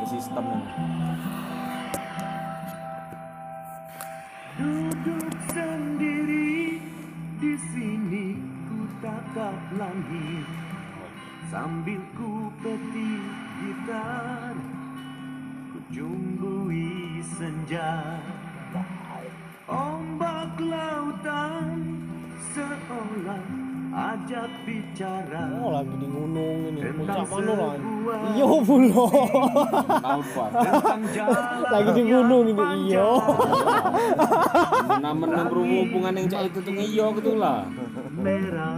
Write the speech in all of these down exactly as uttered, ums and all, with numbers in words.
pakai sistem ini. Duduk sendiri di sini ku tatap langit sambil ku petik gitar ku jumbui senja. Ombak lautan seolah ajak bicara. Oh lagi di gunung ini. Tentang Puncak mana lah? sebuah Iyo pulau. Laut Pak. tentang jalan Lagi di gunung ini. yang Iyo. Menang-menang berhubungan yang cak itu tuh iyo gitu lah. merah.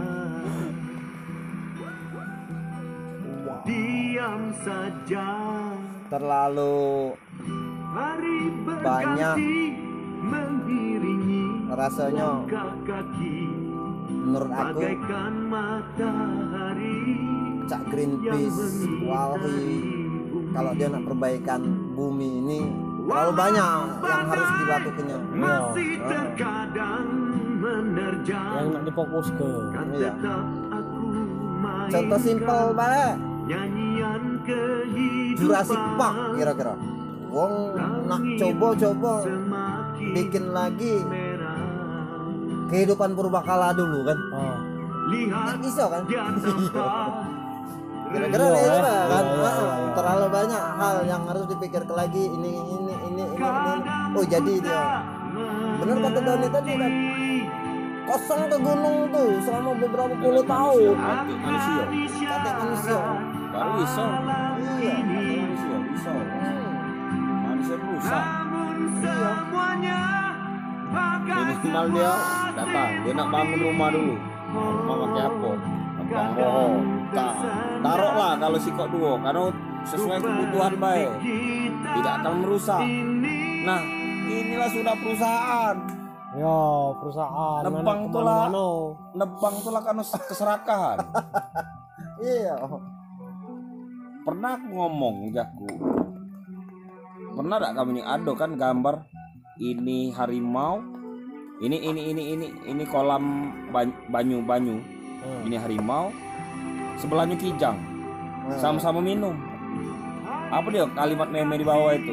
Diam saja. Terlalu Hari banyak berganti mengiringi rasanya langkah kaki menurut aku bagaikan matahari Cak Greenpeace Walhi kalau dia nak perbaikan bumi ini terlalu banyak yang harus dilakukannya. masih Iya. terkadang menerjang. Yang nak difokus ke. Kan Iya. tetap aku mainkan Contoh simpel bae nyanyian kehidupan. Jurassic Park kira-kira. Wong nak coba-coba Semakin bikin lagi merah. kehidupan purbakala dulu kan. Oh. Lihat Nggak bisa kan? dia nampak. Kira-kira Iya, gitu eh. lah kan. Iya, iya, Ah, iya. terlalu banyak hal yang harus dipikirkan lagi ini ini ini ini, ini. Oh jadi dia benar kata Doni tadi kan kosong ke gunung tuh selama beberapa puluh tahun. Mati manusia. Kata manusia. Baru iso. Iya. Manusia iso. Manusia rusak. Namun semuanya bagai Minimal dia datang, dia nak bangun rumah dulu. Rumah pakai apa? Tembang pohon. Tak, taruh lah kalau sikok duo, karena sesuai kebutuhan baik, tidak akan merusak. Nah, inilah sudah perusahaan. Yo perusahaan. Nebang mana tuh lah. kemana-mana. Nebang tuh lah karena keserakahan. Iya. Pernah aku ngomong jaku. Pernah tak kamu ini ada kan gambar ini harimau, ini ini ini ini ini kolam banyu banyu, Hmm. ini harimau, sebelahnya kijang, sama-sama minum. Apa dia kalimat meme di bawah itu?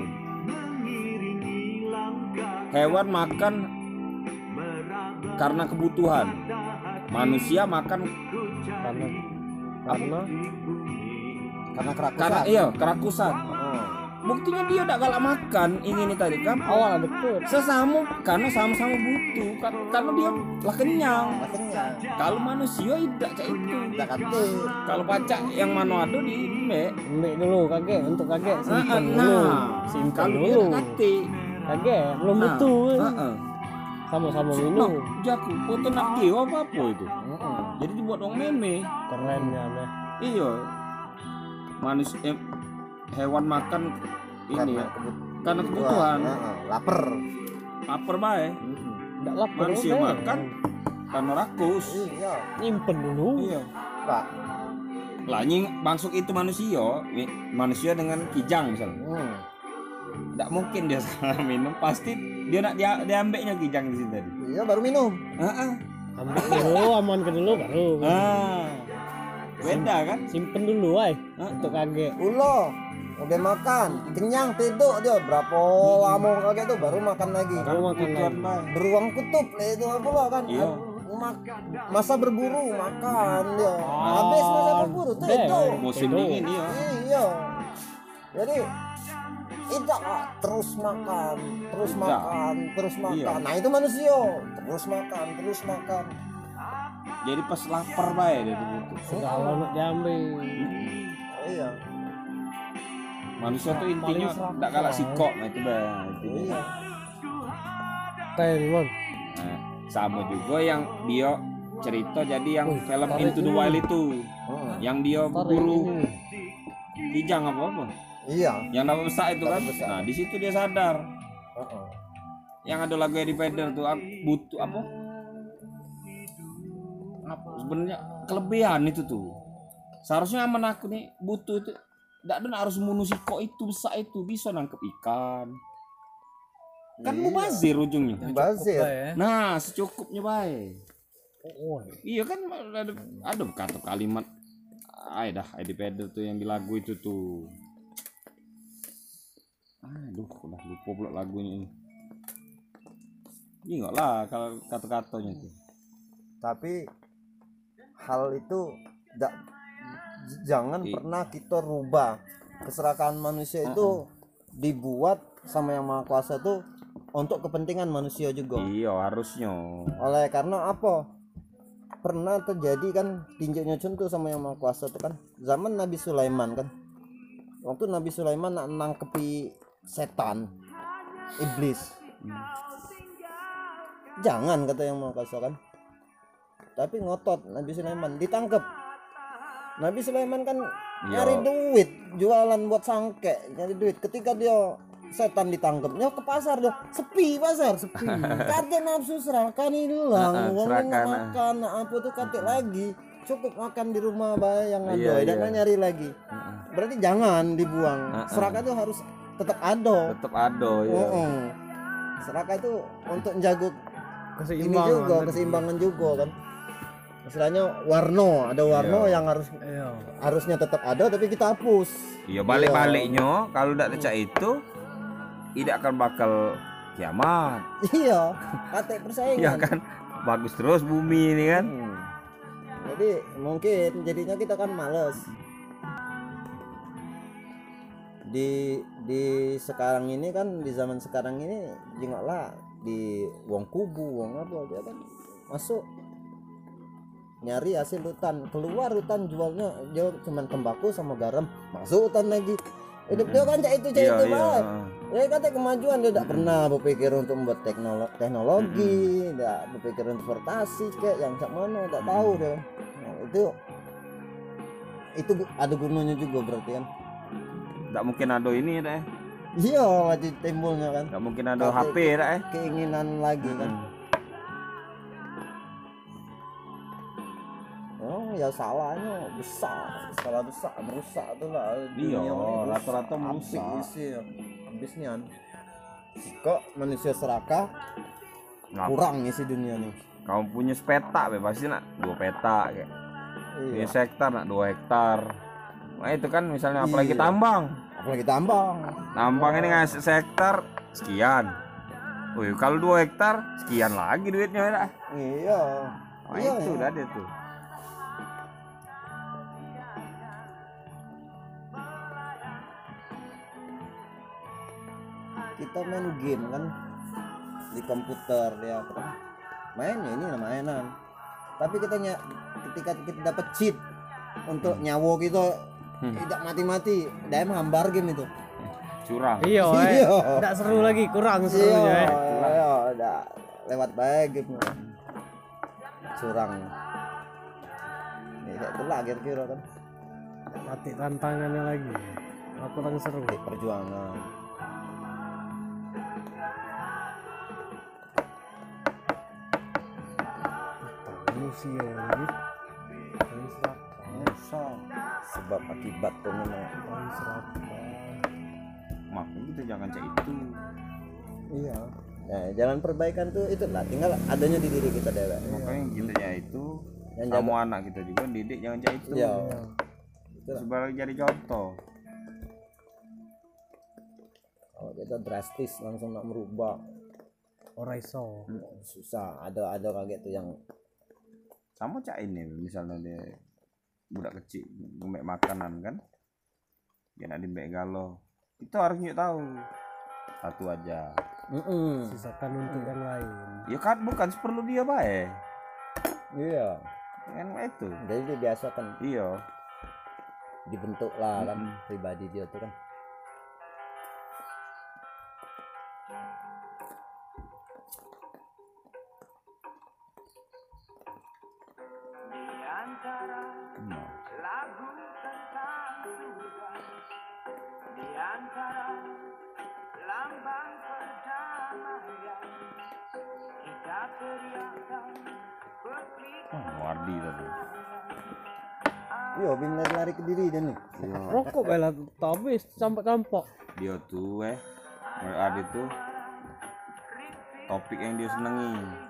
Hewan makan karena kebutuhan, manusia makan Karena karena Karena kerakusan. karena iya kerakusan. Oh. Buktinya dia tidak galak makan ini ini tadi kan. awal ada deket. Sesama karena sama-sama butuh kan, karena dia lah kenyang. Makanya Kalau manusia tidak kayak itu. tak kate. Kalau pacak yang mana ada di mek. Ambil dulu kakek untuk kakek simpan Nah, dulu. nah, Simpan kalau dia dulu. tak kate. Kakek belum Nah, butuh. kan. heeh. Sama-sama Nah, minum. jaku foto nak dia apa apa itu. Heeh. Jadi dibuat orang meme. Keren ya meh. Iya. Manusia eh, hewan makan ini Karena ya. kebut- Karena kebutuhan. Heeh, lapar. Lapar bae. Heeh. Nggak lapar. Manusia udah. makan karena rakus. Iya, Nyimpen dulu. Iya. Pak. Lah nying masuk itu manusia, mi- manusia dengan kijang misalnya. Hmm. Tidak mungkin dia salah minum, pasti dia nak dia diambilnya kijang di situ tadi. Iya, baru minum. Heeh. Ambil dulu, amankan dulu baru. Ah. Beda kan? Simpen dulu, ay. Hah? Untuk kakek. Ulo udah makan, kenyang tidur dia berapa lama kaget tuh baru makan lagi. Baru makan Kebutuhan lagi. bae. Beruang kutub lah itu apa lah kan? Iya. Ma- masa berburu makan dia. Ah, Habis masa berburu deh. tidur. Musim Tidur. dingin iya. Iya. Jadi tidak Pak. terus makan, terus Tidak. makan, terus makan. Iya. Nah itu manusia terus makan, terus makan. Jadi pas lapar bae dia butuh. Segala nak diambil. Iya. Manusia tuh intinya Paling tidak kalah sikok, nah itu bae. intinya. Iya. Teh limon. Nah, sama juga yang dia cerita jadi yang Wih, film tarik Into the ini. Wild itu, Hmm. yang dia Tarik berburu ini. kijang apa apa, Iya. yang dapat besar itu kan. Dapat besar. Nah di situ dia sadar. Heeh. Yang ada lagu Eddie Vedder tuh aku butuh apa? Apa sebenarnya kelebihan itu tuh. Seharusnya aman aku nih butuh itu. Tidak ada harus bunuh siko itu besar itu bisa nangkep ikan. Kan Iya. mubazir ujungnya. Bazir. Nah secukupnya baik. Oh, Iya kan ada ada kata kalimat. Ay dah Eddie Vedder tuh yang di lagu itu tuh. lupa pula lagunya ini. Iya lah kalau kata-katanya tuh. Tapi hal itu da, j- jangan I- pernah kita rubah. Keserakahan manusia itu dibuat sama yang Maha Kuasa tuh untuk kepentingan manusia juga. Iya harusnya. Oleh karena apa? Pernah terjadi kan tinjaunya contoh sama yang Maha Kuasa tuh kan zaman Nabi Sulaiman kan. Waktu Nabi Sulaiman nak nangkepi setan, iblis. Jangan kata yang Maha Kuasa kan. Tapi ngotot Nabi Sulaiman ditangkap. Nabi Sulaiman kan Iya. nyari duit, jualan buat sangke, nyari duit. Ketika dia setan ditangkapnya ke pasar dia sepi pasar sepi kate nafsu serakah hilang Nah, uang serakah, nggak nah. makan nah, apa tuh kate lagi cukup makan di rumah bae yang ada Iya, dan iya. nyari lagi berarti jangan dibuang Heeh. serakah itu harus tetap ada. Tetap ada ya. Heeh. Serakah itu untuk menjaga ini Keseimbangan juga tadi. keseimbangan juga kan istilahnya warno ada warno Iya. yang harus Iya. harusnya tetap ada tapi kita hapus. Iya balik-baliknya kalau tidak cecak itu tidak akan bakal kiamat. Iya kate persaingan. Iya kan bagus terus bumi ini kan. Hmm. Jadi mungkin jadinya kita kan males. Di di sekarang ini kan di zaman sekarang ini jengoklah di wong kubu wong apa dia kan masuk nyari hasil hutan keluar hutan jualnya dia cuman tembakau sama garam masuk hutan lagi hidup dia kan cak itu cak Iya itu iya. Pak. Ya kata kemajuan dia tidak pernah berpikir untuk membuat teknologi, teknologi tidak berpikir untuk transportasi kayak yang cak mana tak tahu dia. Nah, itu itu ada gunanya juga berarti kan. Tidak mungkin ada ini deh. Iya wajib timbulnya kan Tidak mungkin ada Tapi- H P deh. keinginan lagi kan. Hmm. Oh ya salahnya besar salah besar merusak tuh lah Iya, dunia merusak. rata-rata merusak. Habis isi ya. Habisnya kok manusia serakah Nah, kurang isi dunia nih. kamu punya sepeta be pasti nak dua peta kayak. Iya. Punya hektar nak dua hektar. Nah itu kan misalnya apalagi Iya. tambang. Apalagi tambang. Tambang ini ngasih sehektar sekian. Wih kalau dua hektar sekian lagi duitnya dah. Iya. Nah, Iya, itu iya. dah dia tuh. Kita main game kan di komputer ya kan. Main ya ini mainan. Tapi kita ny- ketika kita dapat cheat untuk nyawa kita Hmm. tidak mati-mati, dia hambar game itu. Curang. Iya, eh. Iya. Nggak seru lagi, kurang Iya, serunya. Eh. iya, udah lewat baik gitu. Curang. Ya itulah kira-kira kan. Mati tantangannya lagi. Apa kurang seru? Di perjuangan. Manusia lagi. Paling serakah. Masa sebab akibat tuh memang. Paling serakah. Makanya kita jangan cek itu. Iya. Nah, jalan perbaikan tuh itu lah tinggal adanya di diri kita dewek. Makanya kita ya itu Yang kamu anak kita juga didik jangan cek itu. Iya. Sebagai jadi contoh. Kalau kita drastis langsung nak merubah Ora iso. susah. Ada ada kaget tuh yang Sama cak ini misalnya dia budak kecil ngemek makanan kan. Dia nak dimek galau. Itu harus nyuk tahu. Satu aja. Mm-mm. Sisakan untuk yang lain. Ya kan bukan seperlu dia baik. Iya. Kan itu. Jadi dibiasakan Iya. dibentuk lah kan Mm-mm. pribadi dia tuh kan. Nah. Lagu tentang surga di antara lambang perdamaian kita teriakkan Oh, Wardi tadi. Iya, bin lari-lari ke diri dia nih. Iya. Rokok bela habis campak-campak. Dia tuh eh ada tuh topik yang dia senengi.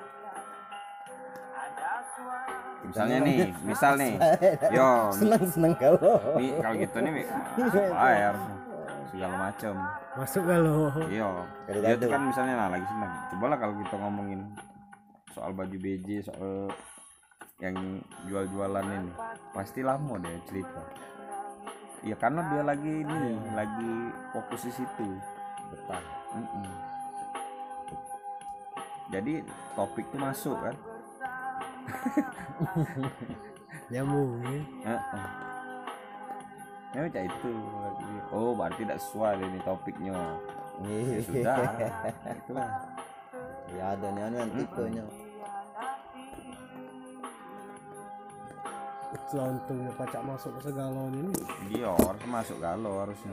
Misalnya nih, misal nih, yo, Senang-senang kalau. nih kalau gitu nih, bayar segala macam. Masuk galau. Iya. Gado-gado. Dia tuh kan misalnya nah lagi senang. Cobalah kalau kita ngomongin soal baju B J, soal yang jual-jualan ini, pasti lama deh cerita. Ya karena dia lagi ini, lagi fokus di situ. Betah. Mm-mm. Jadi topik tuh masuk kan. Nyambung ya. Heeh. Ya macam itu. Oh berarti tidak sesuai ini topiknya. Ya sudah. Itulah. Ya ada nih anu yang tipenya. Itulah untungnya pacak masuk ke segalon ini. Dia harus masuk galau harusnya.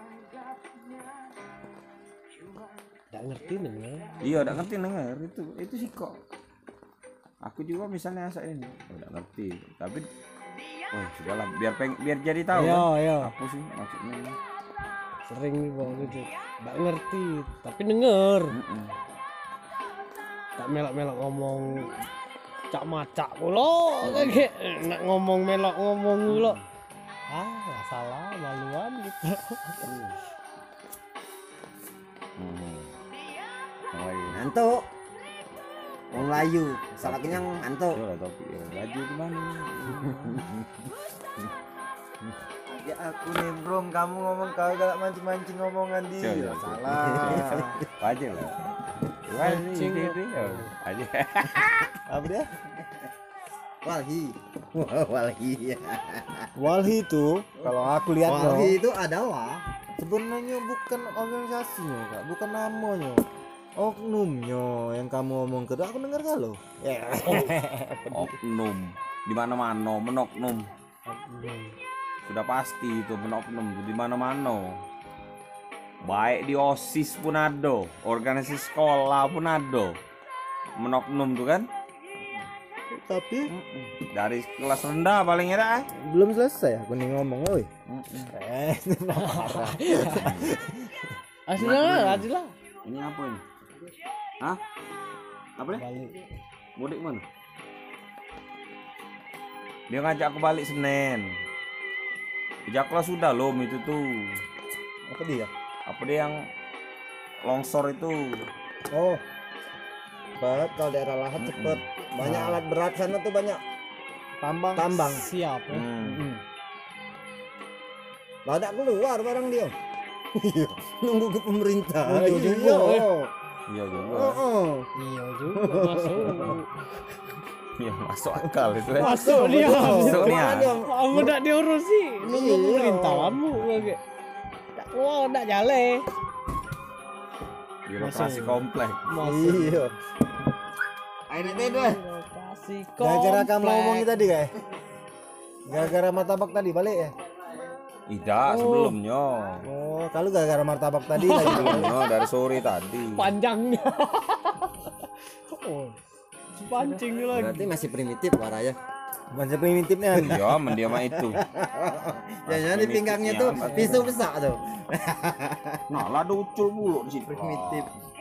Gak ngerti nih ya. Iya, udah ngerti denger itu itu sih kok. Aku juga misalnya asa ini, udah ngerti. Tapi oh sudahlah, biar peng, biar jadi tahu. Iya, kan? iya. Apa sih maksudnya? Sering nih bang gitu. Gak ngerti, tapi denger. Mm-mm. Tak melak-melak ngomong cak macak pulo kayak nak ngomong melok ngomong pulo. Ah, nggak salah, maluan gitu. Hmm. Yang lain. Anto. Wong Melayu, salah kenyang anto. Itu lah topik ya. Baju gimana? Ya aku nimbrung, kamu ngomong kagak mancing-mancing ngomongan dia. Coba, coba. Salah. Aja lah. Mancing itu ya. Aja. Apa dia? Walhi. Walhi. Walhi itu kalau aku lihat Walhi itu adalah sebenarnya bukan organisasinya kak, bukan namanya, oknumnya yang kamu omong ke aku dengar gak lo? Ya. Oknum. Di mana-mana menoknum. Sudah pasti itu menoknum di mana-mana. Baik di OSIS pun ada, organisasi sekolah pun ada. Menoknum tuh kan? Tapi Dari kelas rendah paling ada. belum selesai aku nih ngomong, woi. Eh, Aslinya, aslinya. Ini apa ini? Hah? Apa nih? Balik. Mudik mana? Dia ngajak aku balik Senin. Jakla sudah loh itu tuh. apa dia? Apa dia yang longsor itu? Oh, cepet kalau daerah lahat cepet. Banyak alat berat sana tuh banyak. Tambang. Tambang. Siap. Ya. Hmm. Badak keluar barang dia. Iya, nunggu ke pemerintah. Oh, iya juga, Iya. eh. Iya juga. Oh, oh. Iya juga masuk. Iya masuk akal itu ya. Masuk dia. Masuk nih ya. Kamu tidak diurus sih. Nunggu Iya. pemerintahanmu kayak. Tak keluar, tak jalan. Birokrasi Masuk. komplek. Masuk. Iya. Ayo deh deh. Lokasi Gara-gara kamu komplek. ngomongin tadi kayak. Gara-gara martabak tadi balik ya. Tidak sebelumnya. Oh, kalau gara-gara martabak tadi lagi. Sebelumnya dari sore tadi. Panjangnya. Oh, pancing lagi. Berarti masih primitif waraya. Macam primitifnya. Ya mendiam itu. Jangan di pinggangnya tuh pisau besar tuh. Nah lah ada ucul mulu di situ. Primitif.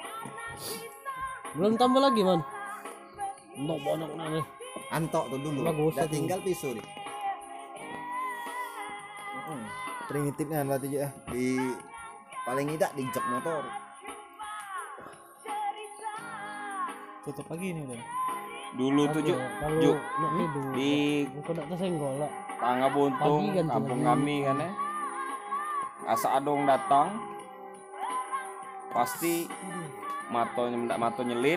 Belum tambah lagi, Man. Untuk bonok nih. Antok tuh dulu. Bagus, Udah tuh. tinggal pisau nih. Primitifnya berarti ya. Di paling tidak di jok motor. Tutup lagi nih udah. Dulu tuh Juk, Kalau Juk, nak tidur, di engkau tak tersenggol lah. Tangga Buntung, Pagi kan tuh kampung lagi. kami kan ya. Asa adong datang, pasti matonya ndak mato nyelit,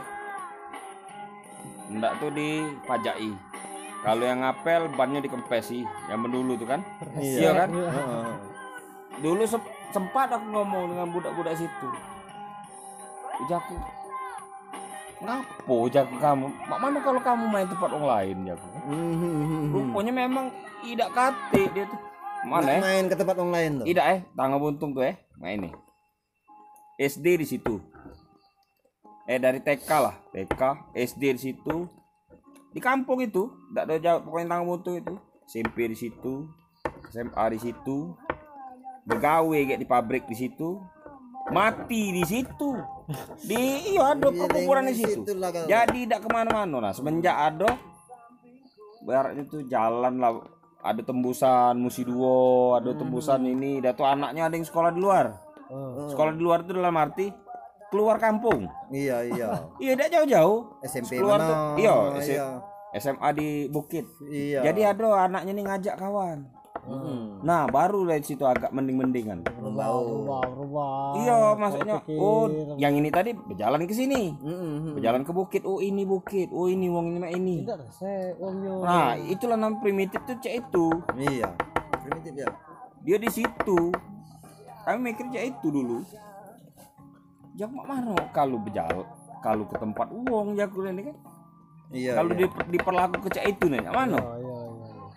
ndak tuh dipajai. Kalau yang ngapel bannya dikempesi, yang dulu tuh kan. Iya kan? Heeh. Dulu sep- sempat aku ngomong dengan budak-budak situ. Jaku, ngapo Jaku kamu? Mak mana kalau kamu main tempat orang lain Jaku? Rupanya memang tidak kate dia tuh. Mana eh? Main ke tempat orang lain tuh. Tidak eh, Tangga Buntung tuh eh, main nih. S D di situ. Eh dari T K lah, T K, S D di situ. Di kampung itu, tidak ada jauh pokoknya Tangga Buntung itu. S M P di situ, S M A di situ. Begawe kayak di pabrik di situ. Mati di situ. Di iya ada perkuburan di situ. Situlah kalau- Jadi tidak kemana-mana lah. Semenjak ada, baratnya tuh jalan lah. Ada tembusan Musi Duo, ada tembusan ini. Dan tuh anaknya ada yang sekolah di luar. Oh. Sekolah di luar itu dalam arti keluar kampung. Iya iya. Iya, tidak jauh-jauh. S M P Keluar mana? tuh. Iya, S- iya. S M A di Bukit. Iya. Jadi ada anaknya nih ngajak kawan. Mm-mm. Nah, baru dari situ agak mending-mendingan. Rubah, rubah, rubah. Iya, maksudnya Pikir. oh, yang ini tadi berjalan ke sini. Mm-mm. Berjalan ke bukit. Oh, ini bukit. Oh, ini wong ini mah ini. Tidak resek wongnya. Nah, itulah nama primitif tuh cek itu. Iya. Primitif ya. Dia di situ. Kami mikir cek itu dulu. Jak mak mano kalau berjalan kalau ke tempat uang jago ini kan. Iya. Kalau iya. di, diperlaku ke cek itu nih, mana? Iya, iya, iya.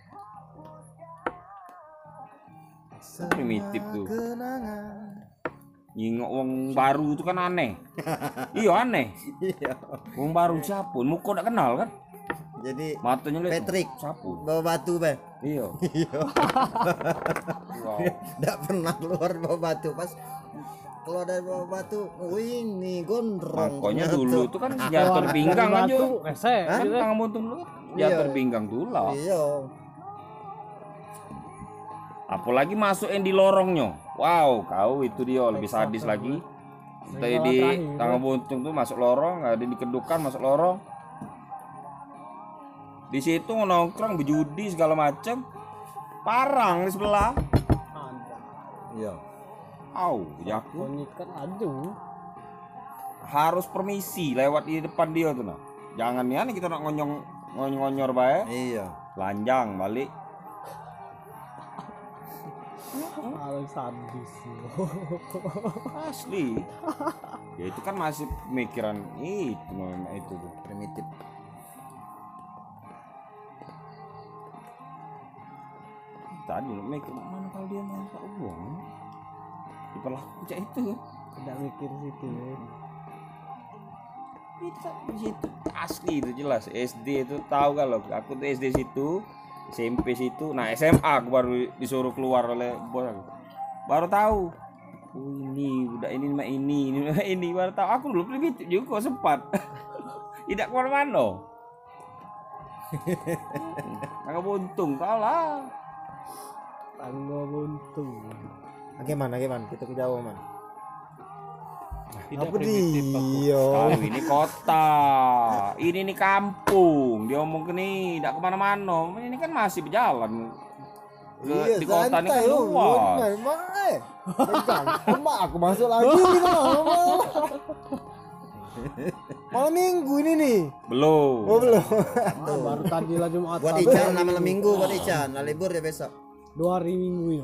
Primitif tuh. Kenangan. Nyingok wong baru itu kan aneh. Iya aneh. Iya. Wong baru siapa? Muka udah kenal kan? Jadi Matanya lihat. Patrick. Siapa? bawa batu, Be. Iya. Iya. Wow. Enggak pernah keluar bawa batu pas keluar dari bawa batu. Oh ini gondrong. Pokoknya ternyata. dulu itu kan jatuh pinggang Dari kan batu, Jo. resek. Kan gitu. tangan buntung dulu. Iya. Jatuh pinggang dulu lah. Iya. Apalagi masukin di lorongnya. Wow, kau itu dia lebih sadis lagi. Tadi di terakhir. tangan buntung tuh masuk lorong, ada di kedukan masuk lorong. Di situ nongkrong berjudi segala macem. Parang di sebelah. Ada. Iya. Au, jaku. Konyikan aduh. Harus permisi lewat di depan dia tuh nah. Jangan ya nih kita nak ngonyong ngonyor bae. Iya. Lanjang balik. Harus sadis. Asli. Ya itu kan masih pemikiran itu memang itu tuh. Primitif. Tadi lu mikir mana kalau dia minta uang. Diperlaku cak itu. Tidak mikir situ. Itu di situ asli itu jelas. S D itu tahu kalau aku tuh S D situ, S M P situ, nah S M A aku baru disuruh keluar oleh bos aku. Baru tahu. Oh ini udah ini mah ini ini mah ini baru tahu. Aku dulu primitif juga sempat. Tidak kemana-mana. Nggak buntung kalah. Tangga buntung. Bagaimana, bagaimana? Kita ke Jawa, Man. Tidak Apa primitif aku. dia? Tahu ini kota, ini nih kampung. Dia ngomong ke nih, tidak kemana-mana. Ini kan masih berjalan. Ke, di kota ini kan luas. Memang eh. Pegang. Emak aku masuk lagi nih kalau malam minggu ini nih. Belum. Oh belum. Ah, baru tadi lah Jumat. Buat Ican lah malam minggu buat Ican. Nah, libur ya besok. Dua hari minggu ya.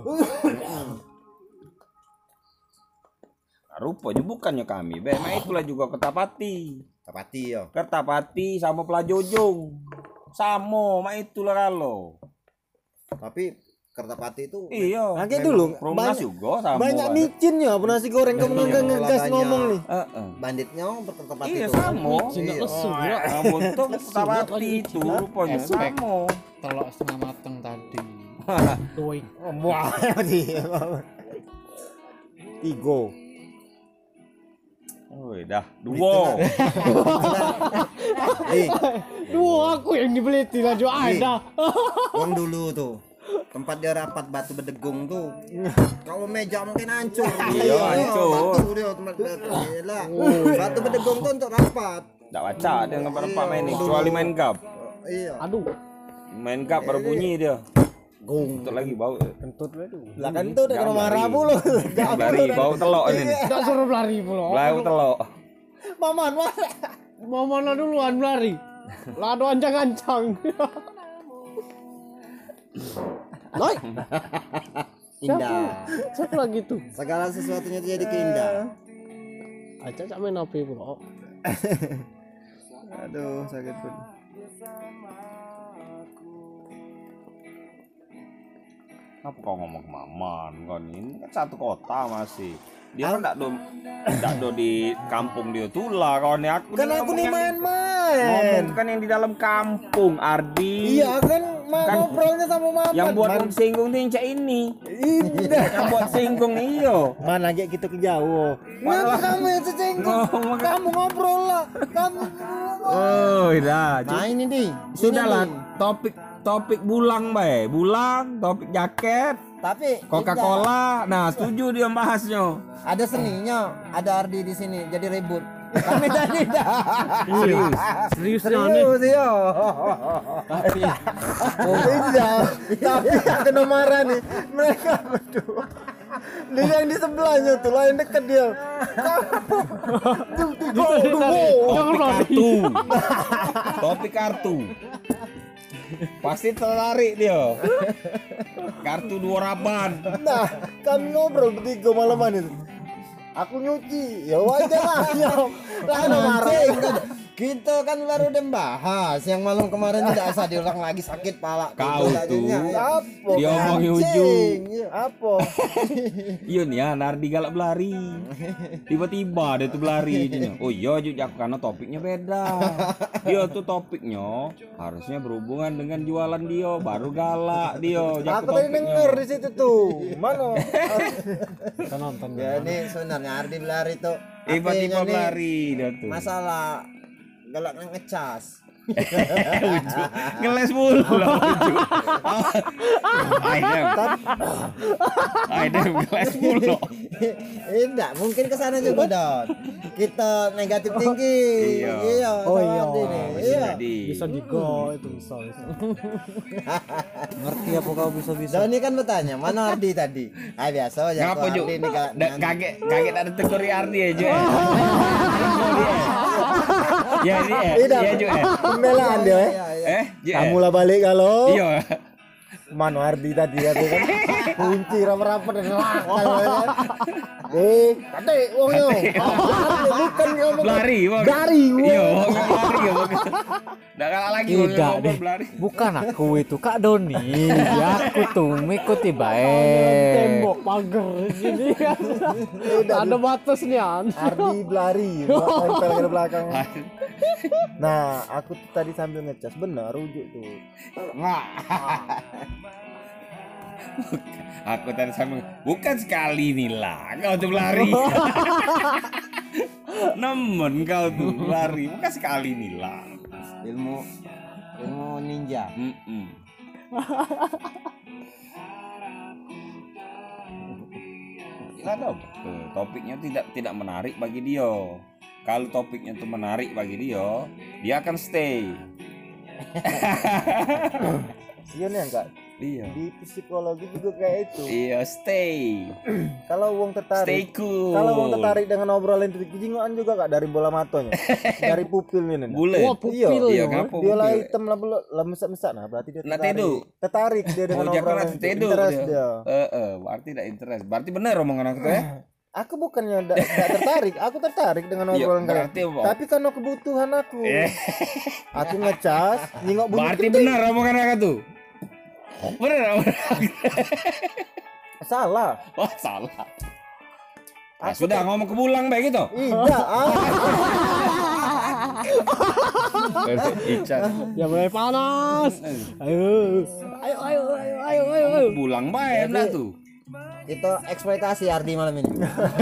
Nah, rupanya bukannya kami. Memang itulah juga Kertapati. Tapati yo. Kertapati sama Pelajojong. Sama, mak itulah kalau. Tapi Kertapati itu Iya. Nanti dulu. Romnas Banyak, juga sama. banyak kan. micinnya apa nasi goreng kamu Iya, ngegas ngegas laganya. ngomong nih. Heeh. banditnya berkertapati Iya itu. sama. Cina Iya. lesu ya. Nah, buntung Kertapati itu rupanya Efek. sama. Telok setengah mateng tadi. Tuik. Wah, dia. Tigo. Oh, dah. Dua. Nih, Dua aku yang dibeliti lah Jo ada. uang dulu tuh. Tempat dia rapat batu bedegung tuh. Kalau meja mungkin hancur. Iya, hancur. Batu dia tempat batu. Iyalah. Batu bedegung tuh untuk rapat. Tak baca dia nggak berempat main nih, kecuali main gap. Iya. Aduh. Main gap baru bunyi dia. Gung. Untuk lagi bau. Kentut aduh. Lah kan tuh udah kena Jangan marah lari. mulu. Lari bau telok ini. nih. Tidak suruh lari pula. Bau telok. Maman, mana? Mau mana duluan lari? Lado ancang-ancang. Noi. Indah. Siapa lagi tuh? Segala sesuatunya terjadi ke indah. Aca cak main apa pula? Aduh, sakit pun. Apa kau ngomong ke Maman? Kan ini kan satu kota masih. Dia kan tak do, tak do di kampung dia tuh lah kawan aku. Kan nih aku ngomong nih yang di- main-main. Ngomong kan yang di dalam kampung Ardi. Iya kan, ma Kan ngobrolnya sama Maman. Yang buat Man, singgung tuh yang cak ini. indah. Yang buat singgung iyo. Mana aja kita ke Jawa. Kenapa Malah- kamu yang secengkok? Ngomong- Kamu ngobrol lah. Kamu Oh, dah. Nah ini nih. Sudahlah topik topik bulang bae. Bulang, topik jaket. Tapi Coca-Cola. Nah, setuju dia bahasnya. ada seninya, ada Ardi di sini jadi ribut. Kami tadi dah. Serius. Seriusnya aneh. Serius yo. Tapi Iya. Tapi kena marah nih. Mereka berdua. Dia yang di sebelahnya tuh, lain deket dia. jangan lari. Kartu. Topik kartu. Pasti tertarik dia. Kartu dua raban. Nah, kami ngobrol bertiga malaman itu. Aku nyuci, ya wajar lah. Ya. Lah Kan marah. anjing, kita kan baru udah bahas yang malam kemarin tidak usah diulang lagi, sakit pala. Kau Gitu, tuh. katanya. Apa? Dia omongin ujung. Anjing, iya, Apa? Iya nih ya, Nardi galak berlari. Tiba-tiba dia tuh berlari. Dia, oh iya Juk, karena topiknya beda. Dia tuh topiknya harusnya berhubungan dengan jualan dia, baru galak dia. Aku tadi denger di situ tuh. Mana? Kita nonton Ya ini sebenarnya Ardi berlari tuh. Tiba-tiba artinya nih, berlari dia tuh. masalah galaknya ngecas. Ujung. Ngeles mulu lah Ujung. Aidem. Aidem ngeles mulu. Tidak, mungkin ke sana juga Don. Kita negatif tinggi. Iya. Iya, Oh, sama iya. Ardi nih. Bisa Iya. jadi. bisa di go itu bisa bisa. Ngerti apa kau bisa-bisa? Doni kan bertanya, mana Ardi tadi? Ah biasa aja. Ngapa kok Juk? Ardi ini galak- Da- Kaget kaget ada teguri Ardi ya Juk. Ya ini eh. Tidak. Iya Juk eh. Pembelaan dia. eh. Iya, iya. Eh, Juk. eh. Kamu lah balik kalau. Iya. Mano Ardi tadi ya tuh kan. Kunci rapat-rapat dan lakal kan. Eh, kate wong yo. Bukan kamu. Berlari, Bang. Dari wong. Iya, Bang, berlari ya, Bang. Nggak kalah lagi Bang, Tidak Bang, deh, berlari. bukan aku itu Kak Doni. Ya aku tuh mengikuti Di baik. tembok pagar gini kan. Ada batasnya. Ardi berlari, nempel ke belakang. Nah, aku tuh tadi sambil ngecas, benar rujuk tuh. Nggak. Aku tadi sama bukan sekali nih lah kau tuh berlari. Nemen kau tuh berlari bukan sekali nih lah. Ilmu ilmu ninja. Mm-mm. Gila dong. Tuh, topiknya tidak tidak menarik bagi dia. Kalau topiknya itu menarik bagi dia, dia akan stay. Iya nih enggak? Iya. Di psikologi juga kayak itu. Iya, stay. Kalau wong Stay tertarik, cool. kalau wong tertarik dengan obrolan itu kijingoan juga kak dari bola matanya, dari pupilnya nih. Bule. Wah, pupil Iya, ya. kenapa Dia lah bule? hitam lah belum lah mesak-mesak nah berarti dia Nak tertarik. tedu. Tertarik dia dengan Oh, jangan obrolan nanti itu. tedu Interest dia. dia. Eh, eh, berarti tidak interest. Berarti benar omongan aku tuh ya. Aku bukannya tidak tertarik, aku tertarik dengan Iya, obrolan kalian. berarti apa? Tapi karena kebutuhan aku. Eh. Aku ngecas, nyingok bunyi Berarti gede. benar omongan aku tuh. Benar omongan aku. Salah. Wah, salah. Nah, Aku sudah ngomong ke bulang baik gitu. Iya, ah. Ican. Ya mulai panas. Ayo. Ayo ayo ayo ayo ayo. ayo. Bulang baik enggak tuh. Kita eksploitasi Ardi malam ini.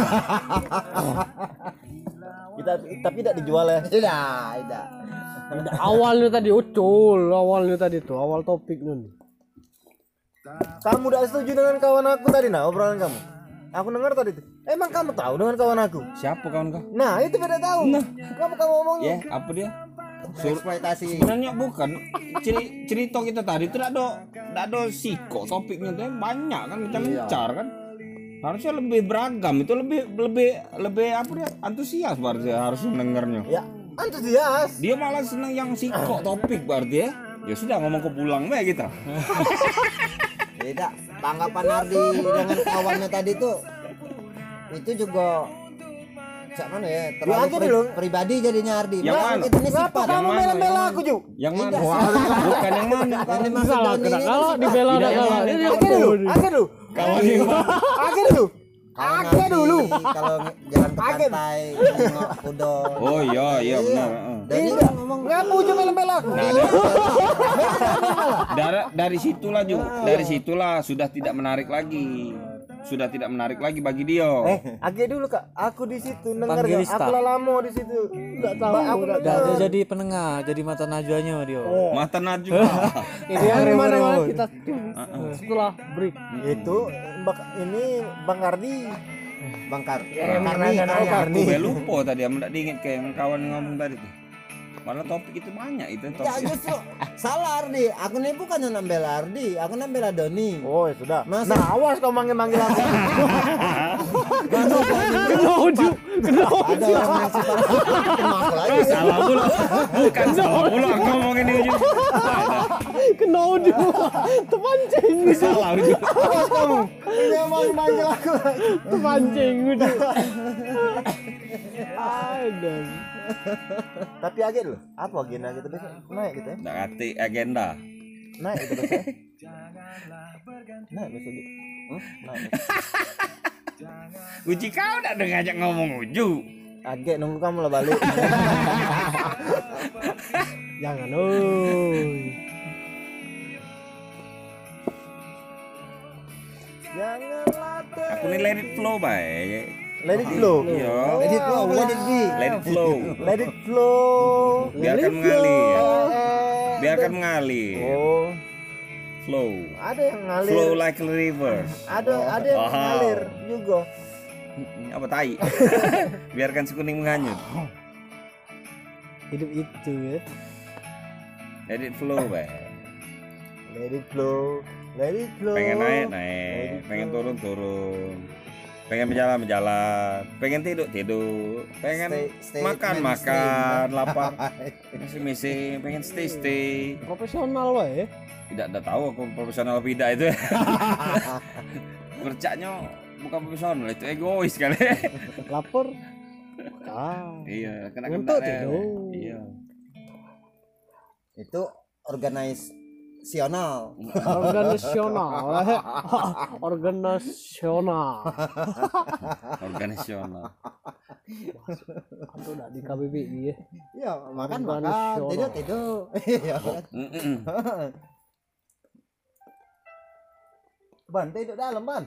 Kita tapi tidak dijual ya. Tidak, tidak. Udah, awalnya tadi ucul, awalnya tadi tuh, awal topiknya nih. Kamu tidak setuju dengan kawan aku tadi nah obrolan kamu. Aku dengar tadi tuh. Emang kamu tahu dengan kawan aku? Siapa kawan kau? Nah, itu beda tahu. Kamu kamu ngomongnya. Ya, apa dia? Sur Eksploitasi. sebenarnya bukan Ceri- cerita kita tadi itu tidak ada tidak ada siko topiknya tuh banyak kan mencar kan harusnya lebih beragam itu lebih lebih lebih apa dia antusias berarti harusnya dengarnya Ya, antusias. dia malah seneng yang siko topik berarti ya ya sudah ngomong ke pulang bae kita. Tidak. Tanggapan Ardi dengan kawannya tadi tuh itu juga cak mana ya terlalu aja pri- dulu. pribadi jadinya Ardi. Yang Nah, mana? itu ini Kenapa sifat. kamu mana, bela-bela yang aku, Ju? Yang mana? Tidak. Bukan yang mana? Yang dimaksud Salah, Doni kena ini kalau sifat. dibela Tidak, ada yang salah. mana? Ini Akhir dulu, akhir dulu. Kawan yang mana? Akhir dulu. Kawan Akhir Ardi, dulu. Kalau nge- jalan ke Akhir. pantai, nengok kuda. Oh iya iya benar. heeh. Doni Tidak. ngomong Ngapa Ju bela-bela aku? Nah, dari, dari, dari situlah juga, dari situlah sudah tidak menarik lagi. sudah tidak menarik lagi bagi dia. Eh, age dulu Kak. Aku di situ denger ya. Evangelista. Aku lah lama di situ. Enggak tahu. Aku Udah denger. dia jadi penengah, jadi mata najwanya dia. Mata najwa. Ini yang Rewel, mana rewel. kita setelah break. Itu Bak, ini Bang Ardi. Bang Kar. Eh, Karni. Karni. Oh, Karni. Gue lupa tadi, tidak diinget kayak yang kawan ngomong tadi tuh. Malah topik itu banyak itu Ya topik. justru salah Ardi. Aku ini bukan yang nambel Ardi, aku nambel Doni. Oh, ya sudah. Mas- Nah, awas kau manggil-manggil aku. Kena uju, kena Ada orang yang sifat kena aku lagi. Salah pula. Bukan salah pula aku ngomongin ini. kena uju. Terpancing, Salah ujuk. Awas kamu. Ini emang manggil aku. terpancing uju. Aduh. Tapi age dulu. Apa agenda kita besok? Naik gitu ya. Nggak ngerti agenda. Naik itu besok. Naik besok gitu. Hmm? Naik. Uji kau udah ada ngajak ngomong uju. Age nunggu kamu lah balik. Jangan, oi. Janganlah Aku nih let it flow baik. Let it flow. Iya. Let it flow, let it be. Let it flow. Let it flow. Biarkan mengalir. Eh, Biarkan mengalir. Oh, Flow. ada yang ngalir. Flow like a river. Ada ada yang Wow. ngalir juga. Apa tai? Biarkan si kuning menghanyut. Hidup itu ya. Let it flow baik. Let it flow. Let it flow. Pengen naik Let naik, it pengen flow. turun turun, pengen berjalan berjalan, pengen tidur tidur, pengen Stay- stay makan mainstream. makan, lapar, misi misi, pengen stay stay. Profesional wae. Tidak ada tahu aku profesional apa tidak itu. Kerjanya bukan profesional, itu egois kali. Lapar. Ah. Iya, kena Ngentot kena tidur. Iya. Itu organisasional. Organisasional. eh. Organisasional. Organisasional. Itu udah di K B B I ya. Iya, makan makan, Organisasional. tidur tidur. Iya. Mm-mm. Ban, tidur dalam, Ban.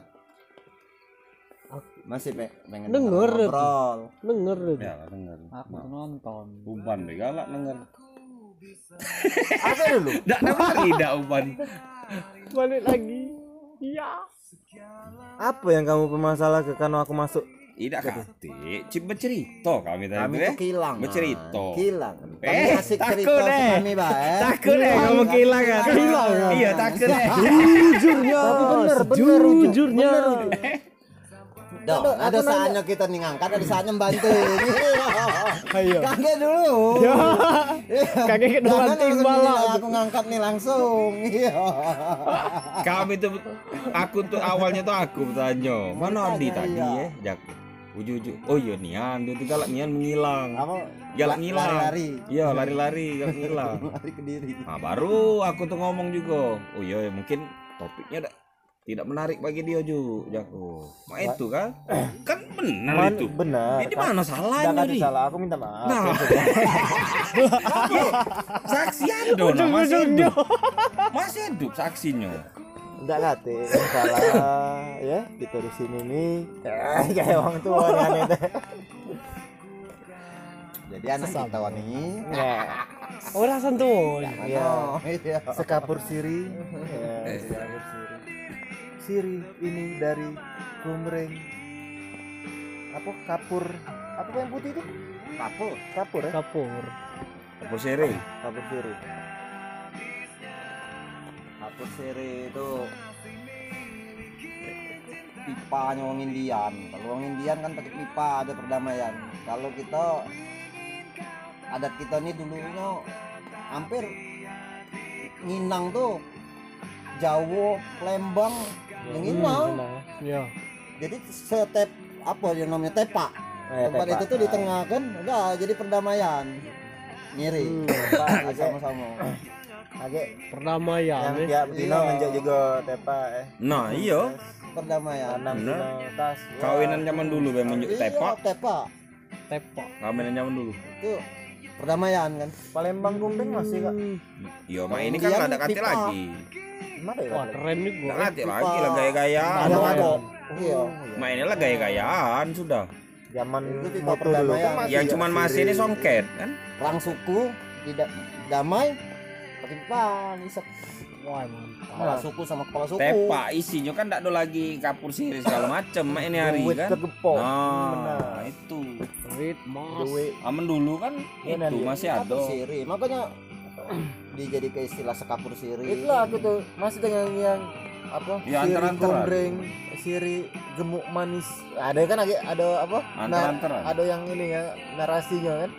Masih pe pengen Denger. ngobrol. Denger itu. Ya lah denger. Aku tuh nonton. Uban deh galak denger. Age dulu. Dak dapat tidak uban. Balik lagi. Iya. Apa yang kamu bermasalah ke karena aku masuk? Tidak kati, cip bercerita kami tadi Kami tuh tuh ya. kilang. Bercerita. Mas. Kilang. Kami Eh, asik takut cerita deh. kami, Pak. Takut deh ngomong kilang kan. Kilang, ya? Iya takut deh. Jujurnya. Tapi bener, bener, Uju. Jujurnya. Dong, ada saatnya kita nih ngangkat, ada saatnya membantu. Ayo. Kaget dulu. Kakek kena Jangan banting langsung bala. bilang, aku ngangkat nih langsung. Iya. Kami tuh aku tuh awalnya tuh aku bertanya, mana Ardi Makanya, tadi iya. ya? Jak. Uju-uju. Oh iya Nian, dia tuh galak Nian menghilang. Apa? Galak La- ngilang. Lari-lari. Iya, lari-lari galak ngilang. Lari ke diri. Nah, baru aku tuh ngomong juga. Oh iya, mungkin topiknya da- tidak menarik bagi dia juga, Jako. Mak itu kan? Kan benar Man, itu. benar. Ini mana Enggak salahnya ada nih? salah, aku minta maaf. Nah, Iya, saksi ada nah, masih hidup, masih hidup saksinya. Enggak kate, salah ya. Kita di sini nih kayak orang tua nih aneh deh. Jadi anak kita nih. Ya, Orang santuy. ya. Oh, iya. Sekapur siri. Ya, sekapur siri. Siri ini dari Kumreng. Apa kapur? Apa yang putih itu? Kapur. Kapur ya? Kapur. Kapur seri. Kapur siri. Kapur seri itu pipanya orang Indian. Kalau orang Indian kan pakai pipa, ada perdamaian. Kalau kita adat kita nih dulunya hampir nginang tuh Jawa, Lembang, yang nginang. Iya. Jadi setep apa yang namanya tepak. Eh, Tempat tepak. itu tuh di tengah kan, udah jadi perdamaian. Ngiri, Pak, sama-sama. Agak Perdamaian. yang ya. tiap dino Iya. ngenjak juga tepa eh. Nah, iya. Perdamaian. Tanam Bener. dino tas. Kawinan zaman dulu be menjuk Iya, tepak. tepak. Tepak. Kawinan zaman dulu. Itu perdamaian kan. Palembang Gundeng masih kak. Iya, mak ini kan Indian ada kate pipa. lagi. Mana ya? Wah keren nih Ada gua. kate lagi lah gaya-gaya. Ada ada. Iya. Mainnya lah gaya-gayaan sudah. Zaman Itu FIFA moto dulu perdamaian. kan masih Yang ya, cuman siri. masih ini songket kan. Perang suku tidak damai pakai pan isep. Wah, mantap. Kepala suku sama kepala suku. Tepak isinya kan tidak ada lagi kapur siri segala macem mak ini hari Duit kan. kegepok. Nah, Benar. itu. Duit, mas. Duit. Aman dulu kan Benar, itu iya. masih ada. Kapur siri. Makanya dijadi ke istilah sekapur siri. Itulah gitu. Masih dengan yang apa? Ya, siri antar-antaran. gombreng, siri gemuk manis. Ada kan ada, ada apa? Nah, Antar-antaran. ada yang ini ya narasinya kan.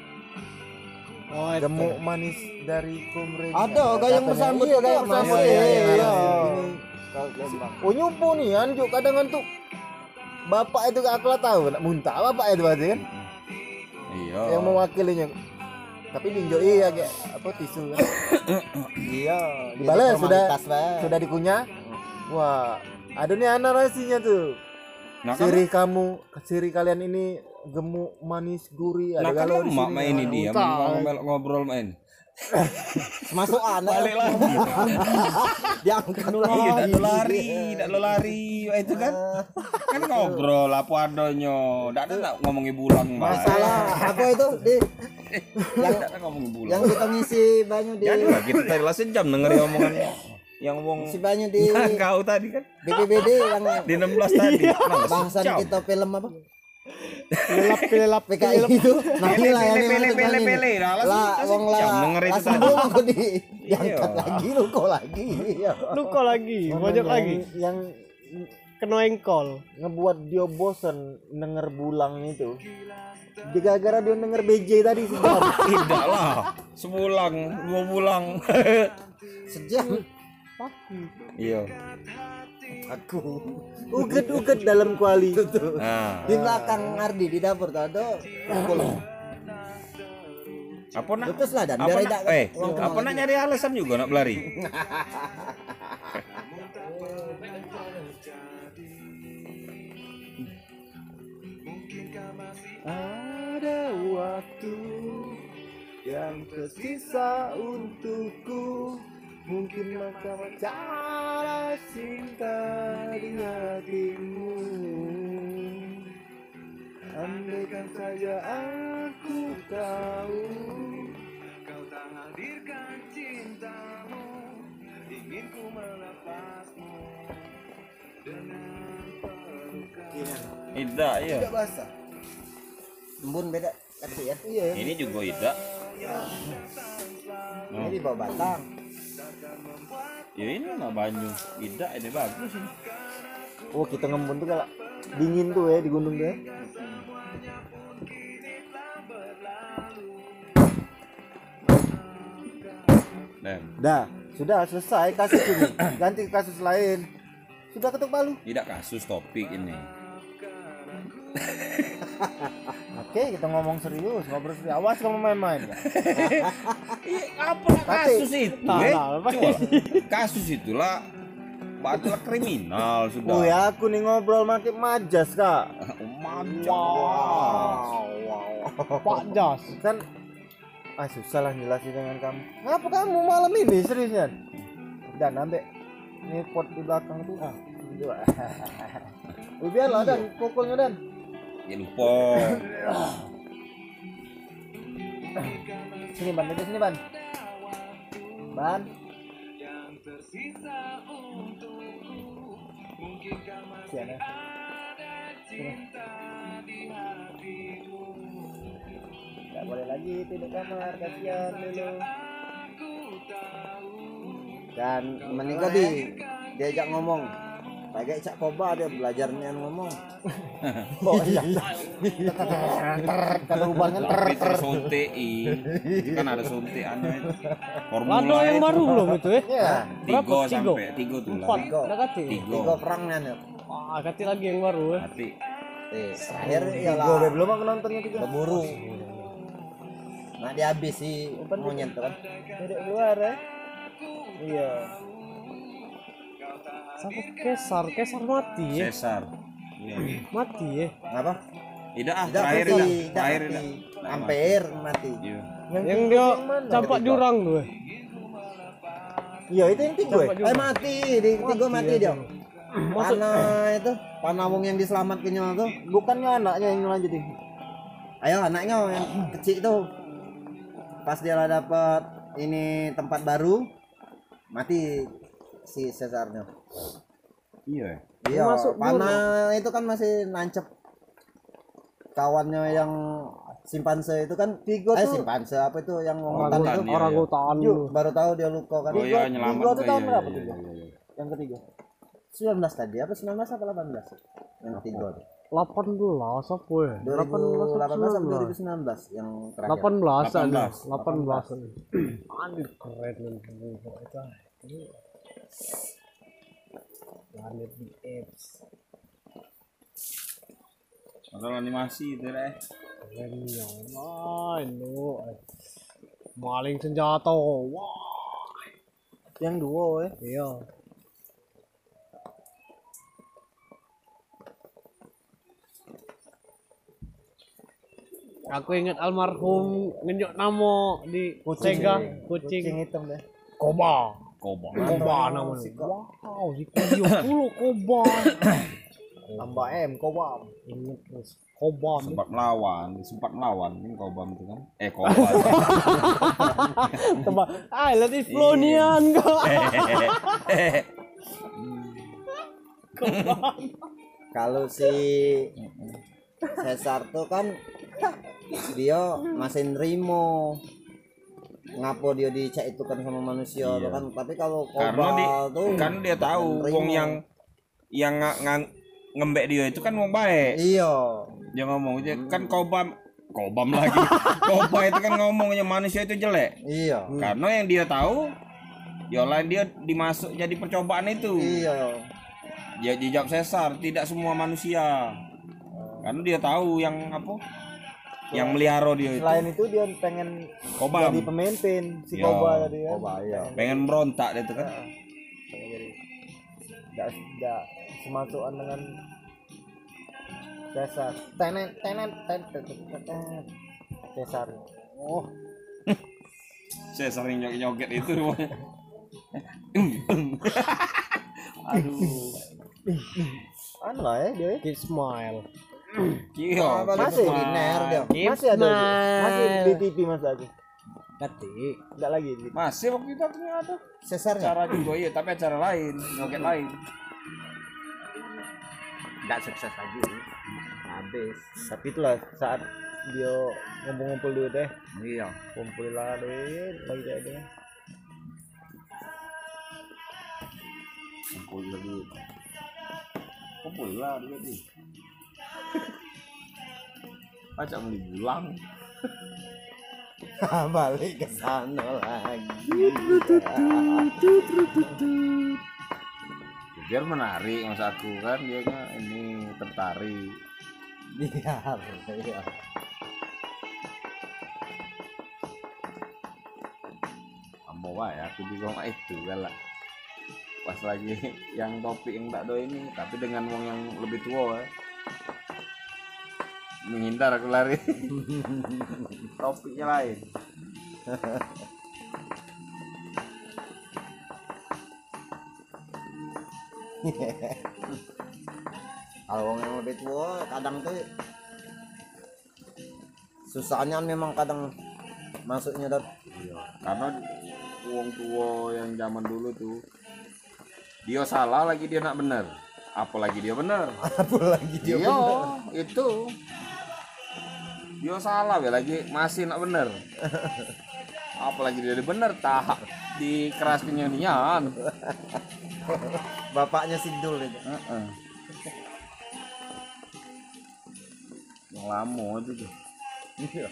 Oh, itu. Gemuk manis dari gombreng. Ada gayang Katanya, bersambut iya, juga gayang masih. bersambut. Iya, Iya, iya. Ini kalau Lembang. Oh nyupu nih anjuk kadang tuh bapak itu aku lah tahu nak muntah bapak itu berarti kan Iya. yang mewakilinya. Tapi ninjo iya kayak apa tisu kan. Iya. Dibalas jadi sudah formalitas, Bang. sudah dikunyah. Wah, ada nih narasinya tuh. Nah, kan Siri kamu, siri kalian ini gemuk, manis, gurih. nah Ada kan galau di mak sini. main ini dia Utang. ngobrol ngobrol main. Masuk anak. Balik lagi. Diangkat Iya, lagi. tidak lo lari, tidak lo lari, Wah, itu kan, kan ngobrol apa adonyo, tidak ada tak ngomongi bulang Mbak. Masalah apa itu di yang Tidak ada ngomongin bulang. yang kita ngisi banyak di Jadi lah kita tadi lah sejam dengerin omongannya, yang ngomong ngisi banyak di nah, kau tadi kan B P B D yang di enam belas tadi, nah, bahasan sejam. kita film apa? Pelelap, pelelap, P K I itu. Nah, Pele, inilah yang pele, dimaksud pele, Bang ini. pele. Nah, lah, Lah, kita wong sejam lah. denger itu Lah tadi. sebelum aku di diangkat Iya. lagi lu kok lagi. Iya. Lu kok lagi, Mana pojok yang- lagi. Yang Kena engkol. ngebuat dia bosen denger bulang itu. Gara-gara dia denger B J tadi sejam. Tidak lah, sebulang, dua bulang. Sejam Iya. aku Uget-uget dalam kuali. Nah, di belakang Ardi di dapur tuh ada pukul. apa nak? Putus lah dan Apa biar nak? tidak Eh, uang apa kemana nak nyari alasan juga nak berlari? Ada waktu yang tersisa untukku. Mungkin maka cara cinta di hatimu. Andaikan saja aku tahu kau tak hadirkan cintamu, ingin ku melepasmu dengan pelukan. Tidak, iya. Tidak basah. embun beda kecil ya. Iya. Ini juga tidak. Ini di bawah batang. Ya ini mah banyu. Tidak, ini bagus ini. Oh kita ngembun tuh kalau dingin tuh ya di gunung tuh ya. Dan Dah, sudah selesai kasus ini. Ganti ke kasus lain. Sudah ketuk palu. tidak kasus topik ini. Oke, kita ngomong serius, ngobrol serius. Awas kamu main-main ya. Iya, apa kasus itu? Nah, eh? nah, apa Coba. Kasus itulah batulah kriminal sudah. Oh ya, aku nih ngobrol makin majas kak. Mantap. Pak Jas. Kan, ah susah lah jelasin dengan kamu. Ngapa kamu malam ini seriusnya? Dan ambek ini pot di belakang tuh. Ah, dua. Oh, biarlah dan pukulnya dan. Ya lupa. Sini ban, duduk sini ban. Ban. Sian ya. Sini. Gak boleh lagi tidur kamar, kasihan dulu. Dan menikah di diajak ngomong. Pakai cak koba dia belajar nian ngomong. Oh iya. Kalau ubahnya Tapi tersontai. Kan ada sonteannya. Formula Lado yang itu. baru belum itu eh? ya. Berapa? Tiga Tiga? sampai tiga tuh lah. Empat. Tiga. Udah kati. Tiga. Tiga perang nian ya. Wah, kati lagi yang baru eh. Hati. Eh, terakhir Gue iyalah belum aku nontonnya juga. berburu. Nah dia habis si monyet tuh kan. Tidak keluar ya. Iya. Sampai Kesar, Kesar mati ya. Cesar. Iya. Mati ya. Ngapa? Tidak ah, Tidak terakhir mati, tidak. tidak Terakhir mati. tidak. Hampir mati. Iya. Yang dia mana? campak jurang tuh eh. Iya itu yang tiga. Campak ya? Eh jurang. mati, di tiga mati dia. Panah itu, panah wong yang diselamatkannya tuh. Bukannya anaknya yang lanjutin. Ayo anaknya yang kecil itu. Pas dia lah dapat ini tempat baru, mati si Cesarnya. Iya. Iya, Masuk panah itu kan masih nancep kawannya yang simpanse itu kan. Tiga eh tuh- simpanse apa itu yang ngomotan Orangutan, itu. iya. Orang utan. Yuk, baru tahu dia luka kan. Oh iya nyelamat. Tiga tuh iya, tahun iya, berapa iya, tiga? iya, iya. Yang ketiga. sembilan belas tadi apa sembilan belas apa delapan belas? Yang ketiga tuh. delapan belas apa ya? dua ribu delapan belas sampai dua ribu sembilan belas yang terakhir. delapan belas delapan aja. belas. delapan belas. Anjir keren kan itu. Ini planet di apps. Modal animasi itu deh. Keren ya. Wah, itu maling senjata. Wah. Yang dua ya. Iya. Aku ingat almarhum ngenyok namo di Sega Kucing kucing hitam deh. Koba. Koba. Koba namanya. Wow, si Kuyo puluh Koba. Tambah M kobam. Ingat terus Koba. Sempat melawan, sempat melawan ini Kobam itu kan. Eh Kobam. Tebak. Ah, letih Flonian kok. Kalau si Cesar tuh kan dia masih nerimo ngapo dia dicek itu kan sama manusia Iya. tuh kan, tapi kalau Karena di, Kobal tuh kan dia tahu nerimo. wong yang yang nga- nga- ngembek dia itu kan wong baik. iya Dia ngomong dia kan Kobam Kobam lagi. Koba itu kan ngomongnya manusia itu jelek. iya Karena yang dia tahu ya lain dia dimasuk jadi percobaan itu. iya Ya dijawab Cesar, tidak semua manusia. Karena dia tahu yang apa? Yang melihara dia itu. Selain itu dia pengen Kobam. jadi pemimpin si Iya. Koba tadi kan. Kobal iya Pengen berontak dia itu kan. Pengen jadi enggak enggak semasukan dengan Cesar. Tenet tenet tenet tenet. Cesar. Oh, Saya sering joget-joget itu. Aduh. anu lah ya dia. Keep smile. Kio. masih di ner dia Keep Masih ada. smile. Masih di T V masih lagi. Ketik. Enggak lagi di Masih waktu itu akhirnya ada. Cesarnya Cara juga iya, tapi acara lain, joget lain. nggak sukses lagi habis Tapi itulah saat dia ngumpul-ngumpul dulu deh. iya Kumpul lah deh lagi kayak deh. Kumpul lagi. Kumpul lah dia nih. Baca beli bulang. balik ke sana lagi Biar menarik mas aku kan dia kan ini tertarik. biar iya Ambo wae aku juga mah itu galak. Pas lagi yang topik yang tak do ini tapi dengan wong yang lebih tua ya. Menghindar aku lari. Topiknya lain. kalau wong yang lebih tua kadang tuh susahnya memang kadang masuknya dan Iya, karena wong tua yang zaman dulu tuh dia salah lagi dia nak bener, apalagi dia bener. apalagi dia Iya, itu dia salah ya lagi masih nak bener. Apalagi dia bener tahap di keras kenyanian. bapaknya Sidul itu Heeh. Yang lama itu tuh. iya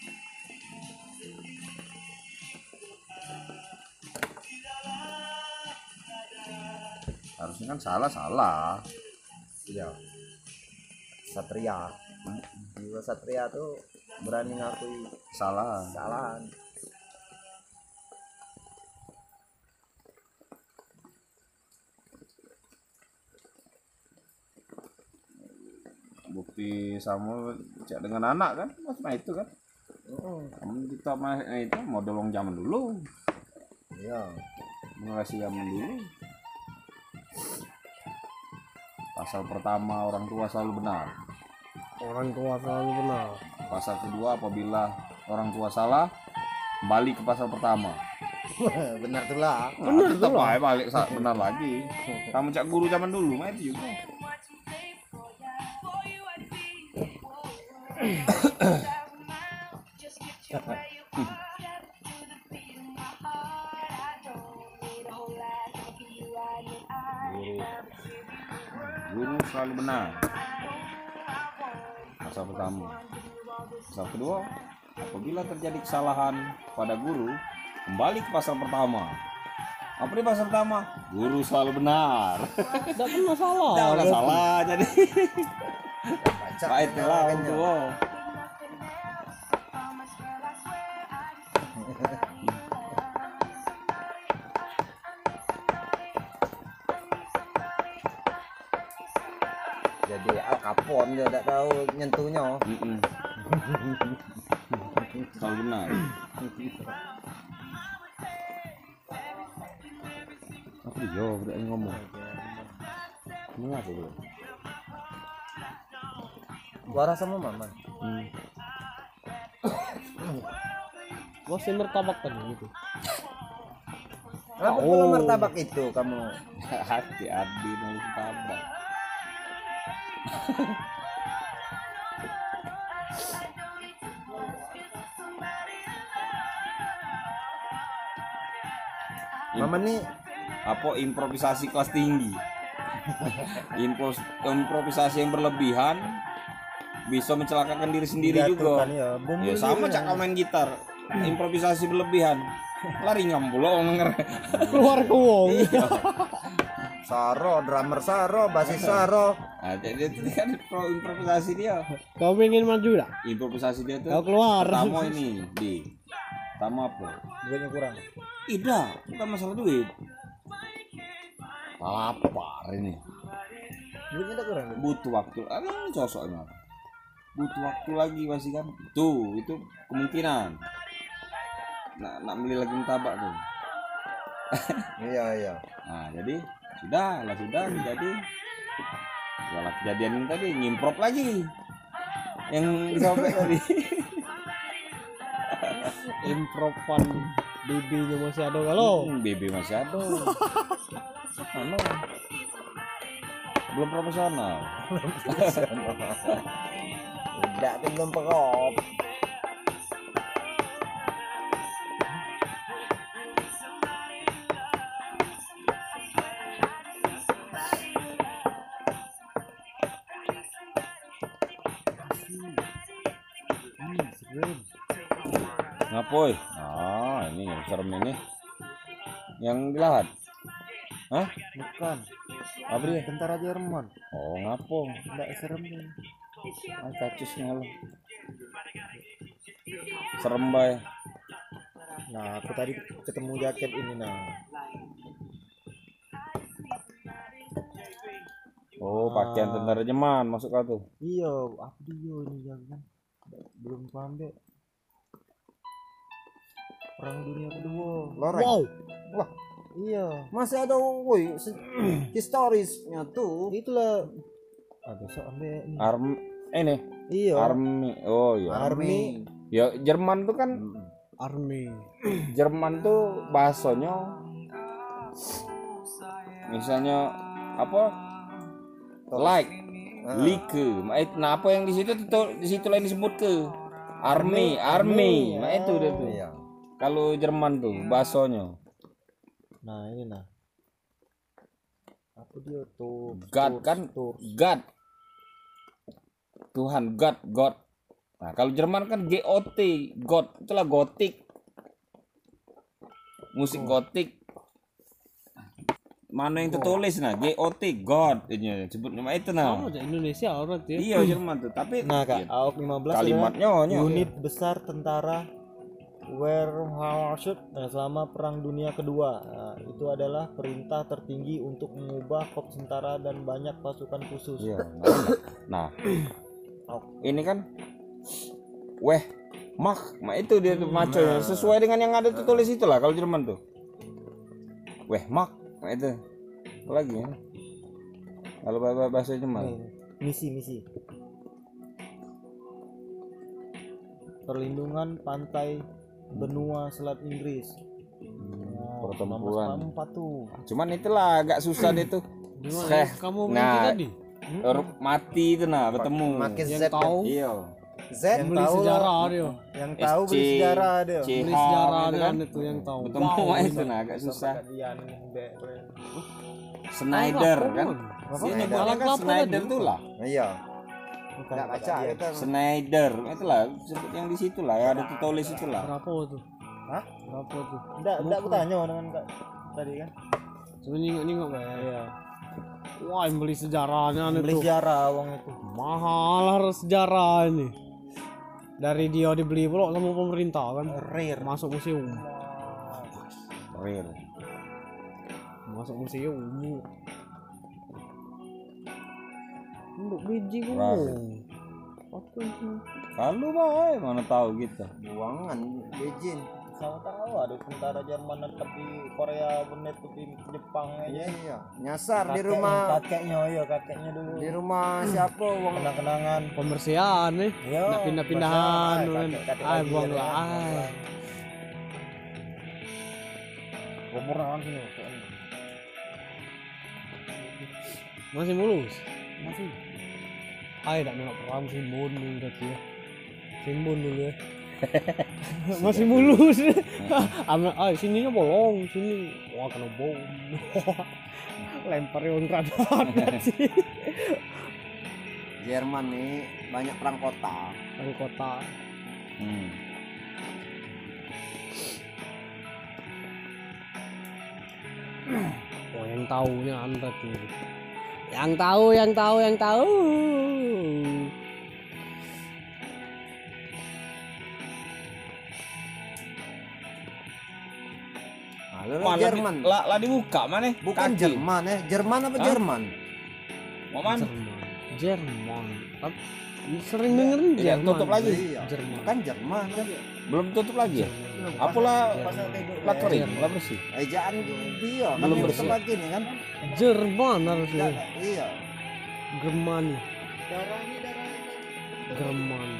Harusnya kan salah salah. iya Satria jiwa Satria tuh berani ngakui Salah. kesalahan Bukti sama cek dengan anak kan macam itu kan. Kamu kita mah eh, itu model wong zaman dulu. iya Generasi zaman dulu. Pasal pertama, orang tua selalu benar. Orang tua selalu benar. Pasal kedua, apabila orang tua salah, balik ke pasal pertama. Benar tuh lah. Nah, tetap aja balik sa- benar lagi. Kamu cak guru zaman dulu, mah itu juga. Guru selalu benar. Pasal pertama. Pasal kedua, apabila terjadi kesalahan pada guru, kembali ke pasal pertama. Apa di pasal pertama? Guru selalu benar. Tidak pernah salah. Tidak pernah salah jadi. Baca Baik lah kan, untuk. ya. Jadi Al Capone dia tidak tahu nyentuhnya. Mm-mm. Selalu benar. Apa dia? Udah ngomong. Mengapa bro? Suara sama mama. Hmm. Masih martabak tadi gitu. Kenapa Oh. perlu martabak itu kamu? Hati Adi nulis tabak. Mama nih Apa improvisasi kelas tinggi? Impros- improvisasi yang berlebihan bisa mencelakakan diri sendiri juga. jatuhkan ya. Bom Ya dulu sama ya. cak kau main gitar, improvisasi berlebihan, lari ngambulo nger. Keluar ke wong. Saro, drummer Saro, basis Saro. Nah, jadi itu kan pro improvisasi dia. Kau ingin maju dah? Improvisasi dia tuh. Kau keluar. Pertama ini di, pertama apa? Duitnya kurang. Tidak, bukan masalah duit. Lapar ini. Duitnya tak kurang. Butuh waktu. Ah, cocoknya. Butuh waktu lagi masih kan. Tuh, itu kemungkinan. Nak nak beli lagi martabak tuh. Iya iya. Nah, jadi sudah lah sudah jadi. Setelah kejadian ini tadi ngimprop lagi. Yang disobek tadi. Improvan bibinya masih ada kalau. Hmm, B B masih ada. Mana? Belum profesional. Tidak belum perop. Ngapoy? Ah, ini yang serem ini. Yang dilahat. Hah? Bukan. Apa dia? Tentara Jerman. Oh, ngapo? Enggak serem nih. Ah, kacis ngalah. Serem bay. Nah, aku tadi ketemu jaket ini nah. Oh, pakaian tentara Jerman masuk kau tuh. Iya, apa dia ini jangan. Belum paham deh. Perang Dunia Kedua. Loreng. Wow. Wah, Iya, masih ada woi se- historisnya tuh. itulah. Ada sok ambil ini. Arm ini Iya. army. Oh iya. Army. Ya Jerman tuh kan Army. Jerman tuh bahasanya misalnya apa? Like, like. Nah, apa yang di situ tuh di situ lain disebut ke army, army. Nah, itu dia tuh. Iya. Kalau Jerman tuh bahasanya Nah, ini nah. Apa dia tuh? God kan God. Tuhan God, God. Nah, kalau Jerman kan G O T, God. Itulah gotik. Musik gotik. Mana yang tertulis nah? G O T, God. Ini sebutnya mah itu nah. Sama aja Indonesia orang tuh ya. Iya Jerman tuh, tapi Nah, Kak, ya, A O K lima belas kalimatnya adalah nya. unit besar tentara Wehrmacht nah, selama Perang Dunia Kedua. Nah, itu adalah perintah tertinggi untuk mengubah korps tentara dan banyak pasukan khusus. Iya. Nah, nah. ini kan weh mak, mak itu dia tuh maco sesuai dengan yang ada tertulis itulah kalau Jerman tuh. Weh mak, mak itu. Apa lagi ya? Kalau bahasa bahasa Jerman. Misi misi. Perlindungan pantai benua Selat Inggris. Nah, Pertempuran. empat tuh. Cuman itulah agak susah deh tuh. Gimana Seh, kamu nah, berhenti tadi? Orang mati itu nah bertemu. Makin Yang Z tahu Iya. Z Yang beli tahu sejarah dia. Yang tahu beli S C, sejarah dia. C Beli H sejarah gitu dia kan. itu yang tahu. Bertemu Wow, itu nah agak susah. Perkadian, be- be- Schneider Apa, kan. Apa? Sini Alang nyebutnya kan kelapa Schneider tadi. tuh lah. iya Bukan nggak baca perkadian. kita Schneider itulah sebut yang di situ lah ya ada tulis itulah. Berapa tuh? Hah? Berapa tuh? Enggak, enggak aku tanya dengan Kak tadi kan. Cuma nyingok-nyingok kayak. Iya. Wah, yang beli sejarahnya Beli itu. sejarah uang itu. Mahal harus sejarah ini. Dari dia dibeli pula sama pemerintah kan. Rare. Masuk museum. Real. Masuk museum. Untuk biji Rare. gue. Kalau bae mana tahu kita. buangan Beijing Sama tahu ada tentara Jerman tetap di Korea, benet di Jepang iya aja. iya nyasar di Kakeknya- rumah kakeknya iya kakeknya dulu. di rumah siapa uang Kenang-kenangan. Pembersihan nih. Iya. Nak pindah-pindahan Kakek- kan. kakek Ay, lagi buang ya, lah. kan. Ay. Umur naon sini? Masih mulus. Masih. Ay, tak melok perang simbun dulu berarti ya. Simbun dulu ya. Masih mulus. Ame, ay sininya bolong, sini. Wah, kena bom. Lempar yang granat sih. Jerman nih banyak perang kota Dari kota. Hmm. Oh, yang tahunya Andret nih. Yang tahu, yang tahu, yang tahu. Halo Malah Jerman di- lah, lah dibuka mana? bukan Kaki. Jerman ya Jerman apa Hah? Jerman Mau mana? Jerman. Jerman. Ap- Sering dengerin Iya, Jerman. tutup lagi. iya Jerman. kan Jerman kan Belum tutup lagi ya? Apalah lah kering, lah bersih. ejaan dia kan Belum yang bersih. tetap lagi nih kan Jerman harusnya. Nggak, iya Germani. darahnya darah Germani.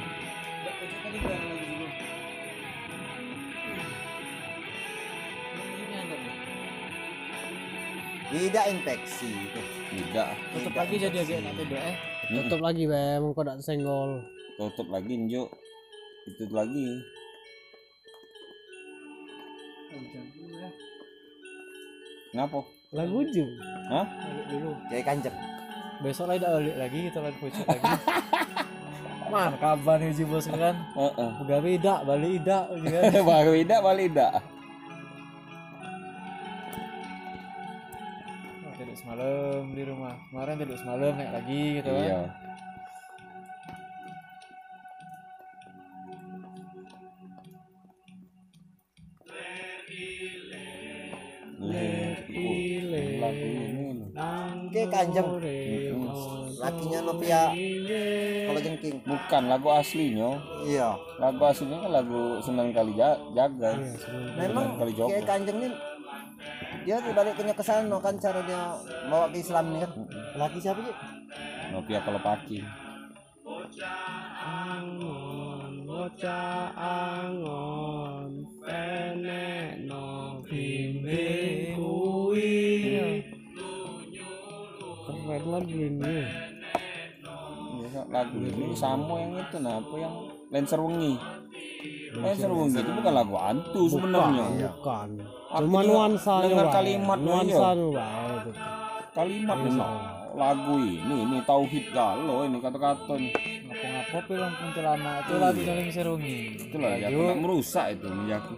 tidak infeksi itu Tidak. Tutup lagi jadi agak enak tuh eh. Tutup lagi bem, kok tak senggol. Tutup lagi Njo. Itu lagi. Kenapa? Lagu ju. Hah? Balik dulu. kayak kanjeng Besok lagi udah balik lagi kita lagi pucuk lagi. Man, kabar nih Ji bos kan? Heeh. Pegawai idak, balik idak gitu kan. Baru tidak, balik tidak. Oh, tidur semalam di rumah. Kemarin tidur semalam naik lagi gitu kan. Iya. Lagu ini. kayak kanjeng lakinya Novia kalau jengking Bukan lagu aslinya. iya Lagu aslinya kan lagu Sunan Kalijaga. Jaga. memang Kali Jogo. kayak kanjeng ini dia baliknya ke sana kan cara dia bawa ke Islam nih kan laki siapa sih Novia kalau paki. Angon, bocah angon, tenek no bimbing kuwi. Keren lagu ini. Iya, lagu ini sama yang itu nah apa yang Lancer Wengi. Lancer Wengi itu bukan lagu hantu sebenarnya. Bukan. Artinya Cuma nuansanya. dengar Bang. kalimat nuansa aja. bae itu. Kalimat Iya. no. Lagu ini ini tauhid galau ini kata-kata nih. Ngapa-ngapa film kuntilanak itu Iya. lagu dari Serungi. Itulah ya kena merusak itu minyaku.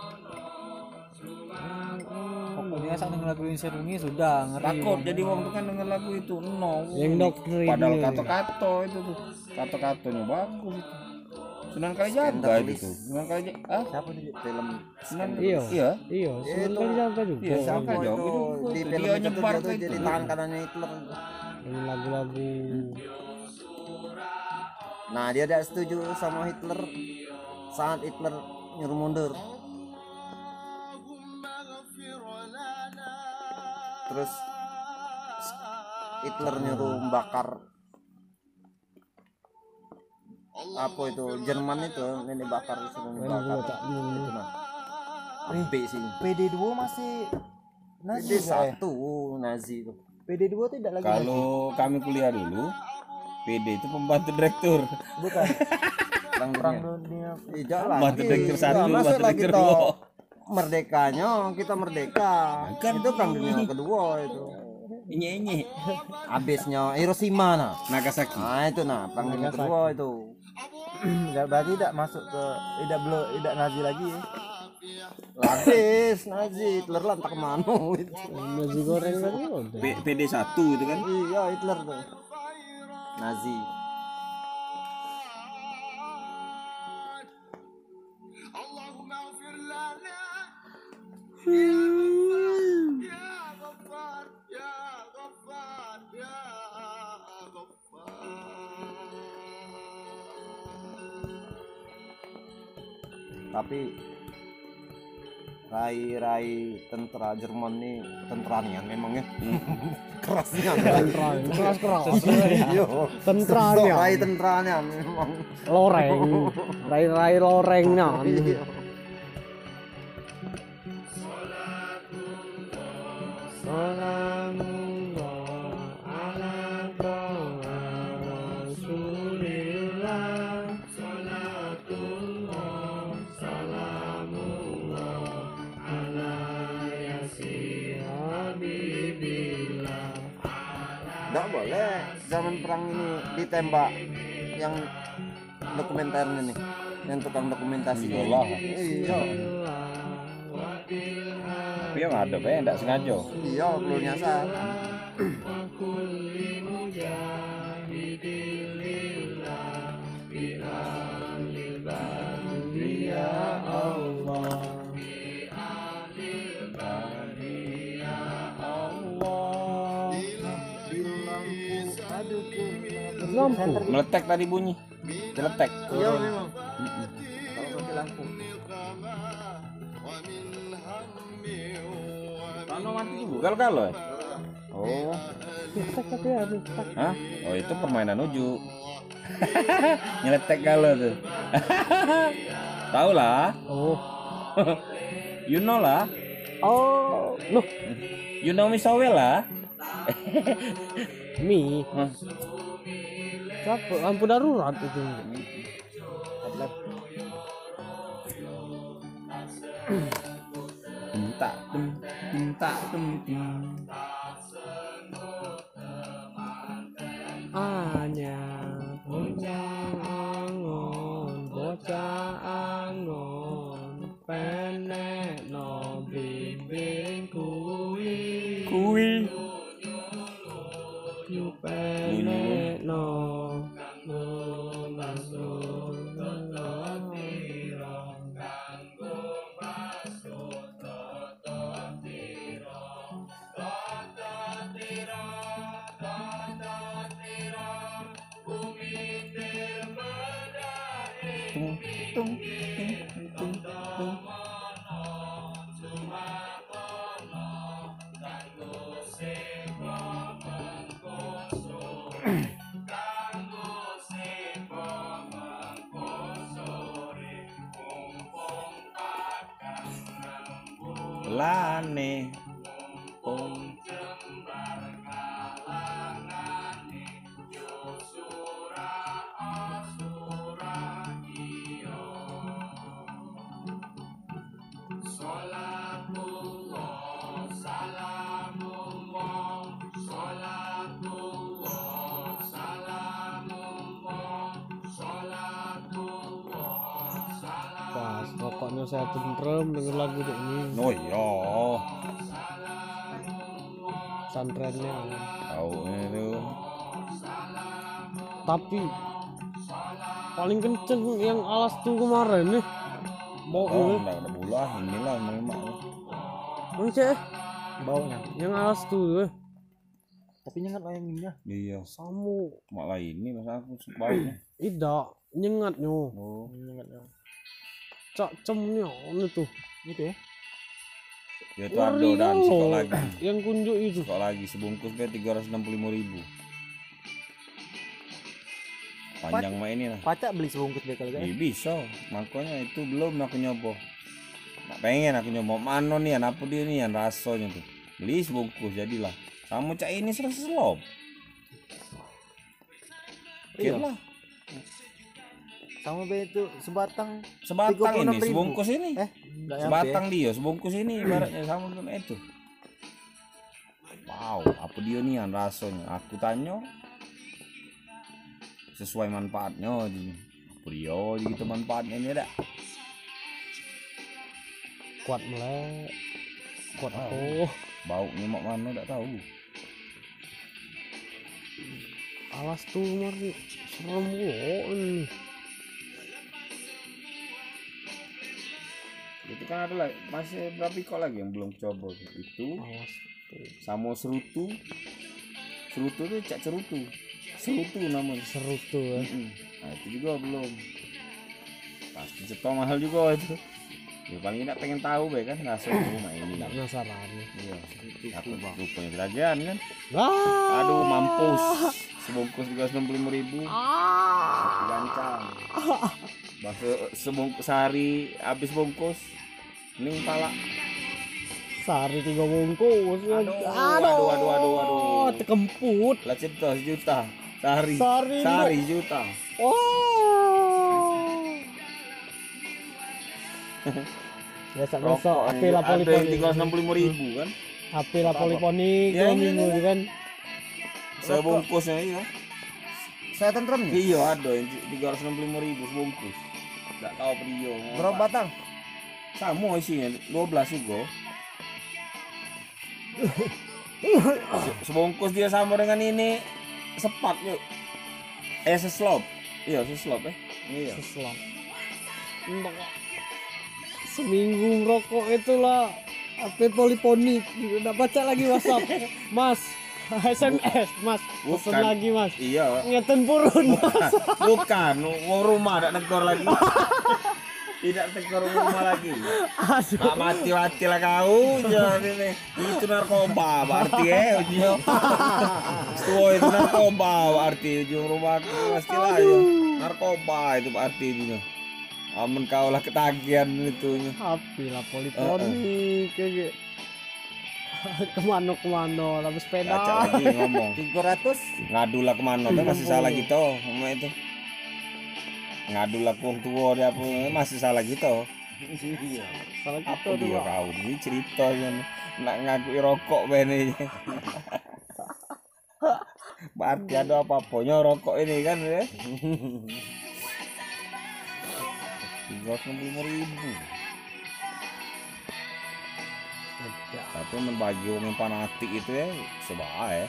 Pokoknya saat denger lagu ini Serungi sudah ngeri. Takut jadi wong tuh kan denger lagu itu no. Yang doktrin. Padahal kata-kata itu tuh. Kata-katanya bagus itu. Sunan Kalijaga itu tuh. Sunan Kalijaga. Ah, siapa nih film Sunan Iya. Iya. Iya, sebenarnya jaga juga. Iya, siapa Oh, Jauh itu itu. di Dia film itu tuh nyebar dia tuh tuh itu. jadi tangan kanannya Hitler Ini lagu-lagu nah dia tidak setuju sama Hitler saat Hitler nyuruh mundur terus Hitler nyuruh membakar apa itu Jerman itu, ini bakar disuruh membakar itu nah. Ampe sih. P D dua masih Nazi Nazi nggak ya? satu Nazi itu. P D dua tidak lagi Nazi. Kalau kami kuliah dulu, P D itu pembantu direktur. Bukan Perang perang dunia. dunia. Tidak Pembantu lagi. direktur satu, Iya, masa pembantu lagi direktur toh dua. merdekanya kita merdeka. Kan Itu perang ini. dunia kedua itu. Ini ini. Habisnya Hiroshima nah. Nagasaki. Nah itu nah perang dunia kedua itu. Nggak, berarti tidak masuk ke tidak belum tidak Nazi lagi ya. Habis Nazi Hitler lah entah kemana itu. Nasi goreng tadi udah. P- PD satu itu kan. Iya Hitler tuh. Nazi. Tapi rai-rai tentara Jerman nih tenteranya memangnya kerasnya Tentara, keras keras. iya Tenteranya. rai tenteranya memang Loreng, rai-rai lorengnya. iya. Nggak boleh zaman perang ini ditembak yang dokumenternya nih, yang tukang dokumentasi. Iyalah. Iya, Tapi yang ada be, enggak sengaja. iya perlu nyasar. Lampu. Meletek tadi bunyi. Meletek. Iya memang. Kalau pakai lampu. Kalau mati juga kalau kalau. Oh. Tapi ada. Hah? Oh itu permainan uju. Nyeletek kalau tuh. Tahu lah. Oh. You know lah. Oh, loh, You know me so well lah. mie. Hah? Apa? Lampu darurat itu. Minta tum minta tum tum. Hanya bocah angon, bocah angon, penek no bimbing kui, Kui. penek no. Tung tung tung tung tung. Lane. Oh. Pas pokoknya saya tentrem denger lagu dek ini. Oh iya. Santrennya. Tahu itu. Tapi paling kenceng yang alas tuh kemarin nih. Bau Oh, ini. enggak ada bola, inilah memang. Mang Cek, Baunya. yang alas tuh eh. Tapi nyengat layanginnya. Iya, Samu. malah ini masa aku sebaiknya. Tidak, nyengatnya. Oh, Nyengatnya. Cak cemnya ini tuh. Gitu ya. Ya itu ada dan Ngeri sikok loh. lagi. Yang kunjuk itu. Sikok lagi sebungkus be tiga ratus enam puluh lima ribu. Panjang mah ini lah. Pacak beli sebungkus bekal Ya, kan? bisa, makanya itu belum aku nyoba. Nak pengen aku nyoba mana nih, apa dia nih yang rasanya tuh. Beli sebungkus jadilah. Kamu cak ini serasa selop. Iya. Oke lah, Sama be itu sebatang. sebatang ini, tiga puluh enam ribu. sebungkus ini. Eh, enggak Sebatang dia, sebungkus ini ibaratnya sama dengan itu. Wow, apa dia nih yang rasanya? Aku tanya sesuai manfaatnya di apa dia gitu manfaatnya ini ada. Kuat melek. Kuat Wow. aku. Baunya mak mana tak tahu. Alas tuh mari serem loh ini. Itu kan ada lagi, masih berapa kok lagi yang belum coba itu Alas tuh. sama serutu. Serutu tuh cak cerutu. Serutu namanya. Seru tuh ya. Mm-mm. Nah itu juga belum. Pasti cetok mahal juga itu. Ya paling tidak pengen tahu be kan rasanya rumah ini. Nggak penasaran. Iya. Aku rupanya kerajian kan. Ah. Aduh mampus. Sebungkus tiga ratus enam puluh lima ribu. Ah. Gancang. Bahasa sebungkus sehari habis bungkus. Ning pala. Sehari tiga bungkus. Aduh, aduh, aduh, aduh, aduh. Tekemput. Lah cipta sejuta sehari. Sehari Sehari juta. Oh. Besok-besok H P lah ada yang poliponik. tiga ratus enam puluh lima ribu kan. H P lah poliponik Ya, dua ini, minggu ini. kan. Sebungkusnya iya. Saya tentrem nih. Iya ada yang tiga ratus enam puluh lima ribu sebungkus. Enggak tahu apa dia. Berapa batang? Sama isinya dua belas juga. Se- Sebungkus dia sama dengan ini sepak yuk. Eh seslop. Iya seslop eh. Iya. Seselang. Entah, seminggu rokok itulah H P poliponik. Udah baca lagi WhatsApp. Mas, S M S, Mas. Pesen Bukan. lagi, Mas. Iya. Ngeten purun, Mas. Bukan, mau rumah ada negor lagi. Tidak tegor rumah lagi. Aduh. Tak mati-mati lah kau jadi nih. Itu narkoba berarti ya ujung. Tua itu narkoba berarti ujung rumahku pastilah ya. Narkoba itu berarti itu. Amun kau lah ketagihan itu. H P lah poliponik kayak kemana kemana lah sepeda. Acak lagi ngomong. tiga ratus. Ngadu lah kemana tuh masih salah gitu ngomong itu. Ngadu lah kong tua dia apa masih salah gitu. Salah Apa gitu dia tuh. kau ini ceritanya nak ngakui rokok bene. Berarti ada apa-apanya rokok ini kan ya. tiga ratus enam puluh lima ribu. Tapi membagi orang yang fanatik itu ya sebab ya.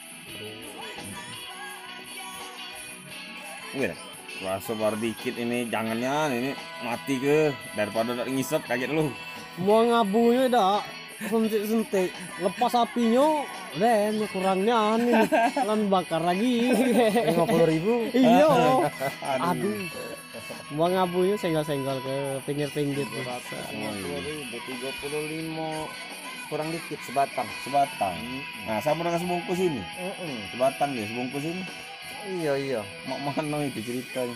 Wih, rasa baru dikit ini jangannya ini mati ke daripada tak ngisep kaget dulu. Mau ngabunya dah sentik-sentik lepas apinya dan kurangnya ini lan bakar lagi. lima puluh ribu. Iya. Aduh. Aduh. Mau ngabunya senggol-senggol ke pinggir-pinggir tuh. tiga puluh lima Kurang dikit sebatang. sebatang. Nah, sama dengan sebungkus ini. Heeh. Sebatang dia sebungkus ini. Iya iya. Mak mana itu ceritanya.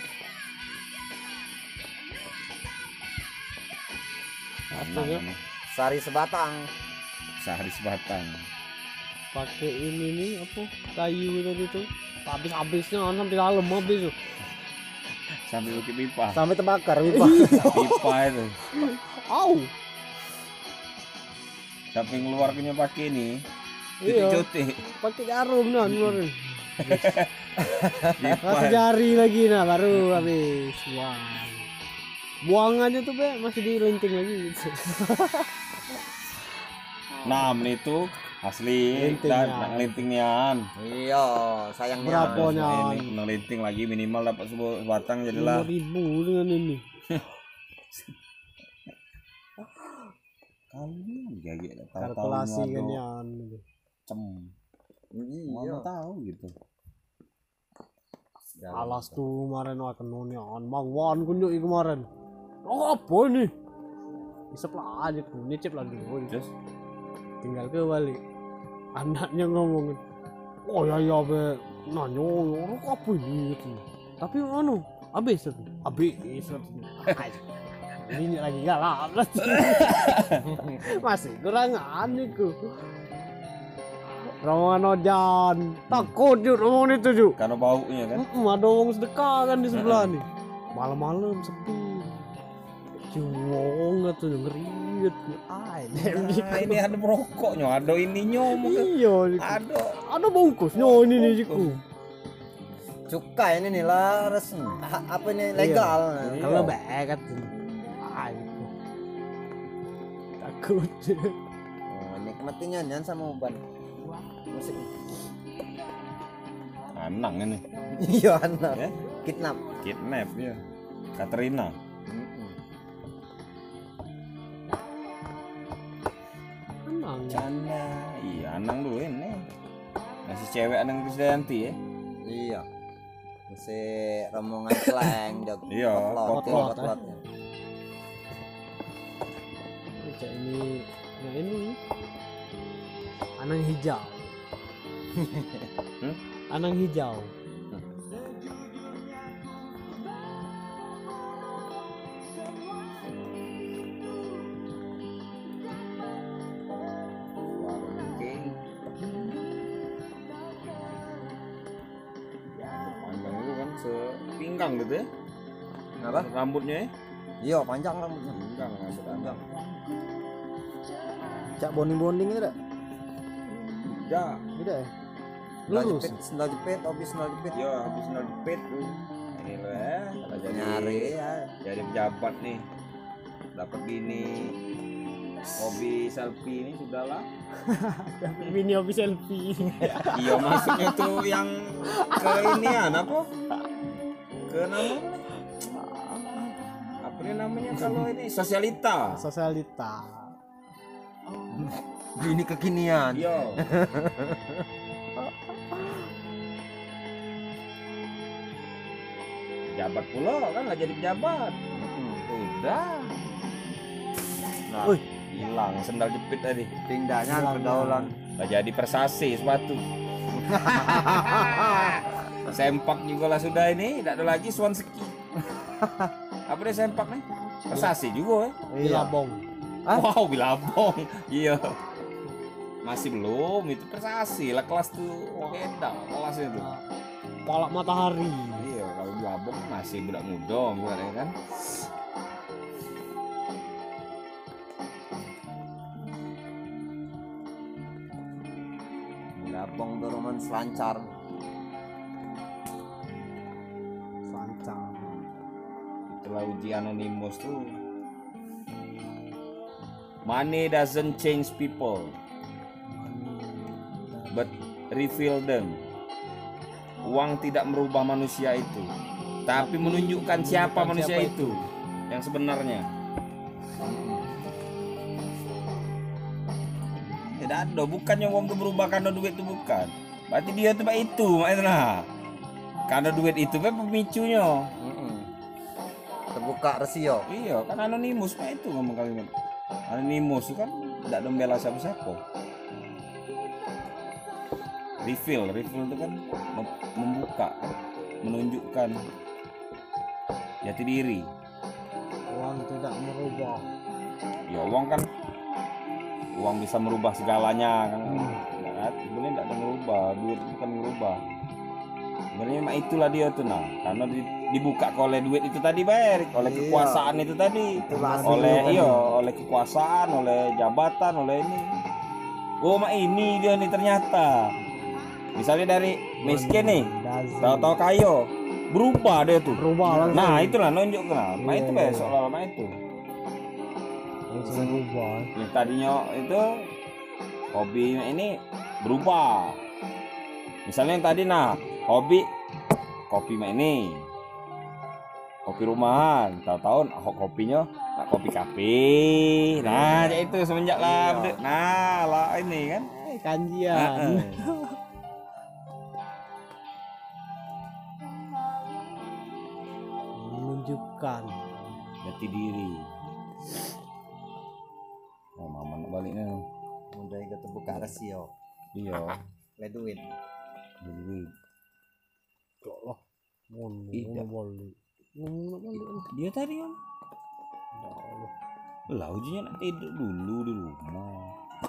Astaga. Nah, Sari sebatang. sehari sebatang. Pakai ini nih apa kayu tadi tuh habis-habisnya kan sampai dalam habis tuh. Sampai pakai pipa. Sampai terbakar pipa. Pipa itu. Au. Sampai ngeluarkannya pakai ini. Iya. Cuti-cuti. Pakai jarum nah keluarin. Pipa. Masih jari lagi nah baru habis. Wah. Buang aja tuh be masih dilinting lagi gitu. Nah, itu asli Lintingan. dan nak lintingan. Iya, sayangnya. Berapa? Nah, Nyan. ini kena linting lagi minimal dapat sebuah batang jadilah. lima ribu dengan ini. Kali ini gagi tahu-tahu Kalkulasi kan ada yan. cem. Iya. Mana tahu gitu. Alas tuh kemarin wah kenonian. Mang Wan kunjuk kemarin. Oh, apa ini? isep lah aja ku nyicip lah dulu Terus tinggal ke balik anaknya ngomong oh ya ya be nanya orang apa ini gitu. Tapi anu habis itu habis itu ini lagi galak masih kurang aneh ku Rombongan Ojan takut Ju ngomong itu Ju karena baunya kan. Mm, ada orang sedekah kan di sebelah nih malam-malam sepi cium tuh ngeriut ay Nah, ini ada merokoknya, ada ininya mungkin. iya Ada ada bungkusnya ini nih Jiku Cukai ini nih lah resmi. Ha- Apa ini legal? kalau baik kan ay takut Oh, nikmatinya nyan sama uban. Musik. Anang ini. Iya anak. Ya? Kidnap. Kidnap dia. Katrina. tenang Canda. Iya, Anang dulu ini. Masih cewek Anang Krisdayanti ya. Iya. Masih rombongan slang jog. Iya, potlot, potlot, potlotnya. Cak ini yang ini anang hijau Hmm? anang hijau Panjang itu kan sepinggang gitu ya. Kenapa? Rambutnya ya. Iya panjang rambutnya. Pinggang rambut Anang. Cak bonding-bonding itu dak? Ya, Tidak ya? Sendal lurus jepit, sendal jepit, habis sendal jepit. ya habis nol jepit tuh. Ini loh ya, kalau jadi Nyari ya. jadi pejabat nih. Dapat gini. Hobi selfie ini sudahlah. mini hobi selfie Iya maksudnya tuh yang ke inian apa? Ke nama apa nih namanya kalau ini sosialita. sosialita Ini kekinian. Iya. Pejabat pula kan nggak jadi pejabat. Udah. Nah, Wih. hilang sendal jepit tadi. Pindahnya pergaulan. Nggak jadi persasi sepatu. Sempak juga lah sudah ini, tidak ada lagi swan ski. Apa deh sempak nih? Persasi juga ya. Bilabong Wow, bilabong. Iya. Masih belum, itu persasi lah kelas tuh beda kelasnya tuh. palak matahari Iya, kalau bilabong masih budak muda bukan kan. Labong turunan selancar. sancang Setelah uji anonimus tuh, money doesn't change people, but reveal them. Uang tidak merubah manusia itu, tapi menunjukkan siapa manusia itu yang sebenarnya. Tidak ada, bukannya uang itu berubah karena duit itu bukan. Berarti dia tuh itu, makanya karena duit itu kan pemicunya. Terbuka resio. Iya, kan anonimus pak itu ngomong kalimat. Anonimus itu kan tidak membela siapa-siapa. Reveal, reveal itu kan mem- membuka, menunjukkan jati diri. uang tidak merubah Ya uang kan, uang bisa merubah segalanya kan. Nah, sebenarnya tidak ada merubah, duit itu kan merubah. Sebenarnya mak itulah dia tuh nah, karena di, dibuka oleh duit itu tadi bayar, oleh Iya. kekuasaan itu tadi, Itulah oleh aslinya iya, oleh kekuasaan, oleh jabatan, oleh ini. Oh mak ini dia nih ternyata. Misalnya dari miskin nih, tahu-tahu kaya, berubah dia tuh. berubah langsung Nah itulah nunjuk lah, mak Iya, itu iya. bayar seolah-olah mak itu. langsung berubah Yang tadinya itu hobi ini berubah. Misalnya yang tadi nah hobi kopi mah ini, kopi rumahan, tahu-tahu oh, kopinya nah, kopi kafe. Nah ya itu semenjak lah, bede- nah lah ini kan. eh, kanjian Heeh. menunjukkan Jati diri. baliknya. Udah ketemu buka rasio. Iya. Le duit. Duit. Kok lah. Ngono Tidak. balik. Ngono balik. Dia tadi kan. Lah ujinya nak tidur dulu di rumah.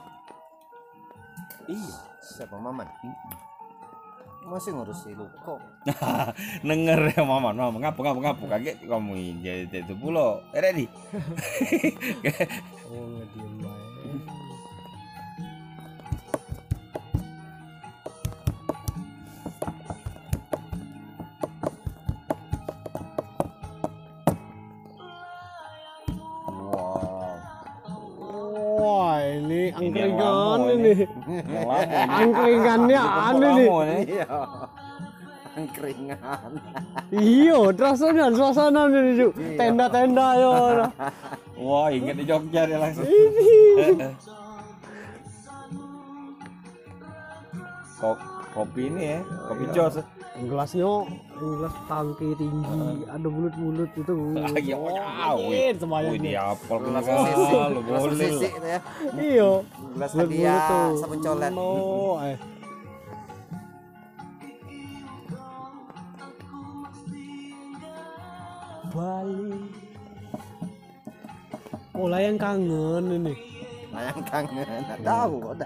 Iya. Siapa Maman? Masih ngurusi lu kok. Denger ya mama, mama ngapu ngapu ngapu kaget kamu ini jadi itu pulau. Ready? Oh ngediem bae. Wow. Wah ini yang angkringan lama ini. Yang lama ini. Angkringannya aneh nih. Lama nih. Iya. Angkringan. Iya, rasanya suasana nih, Cuk. Tenda-tenda yo. Wah, ingat di Jogja dia langsung. Kok kopi ini ya, kopi jos. Gelasnya gelas tangki tinggi, ada bulut-bulut itu. Iya, wow. Wih, Wih, semuanya. di apel kena Sisi, kalau gelas boleh. sisi itu ya. Iya. Gelas Bulut-bulut hadiah tuh. sabun colet. Oh, eh. Bali. Oh, lah yang kangen ini. Layang kangen. Nggak tahu udah.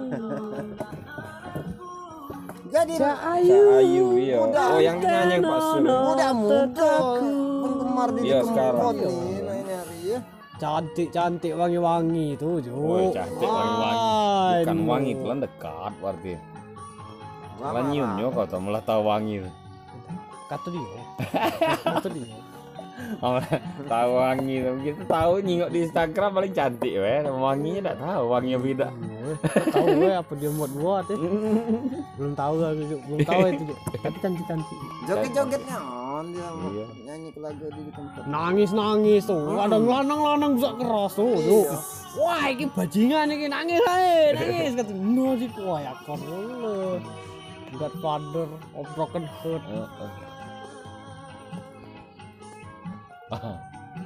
Jadi Ayu. Ayu, iya. Oh, yang nyanyi Pak Sur. muda muda penggemar di Iya, sekarang. Kempot nih nyari ya. Cantik-cantik wangi-wangi itu, Cuk. Oh, cantik wangi-wangi. Bukan Aduh. wangi, itu kan dekat berarti. Lah Lama, nyiumnya kok tau malah tahu wangi. Kata dia. Kata dia. Oh, tahu wangi tuh. Kita tahu nyingok di Instagram paling cantik weh. Wanginya enggak tahu wanginya beda. Iya, tahu gue apa dia buat-buat ya. Belum tahu aku, Cuk. Belum tahu itu, Cuk. Tapi cantik-cantik. Joget-jogetnya on dia mau Iya. nyanyi ke lagu di Kempot. Nangis-nangis tuh. Ada lanang-lanang bisa keras tuh, Cuk. Wah, ini bajingan ini nangis ae, nangis kata. No sih wah ya kon lo. Godfather of Broken Heart. Heeh. Ah.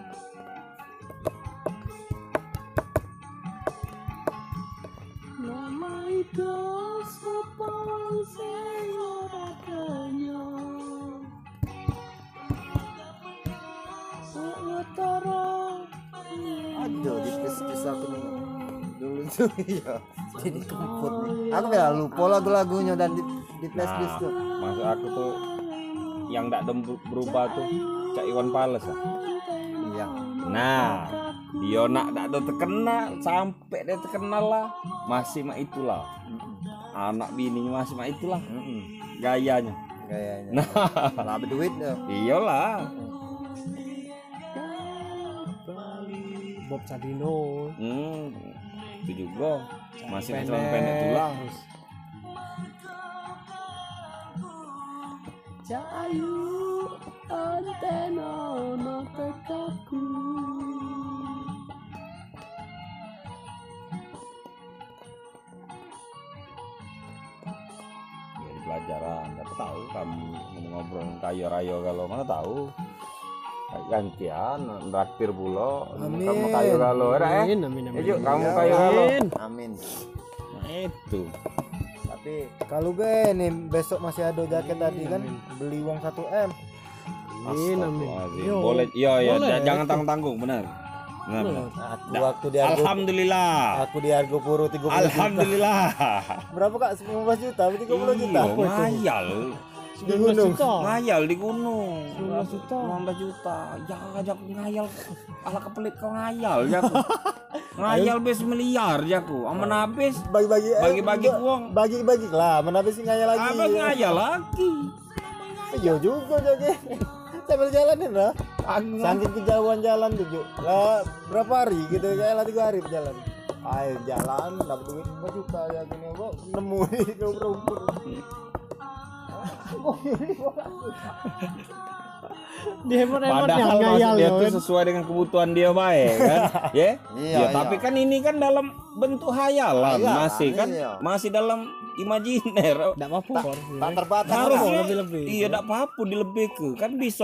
Aduh di pes-pes aku nih dulu tuh iya jadi Kempot nih. Aku ya lupa lagu-lagunya dan di di playlist Nah, tuh. maksud aku tuh yang enggak berubah tuh Cak Iwan Fals ah. Iya. Nah, dia nak tak ada terkenal sampai dia terkenal lah masih mah itulah anak bininya masih mah itulah Mm-mm. gayanya. Gayanya. Nah, Lah duit tuh. iyalah. Bob Sadino. Hmm, itu juga masih Pendek. macam pendek tulang. Cahayu antena no tekaku. Jadi pelajaran, nggak tahu kamu ngobrol kayo rayo kalau mana tahu. Kayak gantian, traktir pula. Amin. Kamu kayo kalau, ada eh? Amin amin amin. Eh, Juk, kamu Ya, kayo kalau. Amin. Amin. Nah, itu. Tapi Kalau gue nih besok masih ada jaket tadi kan beli uang satu M. Amin amin. Astagfirullahaladzim. Yo. Boleh, iya iya, Boleh, j- jangan itu. tanggung-tanggung, benar. Benar. benar. Aku Da- waktu di Argo Alhamdulillah. aku di Argo Puro tiga puluh juta. Alhamdulillah. Berapa Kak? sembilan belas juta, tiga puluh juta. Iya, ngayal. Di gunung. Ngayal di gunung. sembilan belas juta. sembilan belas juta. Jangan ajak ngayal. Ala kepelit kau ngayal jaku. Ngayal bes miliar jaku. Aman habis Bagi-bagi eh, bagi-bagi enggak, uang. Bagi-bagi lah, mana habis ngaya lagi. Apa ngayal lagi? Iya juga jadi. Sambil jalanin lah. Aku Saking kejauhan jalan tuh, Juk. Lah berapa hari gitu kayak lah tiga hari berjalan. Ayo jalan dapat duit lima juta ya gini kok nemu di rumput. Di hemat-hemat yang Padahal ngayal maksud dia ya. tuh sesuai dengan kebutuhan dia baik kan, ya? Iya, Ya, iya. tapi kan ini kan dalam bentuk hayalan Hayalan, masih kan, iya. masih dalam imajiner. Enggak apa-apa kok. tak terbatas Harusnya lah, lebih-lebih. iya tidak apa-apa dilebih ke kan bisa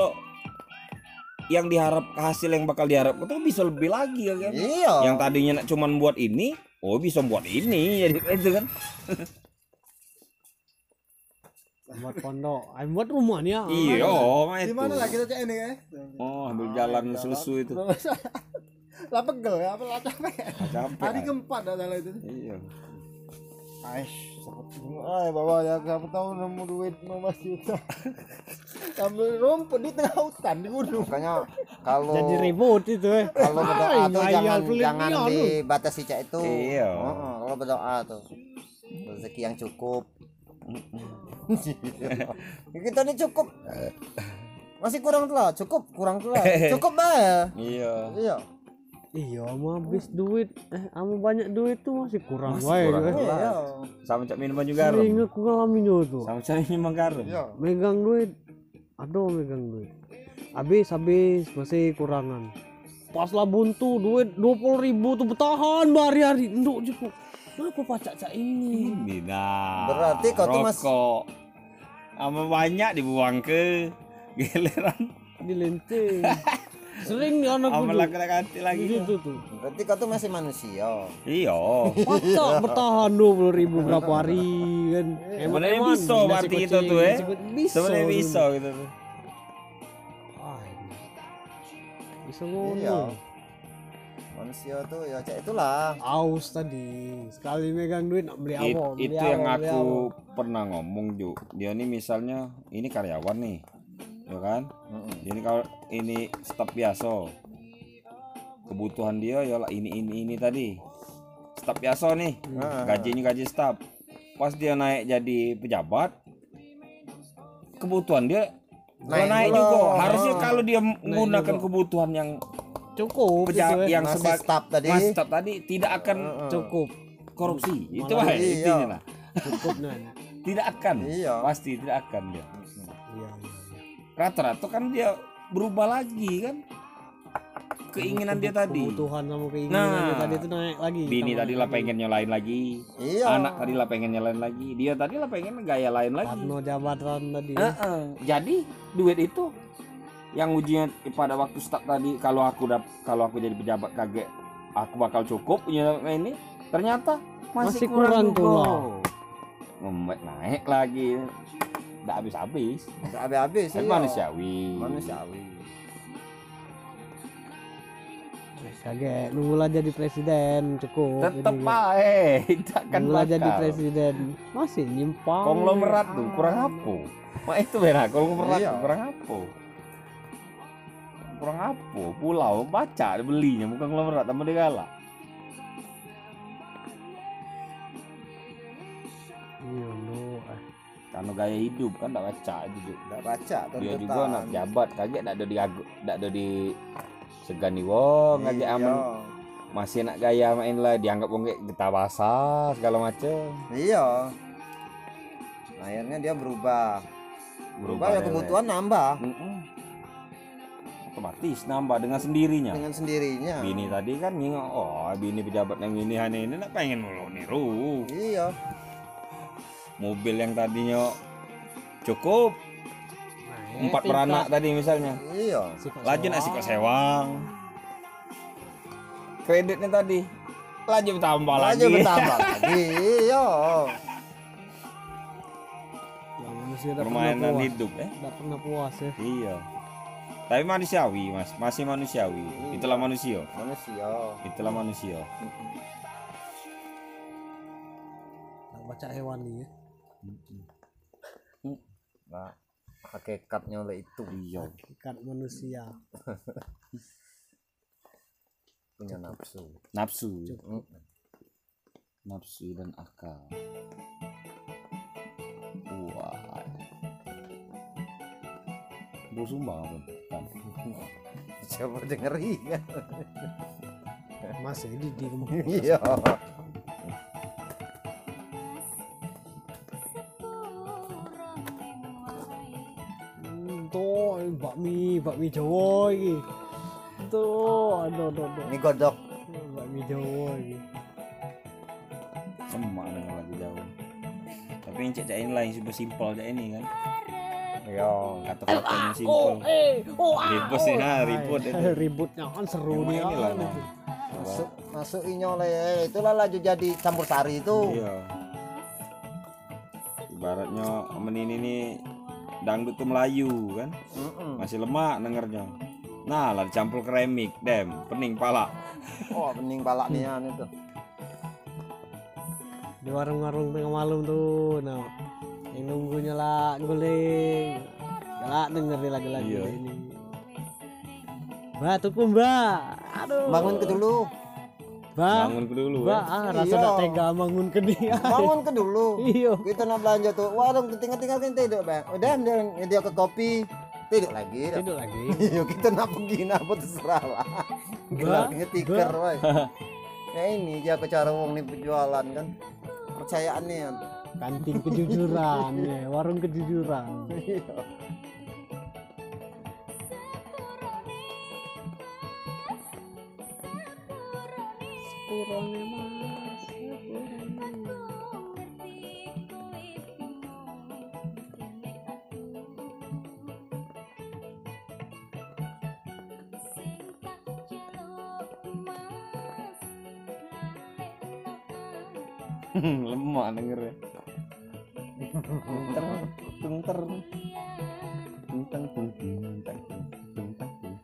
yang diharap hasil yang bakal diharap itu bisa lebih lagi ya kan. Iya. Yang tadinya nak cuman buat ini Oh bisa buat ini jadi itu kan. Buat pondok, ah, buat rumahnya. Iya, oh, Di itu. mana lah kita cek ini ya? Oh, ambil jalan selesu itu. Lah pegel ya, apa lah capek. Capek. Hari keempat dah salah itu. Iya. Aish, ay bawa ya siapa tahu nemu duit lima belas juta. Ambil rumput di tengah hutan di gunung. Makanya kalau Jadi ribut itu eh. kalau berdoa Ay, tuh ngayal jangan pelit jangan dia, lu. dibatasi cak itu. Iya. Heeh, kalau berdoa tuh rezeki yang cukup. Kita ini cukup. Masih kurang telah, cukup, kurang telah. Cukup bah. Iya. Iya. Iya, mau habis duit, eh, ama banyak duit tuh masih kurang Masih wae. kurang. eh. Iya. Sama cak minuman juga garam. Sering aku ngalamin itu. Sama cak minuman garam. Iya. Megang duit, aduh megang duit. Habis habis masih kurangan. Pas lah buntu duit dua puluh ribu tuh bertahan berhari-hari. Nduk cukup. Kenapa pacak cak ini? Ini nah. Berarti kau tuh mas- rokok. Sama banyak dibuang ke giliran. Di lenteng. Sering nih anakku Sama tuh. laki-laki Di lagi. situ tuh. Berarti kau tuh masih manusia. Iya. Pacak bertahan dua puluh ribu berapa hari kan. Sebenarnya Hemat-hemat, bisa nasi berarti kucing, itu tuh eh. nasi kucing. Bisa. Sebenarnya tuh. bisa gitu tuh. Ah, ini. Bisa Iya. ngono. Manusia tuh ya cak itulah. Aus tadi. Sekali megang duit nak beli It- apa? beli itu apa, yang beli aku apa. pernah ngomong Ju. Dia nih misalnya ini karyawan nih, ya kan? Ini kalau ini staf biasa, kebutuhan dia ya lah ini ini ini tadi. Staf biasa nih, gajinya gaji staf. Pas dia naik jadi pejabat, kebutuhan dia naik, Naik naik pula. juga. Harusnya Ah. kalau dia menggunakan kebutuhan yang Cukup pejabat itu, eh. yang Masih sebagai staf tadi. staf tadi tidak akan cukup. korupsi. Itu Malah lah iya. intinya lah. Cukup nan. Tidak akan. Iya. Pasti tidak akan dia. Iya, iya, iya. Rata-rata kan dia berubah lagi kan. Keinginan dia tadi. Kebutuhan sama keinginan Nah, dia tadi itu naik lagi. Bini Tambah tadi lah lagi. pengen nyalain lagi. Iya. Anak tadi lah pengen nyalain lagi. Dia tadi lah pengen gaya lain lagi. Karena jabatan tadi. Heeh. Jadi duit itu yang ujian pada waktu start tadi kalau aku dap kalau aku jadi pejabat kaget aku bakal cukup punya ini ternyata masih, Masih kurang juga. pula. Ngemet naik lagi. Nggak habis-habis. Nggak habis-habis Tapi iya. manusiawi. Manusiawi. Kaget, nunggulah jadi presiden cukup. Tetep Ini, aja tidak akan nunggulah bakal. jadi presiden. Masih nyimpang. Konglomerat tuh kurang apa? Mak itu benar konglomerat Iya. tuh kurang apa? Kurang apa? Pulau baca belinya bukan konglomerat sama dia galak. Iya, no. eh. Karena gaya hidup kan tak baca itu juga. Nggak baca Dia tuntutan. juga anak jabat kaget tak ada di tak ada di segani wong Iya. ngajak aman masih nak gaya main lah dianggap wong kayak getah basah segala macem. Iya. Akhirnya dia berubah. Berubah ya deh. kebutuhan nambah Mm-mm. Otomatis nambah dengan sendirinya. dengan sendirinya. Bini tadi kan nyingok, oh bini pejabat yang ini hanya ini nak pengen mulu niru. Iya. Mobil yang tadinya cukup Nah, empat eh, beranak tingkat tadi misalnya, Iya. sifat laju nak sewa. sikok sewang. Kreditnya tadi laju bertambah lagi. Aja bertambah lagi. Iya. Ya, manusia tak pernah Permainan puas. hidup eh. Tak pernah puas ya. Iya. Tapi manusiawi mas, masih manusiawi. Itulah manusia. Manusia. Itulah manusia. Tak baca hewan nih ya. Nah, hakikatnya oleh itu. Iya. Ikan manusia. Punya nafsu. Nafsu, Mm. nafsu dan akal. Wah. Bu sumbang apa? Kan. Coba dengeri kan. Mas ini di Iya. Hmm, tuh bakmi bakmi Jawa iki. Tuh, aduh aduh aduh. Ini godok. Bakmi Jawa iki. Semak dengan lagu Jawa. Tapi yang cek ini lah yang super simpel cek ini kan. Iya. Kata-kata yang Oh, simpel. eh, oh, ah, Ribut oh. sih, nah, ribut Ay, itu. Ributnya kan seru Yang nih. ini lah, kan. nah. masuk masukin oleh itulah laju jadi campur sari itu. Iya. Ibaratnya menin ini dangdut tuh Melayu kan, Mm-mm. masih lemak dengernya. Nah lah dicampur keramik, dem, pening pala. Oh bening balak nih anu tuh. Di warung-warung tengah malam tuh, nah yang nunggunya lah guling, galak denger nih lagu-lagu Iya. ini. Mbak tuku mbak, aduh. Bangun ke dulu. Mbak, Bangun ke dulu mbak, ya. ah, rasa Iya. tak tega bangun ke dia. Bangun ke dulu. Iya. Kita nak belanja tuh. Warung tinggal-tinggal kan tidur, Bang. Udah dia dia ke kopi. Tidur lagi. dah. Tidur lagi. Iya, kita nak pergi apa terserah lah. Gelarnya tiker, woy. Nah ini dia cara wong nih penjualan kan. Percayaannya. Kantin kejujuran, ya, warung kejujuran. Sepurane mas, sepurane. Lemak denger ya. Tungter, tungter. Tungtang tung tungtang tungtang tung.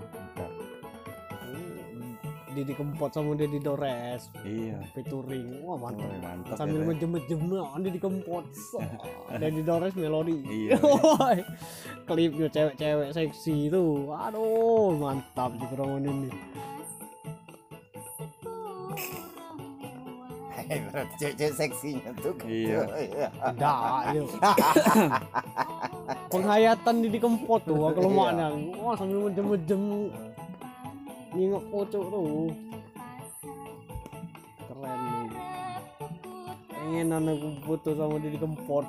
Didi Kempot sama Didi Dores Iya. featuring, wah mantap. Oh, mantap Sambil ya, mejem-mejem nah Didi Kempot. So, Didi Dores melodi. Iya. Woi, klipnya cewek-cewek seksi itu, aduh mantap di promoin ini. Cewek-cewek seksinya tuh. Iya. Dah, itu. Penghayatan Didi Kempot tuh, kelemahannya. Wah sambil mejem-mejem nengok pocok tuh. Keren nih. Pengen aku foto sama Didi Kempot.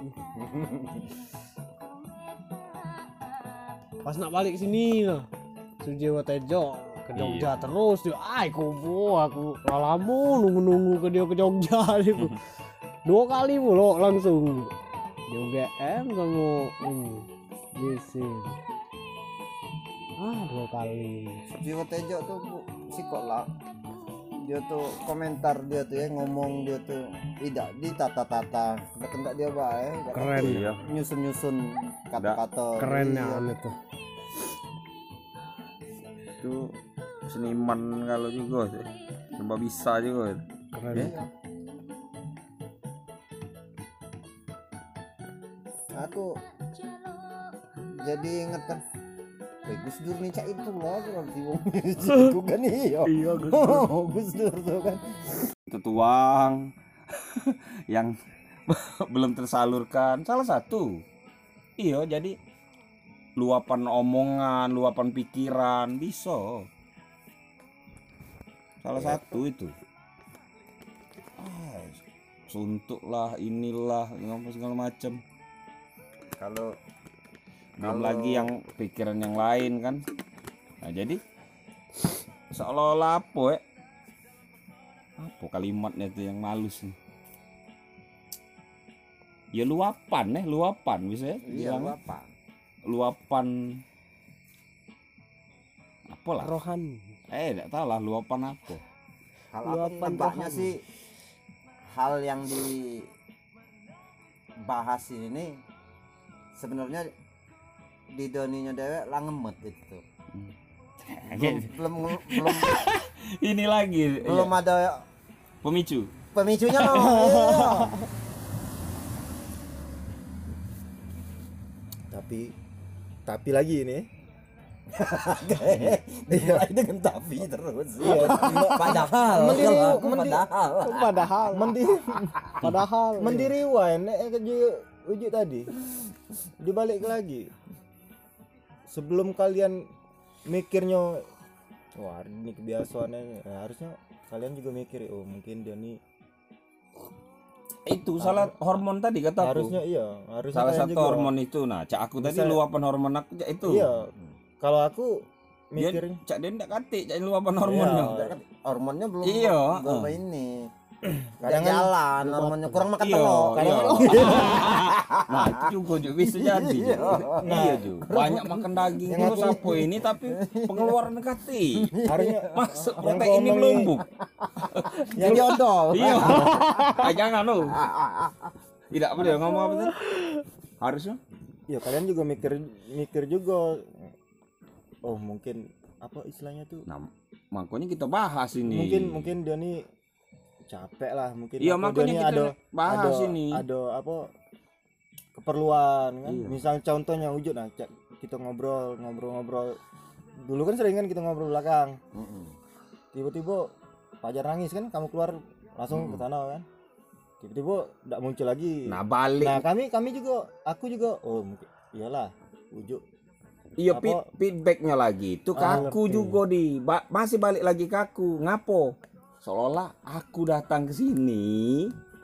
Pas nak balik sini lah, Sujiwo Tejo ke Jogja terus dia, ay kubu aku lama nunggu-nunggu ke dia ke Jogja itu. Dua kali mulu langsung. Di U G M sama ini Yesin. Ah dua kali. Jiwa Tejo tuh Bu, si kok lah. Dia tuh komentar dia tuh ya ngomong dia tuh tidak ditata-tata. Kendak dia baik. Keren ya. Nyusun-nyusun kata-kata. Keren Iya. ya anu tuh. Itu seniman kalau juga sih. Coba bisa juga. Keren. Iya. Aku jadi inget kan. Wih, Gus Dur nih cak itu loh berarti wong itu kan iya. Iya Gus. Oh, Gus Dur tuh kan. Itu tuang yang belum tersalurkan salah satu. Iya, jadi luapan omongan, luapan pikiran bisa. Salah satu itu. Ah, suntuk lah, inilah, ngomong segala macam. Kalau Belum Kalau- lagi yang pikiran yang lain kan. Nah, jadi seolah-olah apa ya? Apa kalimatnya itu yang malus nih? Ya luapan ya, luapan bisa ya. iya bilang. apa? Luapan apa lah? Rohani. Eh, enggak tahu lah luapan apa. Hal Luapan apa nebaknya rohani. sih hal yang dibahas ini sebenarnya di doninya dewek lah ngemet itu. Belum belum belum, Ini lagi belum iya, ada pemicu. pemicunya loh. Iya. Tapi tapi lagi ini. Dimulai dengan tapi terus. Iya. Padahal Mendiri- kalau aku mendiri- padahal Padahal, Mendiri padahal. mendiri wine eh kerja ujuk tadi. Dibalik lagi. Sebelum kalian mikirnya wah ini kebiasaannya nah, harusnya kalian juga mikir oh mungkin dia nih Itu salah hormon tadi kataku. harusnya iya harusnya Salah kalian satu juga- hormon itu. Nah, cak aku tadi Bisa- luapan hormon aku cak itu. iya kalau aku Dia mikirnya cak dia enggak katik cak luapan hormonnya. Iya. hormonnya belum Iya, belum uh. ini. Kadang jalan, normalnya kurang makan Iya, telur. iya. Kadang Nah itu juga juga bisa jadi. Iya juga. Banyak makan daging Yang terus aku- apa ini tapi pengeluaran negatif. Harusnya Masuk Yang protein ini ngomongin- melumbuk. yang diodol. Iya. Ah, jangan lu. Tidak apa dia ngomong apa tuh? Harusnya. ya kalian juga mikir mikir juga. Oh mungkin apa istilahnya tuh? Nah, makanya kita bahas ini. Mungkin mungkin dia nih capek lah mungkin. Iya, apa, makanya dia nih kita ada bahas ada, ini. Ada apa keperluan kan? Iya. Misal contohnya wujud nah Cak, kita ngobrol ngobrol-ngobrol dulu kan sering kan kita ngobrol belakang. Tiba-tiba Fajar nangis kan, kamu keluar langsung ke sana kan. Tiba-tiba enggak muncul lagi. Nah, balik. Nah, kami kami juga aku juga oh mungkin iyalah wujud Iya, apa- feed, feedbacknya lagi itu ke Ah, aku ngerti. juga di ba- masih balik lagi ke aku. Ngapo? Seolah aku datang ke sini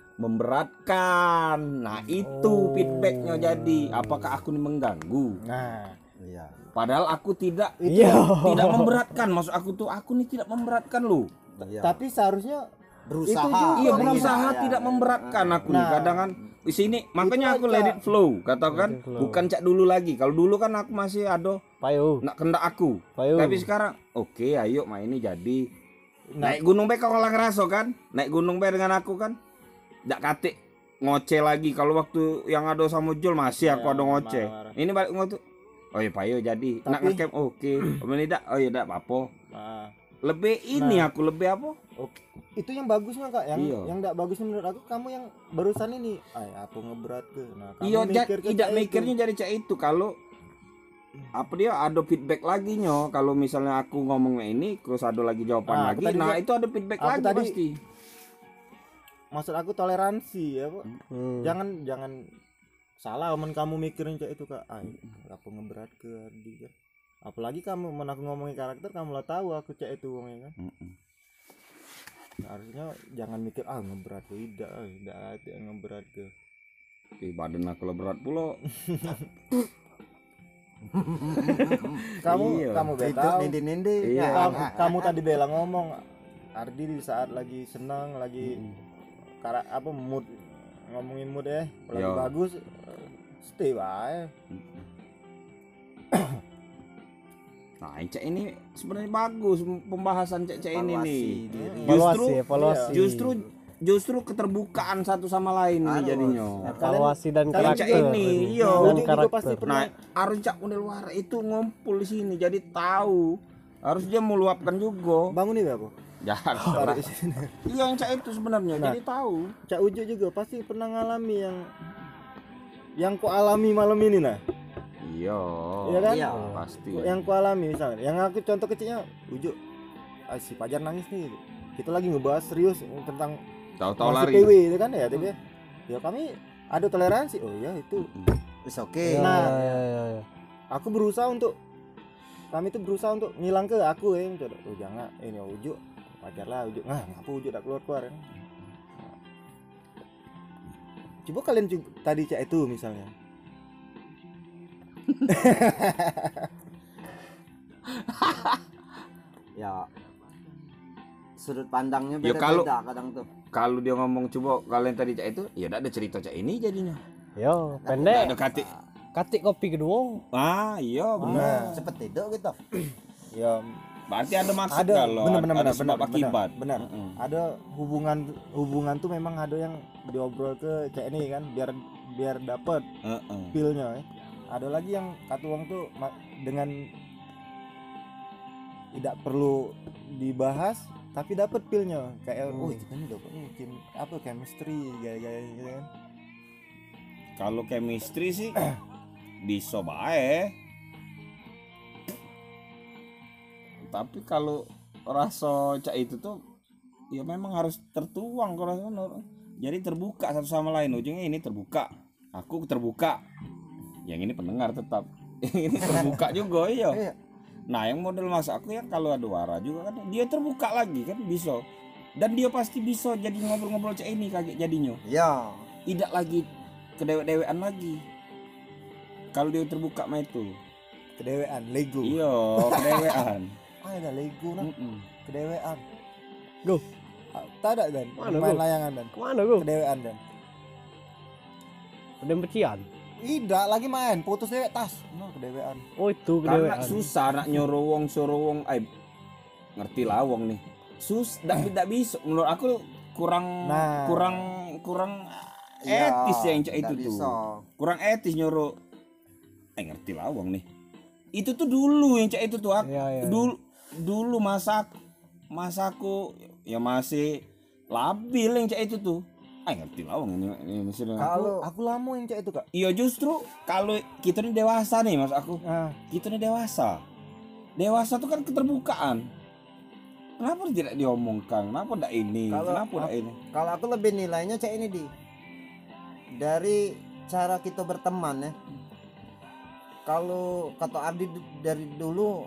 memberatkan. Nah, itu feedbacknya jadi. Apakah aku ini mengganggu? nah Iya. Padahal aku tidak Iya. tidak memberatkan. Maksud aku tuh aku nih tidak memberatkan lu. Iya. tapi seharusnya berusaha. itu juga. Iya, Oh, berusaha iya, tidak iya. memberatkan aku nih. Nah. Kadang kan di sini makanya aku aja. let it flow. Katakan Let it flow. bukan cak dulu lagi. Kalau dulu kan aku masih ada Payu. nak kendak aku. Payu. Tapi sekarang oke, ayo main ini jadi. Nah. Naik gunung be kau lah ngeraso kan? Naik gunung be dengan aku kan? Ndak katik ngoceh lagi. Kalau waktu yang ada sama Jul masih aku Ya, ada ngoceh. marah-marah. Ini balik ngotu. Oh iya payo jadi. Nak Tapi- ngecamp oke. Kemudian tidak. Oh iya tidak apa-apa. Nah, Lebih ini Nah. aku lebih apa? oke. Itu yang bagusnya kak, yang Iya. yang enggak bagusnya menurut aku kamu yang barusan ini, ay aku ngeberat ke. Nah, kamu Iya, ja- mikir ke tidak kayak mikirnya jadi cak itu kalau apa dia ada feedback lagi nyo kalau misalnya aku ngomongnya ini terus ada lagi jawaban Ah, aku lagi tadi nah juga- itu ada feedback aku lagi tadi- pasti itu. Maksud aku toleransi ya, Pak. Hmm. Jangan jangan salah men kamu mikirin kayak itu kak, ay aku ngeberat ke Ardi kan. Apalagi kamu men aku ngomongin karakter kamu lah tahu aku cek itu wongnya kan. Mm-mm. Nah, harusnya jangan mikir ah ngeberat ke tidak, ah, tidak ada yang ngeberat ke. Ih, badan aku lah berat pula Kamu Iya. kamu Itu beta. nindi-nindi. Iya. kamu, kamu tadi bela ngomong Ardi di saat lagi senang lagi karak apa mood ngomongin mood ya lagi Yo. bagus eh, stay bae. nah cek ini sebenarnya bagus pembahasan cek cek ini Evaluasi nih diri. justru Evaluasi, evaluasi. justru justru keterbukaan satu sama lain ini Harus. jadinya Evaluasi dan kalian karakter. cek ini, iya. Dan Wujud juga karakter. pasti pernah nah harus cak model luar itu ngumpul di sini jadi tahu harus dia meluapkan juga bangun nih apa? jangan Taruh di sini. iya yang cak itu sebenarnya Nah. jadi tahu Cak Ujo juga pasti pernah ngalami yang yang ku alami malam ini nah. iya Iya kan? Iya. pasti Yang ku alami misalnya. Yang aku contoh kecilnya Ujo ah, si Fajar nangis nih. Kita lagi ngebahas serius tentang tahu-tahu masih lari P W itu kan ya, T W. Ya kami ada toleransi. Oh ya itu. It's oke. Ya, Nah. ya, ya, ya. Aku berusaha untuk kami itu berusaha untuk ngilang ke aku ya. Oh jangan ini Ujo Fajar lah Ujo. Nah, ngapa Ujo tak keluar-keluar ya? Coba kalian juga, tadi cak itu misalnya. Ya. Sudut pandangnya Ya, beda-beda kalau- kadang tuh. kalau dia ngomong coba kalian tadi cak itu ya udah ada cerita cak ini jadinya Yo, Nggak pendek. ada katik Katik kopi kedua. ah iya benar Cepet tidur gitu. Ya berarti ada maksud ada kalau benar benar ada benar sebab benar, akibat benar, benar. Mm-mm. Ada hubungan hubungan tuh memang ada yang diobrol ke cek ini kan biar biar dapat Heeh. pilnya ya. Ada lagi yang katuang tuh ma- dengan tidak perlu dibahas tapi dapat pilnya kayak oh kita ini dapat nih kim apa chemistry gaya-gaya gitu kan. Kalau chemistry sih bisa bae. Tapi kalau rasa cak itu tuh ya memang harus tertuang kalau rasa menurut. Jadi terbuka satu sama lain. Ujungnya ini terbuka. Aku terbuka. Yang ini pendengar tetap. Ini terbuka juga iya. Iya. Nah, yang model mas aku ya kalau ada wara juga kan dia terbuka lagi kan bisa. Dan dia pasti bisa jadi ngobrol-ngobrol cak ini kaget jadinya. Ya. Tidak lagi kedewek-dewekan lagi kalau dia terbuka mah itu Kedewean Lego. iya kedewekan Ah ada Lego nah Mm-mm. kedewean. Tak ada dan. Mana, Main Bro? layangan dan. Kemana gue? Kedewean dan. Udah pecian. Tidak lagi main, putus dewek tas. No, kedewean. Oh itu Karena kedewean. susah nak nyuruh wong suruh wong eh ngerti lah wong nih. Sus ndak tidak bisa menurut aku kurang Nah. kurang kurang Iya, etis ya yang cak itu nggak tuh. bisa. Kurang etis nyuruh eh ngerti lah wong nih. Itu tuh dulu yang cak itu tuh aku. Iya, iya. Dulu dulu masa masaku ya masih labil yang cak itu tuh. Ah ngerti lah wong ini ini maksudnya. Kalau aku lama yang cek itu kak. Iya justru kalau kita ini dewasa nih mas aku. Nah, Kita ini dewasa. Dewasa itu kan keterbukaan. Kenapa tidak diomongkan? Kenapa tidak ini? Kalau- Kenapa tidak ini? Kalau aku lebih nilainya cek ini di dari cara kita berteman ya. Kalau kata Ardi du- dari dulu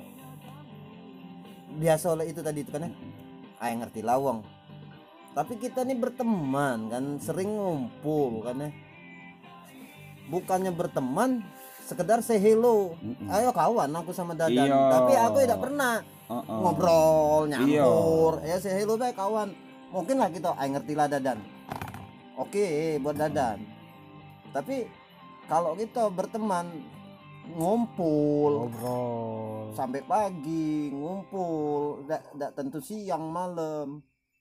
biasa oleh itu tadi itu kan ya. Ah yang ngerti lawang. Tapi kita nih berteman kan sering ngumpul kan ya. Bukannya berteman sekedar say hello. Mm-mm. Ayo kawan aku sama Dadan. Iya. Tapi aku tidak pernah Uh-uh. ngobrol nyampur Iya. ya say hello baik kawan mungkin lah kita ay ngerti lah Dadan oke buat Dadan tapi kalau kita berteman ngumpul Ngobrol. sampai pagi ngumpul tidak tentu siang malam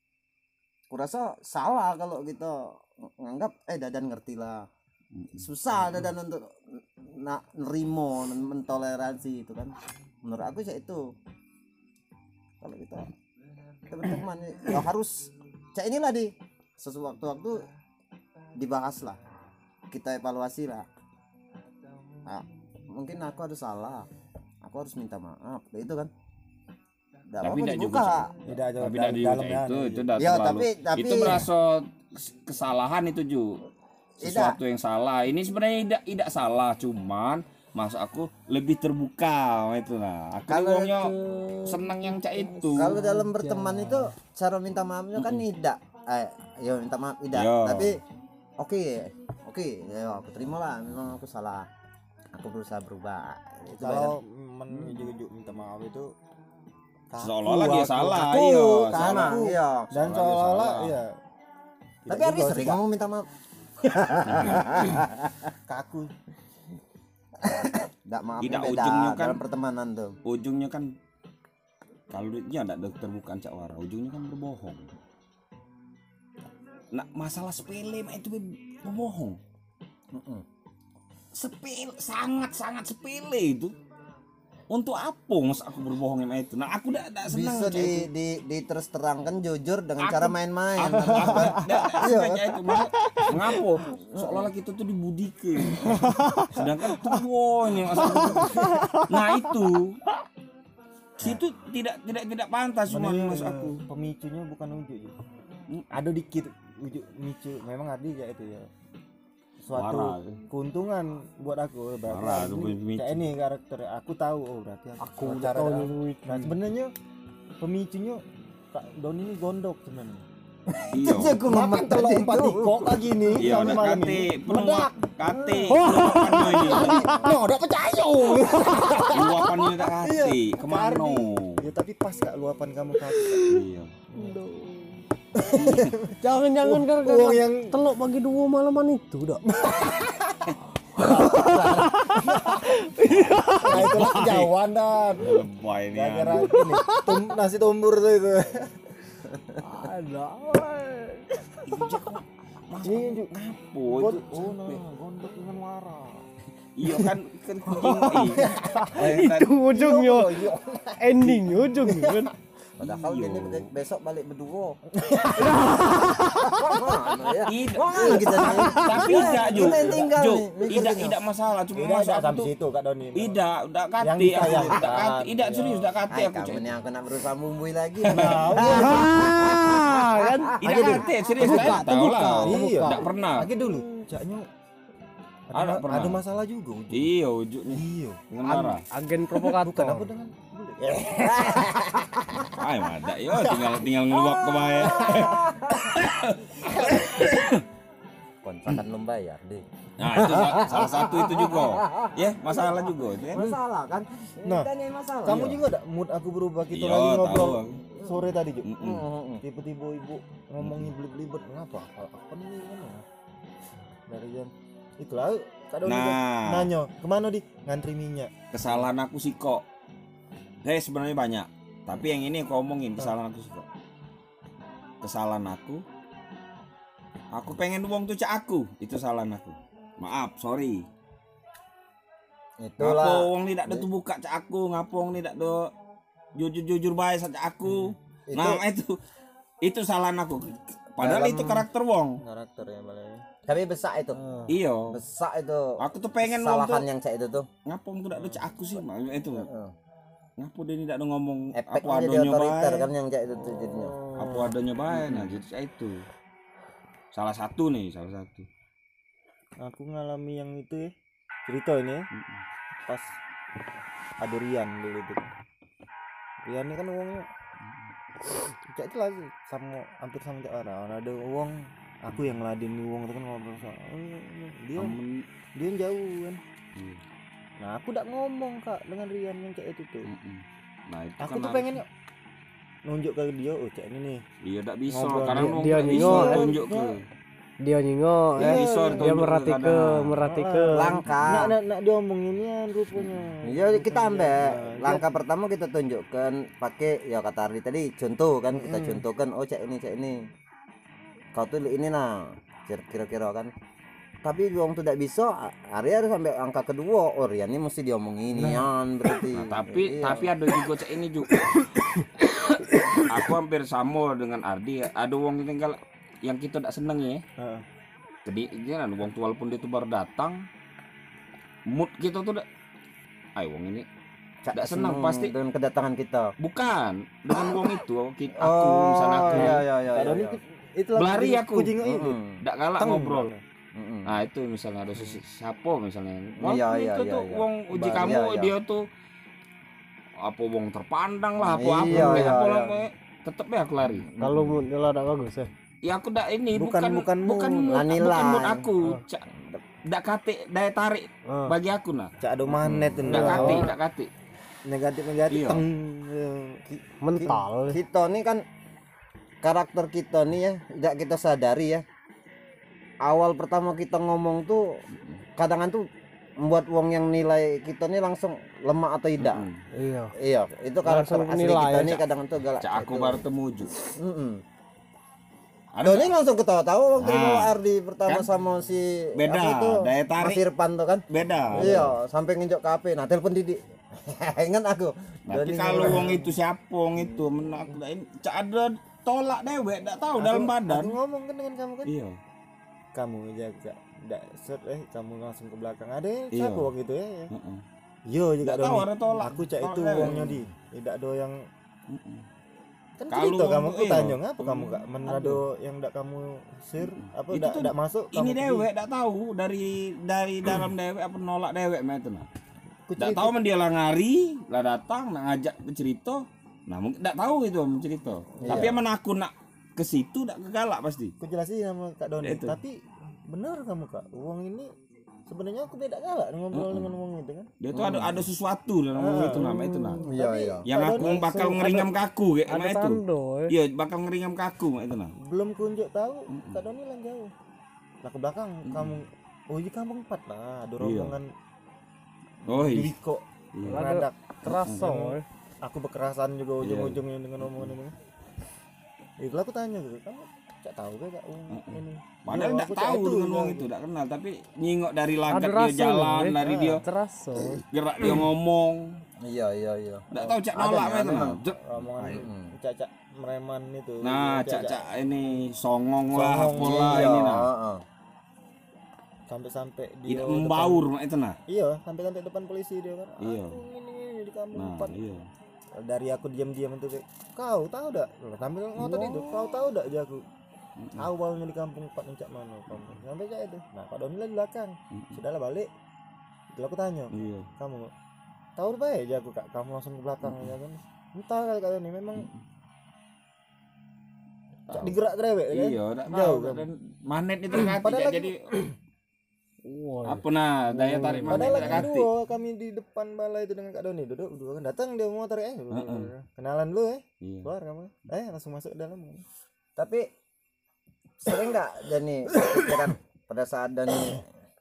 kurasa salah kalau kita nganggap eh Dadan ngerti lah susah Dadan untuk nak nerimo mentoleransi itu kan menurut aku sih itu kalau kita kita berteman ya harus cak inilah di sesuatu-waktu dibahas lah kita evaluasi lah nah, mungkin aku ada salah aku harus minta maaf kayak itu kan nggak Tapi apa-apa nggak dibuka juga tidak ada Tapi tidak di dalamnya. itu itu dah Ya, terlalu. tapi- tapi- itu merasa kesalahan itu Ju. Sesuatu yang salah. Ini sebenarnya tidak tidak salah, cuman maksud aku lebih terbuka itu lah. Aku Kalau wongnya itu- senang yang cak itu. kalau dalam berteman itu cara minta maafnya kan tidak eh ya minta maaf tidak Iya. tapi oke oke ya aku terima lah memang aku salah aku berusaha berubah itu Kalau menuju minta maaf itu kaku Seolah-olah dia aku. salah, aku iya, karena salah. iya Dan Seolah dia seolah-olah salah. iya. tapi Tidak Ardi juga sering sih, Kak. ngomong minta maaf kaku. tidak maaf Tidak, beda ujungnya kan- dalam pertemanan tuh Ujungnya kan kalau dia tidak terbuka cak wara, ujungnya kan berbohong. Nah, masalah sepele mah itu berbohong. Sepele, sangat-sangat sepele itu. Untuk apa mas aku berbohong sama itu? Nah aku tidak tidak senang bisa cak di, itu. di, diterus-terangkan jujur dengan Aku- cara main-main Aku aku tidak tidak Iya. suka cak itu. Mas, mengapa? Seolah-olah kita tuh dibudike. Sedangkan tuh yang asal. Nah itu. Situ tidak tidak tidak pantas cuma mas aku. Pemicunya bukan ujuk ya. Hmm. Ada dikit ujuk micu memang ada ya itu ya. Suatu Parah. keuntungan buat aku berarti Parah, itu ini, pemicu. kayak ini karakter aku tahu oh berarti aku, Aku tahu udah tahu dah. dulu itu. Nah sebenarnya pemicunya Kak Don ini gondok sebenarnya. Iya. Aku ngomong Makan telur tadi empat itu. kok lagi nih Iya sampai udah malam kate ini. penuh Meledak. kate luapan ini. No, udah percaya. Luapan ini tak kate kemana? Ya tapi pas Kak luapan kamu Kak. Iya. Jangan-jangan Uang gara-gara yang teluk pagi dua malaman itu dah. nah itulah kejauhan dan Lebay ini. gara-gara ya. ini tum, nasi tumbur tuh itu. Ada. Ini Ju. Oh God- itu. oh nah, gondok dengan wara. Iya kan kan kucing. Itu ujungnya. Endingnya ujungnya kan. Padahal Iya. ini be- besok balik berdua. Mana ya? Tidak. Mana kita nih? Tapi Ya, tidak Ju. kita yang tinggal Ju, nih, mikir tidak ini. tidak masalah cuma Tidak masa ada aku sampai tuh situ Kak Doni. tidak, tidak kate Yang aku, disayangkan. tidak kate, tidak Iya. serius, tidak kate Hai aku. kamu Cek. nih aku nak berusaha bumbui lagi. Ah, kan. Tidak kate, serius Terbuka, saya tahu lah. terbuka. Iya. Tidak pernah. Lagi dulu. Caknya Ada ada, pernah. ada masalah juga Uju. Iya ujungnya Iya. dengan marah. Agen provokator. Bukan apa dengan Ay, ada yo tinggal tinggal ngeluap ke bawah. Kontrakan belum bayar deh. Nah, itu sa- salah satu itu juga. Ya, masalah juga itu ya. Masalah kan? Nah, Kita nih masalah. kamu Iya. juga ada mood aku berubah kita Iya, lagi tahu ngobrol. aku. sore tadi Juk. Mm-mm. Tiba-tiba ibu ngomongin belibet ngapa? Apa nih kan ya? Dari jam itulah Kak Doni Nah. kan nanya kemana di ngantri minyak. Kesalahan aku sih kok. Eh sebenarnya banyak. Tapi yang ini aku omongin kesalahan aku sih kok. Kesalahan aku. Aku pengen uang tuh cak aku. Itu kesalahan aku. Maaf, sorry. Ngapa Itulah. uang tidak ada tuh buka cak aku, ngapa uang tidak ada jujur-jujur baik cak aku. Itu- Nah, itu itu kesalahan aku. Padahal Dalam- itu karakter wong. Karakter ya paling. Tapi besar itu. Iya. Besar itu. Aku tuh pengen uang Kesalahan tuh. yang cak itu tuh. Ngapa uang tidak ada cak aku sih? Nah, itu. Heeh. Ngapa dia tidak ada ngomong apa Efeknya ada jadi otoriter nyobain. kan yang cak itu tuh jadinya. Apa ada nyobain. Nah, jadi cak itu. Salah satu nih, salah satu. Aku ngalami yang itu ya. Cerita ini ya. Mm-mm. Pas ada Rian dulu tuh. Rian ini kan uangnya cak itu lagi sama hampir sama cak orang. Orang ada uang, aku yang ngeladenin uang itu kan ngobrol sama oh, iya, iya. dia Amen. dia yang jauh kan. Iya. Nah aku udah ngomong Kak dengan Rian yang cak itu tuh. Mm-mm. Nah, itu Aku kan tuh harus- pengen nunjuk ke dia, oh cak ini nih. Iya tidak bisa Ngobrol. karena Dia- uang dia tidak bisa nyingok, kan? tunjuk ke. Dia nyingok Iya, eh. bisa Dia ditunjuk merhati ke, kadang. merhati Ah, ke. Langkah. Nak nak nak diomonginian rupanya. Iya kita ambil Nah, langkah pertama kita tunjukkan pakai ya kata Ardi tadi contoh kan kita Mm. contohkan oh cak ini cak ini kau tuh ini nah kira- kira-kira kan tapi uang tuh tidak bisa Arya harus sampai angka kedua oh Rian ini mesti diomongin Ian berarti Nah, tapi Iya. tapi ada juga cek ini juga. Aku hampir sama dengan Ardi. Ada uang yang tinggal yang kita tidak seneng ya. Heeh. Jadi dia ada uang tuh walaupun dia tuh baru datang, mood kita tuh udah, ay uang ini Cak tidak senang pasti. dengan kedatangan kita Bukan dengan uang itu kita, aku misalnya aku iya iya iya, Kak iya, Doni iya. itu Berlari aku. kucing itu. Mm-mm. tidak galak Teng. ngobrol. Mm-mm. Nah itu misalnya ada sisi siapa misalnya. Iya, Walaupun iya, itu iya, tuh iya. uang uji Bah, kamu iya, iya. dia tuh apa uang terpandang lah apa apa Iya, iya, apa iya. apa tetep ya aku lari. Kalau mood dia ada bagus ya. Ya aku dak ini Bukan- bukan bukan bukan mood, mood, nilai. bukan mood aku. Cak, dak kate daya tarik Ah. bagi aku nah. Cak ada magnet tuh. Dak kate, Oh, dak kate. negatif negatif. Iya. Teng. Iya. Mental. kita nih kan karakter kita nih ya tidak kita sadari ya awal pertama kita ngomong tuh kadang tuh membuat uang yang nilai kita nih langsung lemah atau tidak Mm. Iya. iya itu karakter Langsung asli nilai kita ya, nih Cak. kadang tuh galak Cak aku itu. baru temuju. Mm-mm. Ada Doni langsung ketawa-tawa waktu Nah, mau Ardi pertama kan sama si beda, apa itu, daya tarik. Mas Irfan tuh kan beda. iya sampai nginjok K P nah telepon Didi ingat aku Tapi Doni kalau ngomong, uang itu siapa uang itu men aku dak ini cak ada tolak dewek dak tahu dalam badan. Aku ngomong kan dengan kamu kan. Iya. Kamu jaga. Ndak set eh kamu langsung ke belakang. Ada ya, Iya. siapa uang itu ya? Heeh. Yo juga Nggak tahu Doni. ada tolak. Aku cak itu Tolak. uangnya di. Tidak ada yang Heeh. kan Kalau cerita kamu uang- aku iya. tanya ngapa kamu gak Ada. menado yang ndak kamu share apa Itu ndak tuh ndak masuk Ini kamu pergi. dewek dak tahu dari dari dalam dewek apa nolak dewek mah itu nah. Aku Ndak cerita. tahu men dia lah ngari, lah datang nak ngajak bercerita. Nah, mungkin ndak tahu itu mencerita. Tapi emang aku nak ke situ ndak kegalak pasti. Aku jelasin sama Kak Doni. Itu. Tapi benar kamu Kak, uang ini sebenarnya aku beda galak ngobrol dengan uang itu kan. Dia tuh ada ada sesuatu dalam uang itu nama itu nah. iya iya Yang Kak aku Doni bakal ada- ngeringam kaku kayak Ada mah itu. tando ya. Iya, bakal ngeringam kaku mah itu nah. belum kunjuk tahu Kak Doni lah jauh. Lah ke belakang kamu oh iya kamu empat lah ada Iya. rombongan Oh, iya. Diko Iya. Radak Kerasa ya. aku berkerasan juga Iya. ujung-ujungnya dengan omongan ini itu aku tanya gitu kamu cak tahu gak Kak uang ini Padahal Yo, enggak aku cak tahu itu, dengan bilang uang itu, enggak kenal, tapi nyingok dari lagat Ada dia rasa jalan, ya. dari dia Terasa. gerak dia ngomong. iya iya iya Enggak tahu cak Ada nolak nih, mah itu ada nah. nih. Jep. omongan cak-cak mereman itu Nah, Cak-cak cak-cak ini songong lah, Songong, apalah iya ini nah. heeh. sampai-sampai dia Tidak depan- membaur mah itu nah. iya sampai-sampai depan polisi dia kan Iya. aku ini, ini di kampung Nah, empat iya. dari aku diam-diam itu kayak kau tahu dak Lah, sambil ngotot itu kau tahu dak aja aku awalnya di kampung empat nih cak mana kamu sampai cak itu nah Pak Doni lah di belakang sudahlah balik itu aku tanya Iya. kamu tahu apa ya aja aku kak kamu langsung ke belakang ya kan entah kali kali ini memang cak digerak grewek kan Iya, enggak tahu jauh kan dan magnet itu kan Padahal lagi- jadi Wah, Woi. Apa nah daya tarik magnet Padahal tak lagi kati. dua kami di depan balai itu dengan Kak Doni duduk dua kan datang dia mau tarik eh kenalan dulu eh Iya. keluar kamu eh langsung masuk ke dalam. Tapi sering nggak Dani pikiran pada saat Dani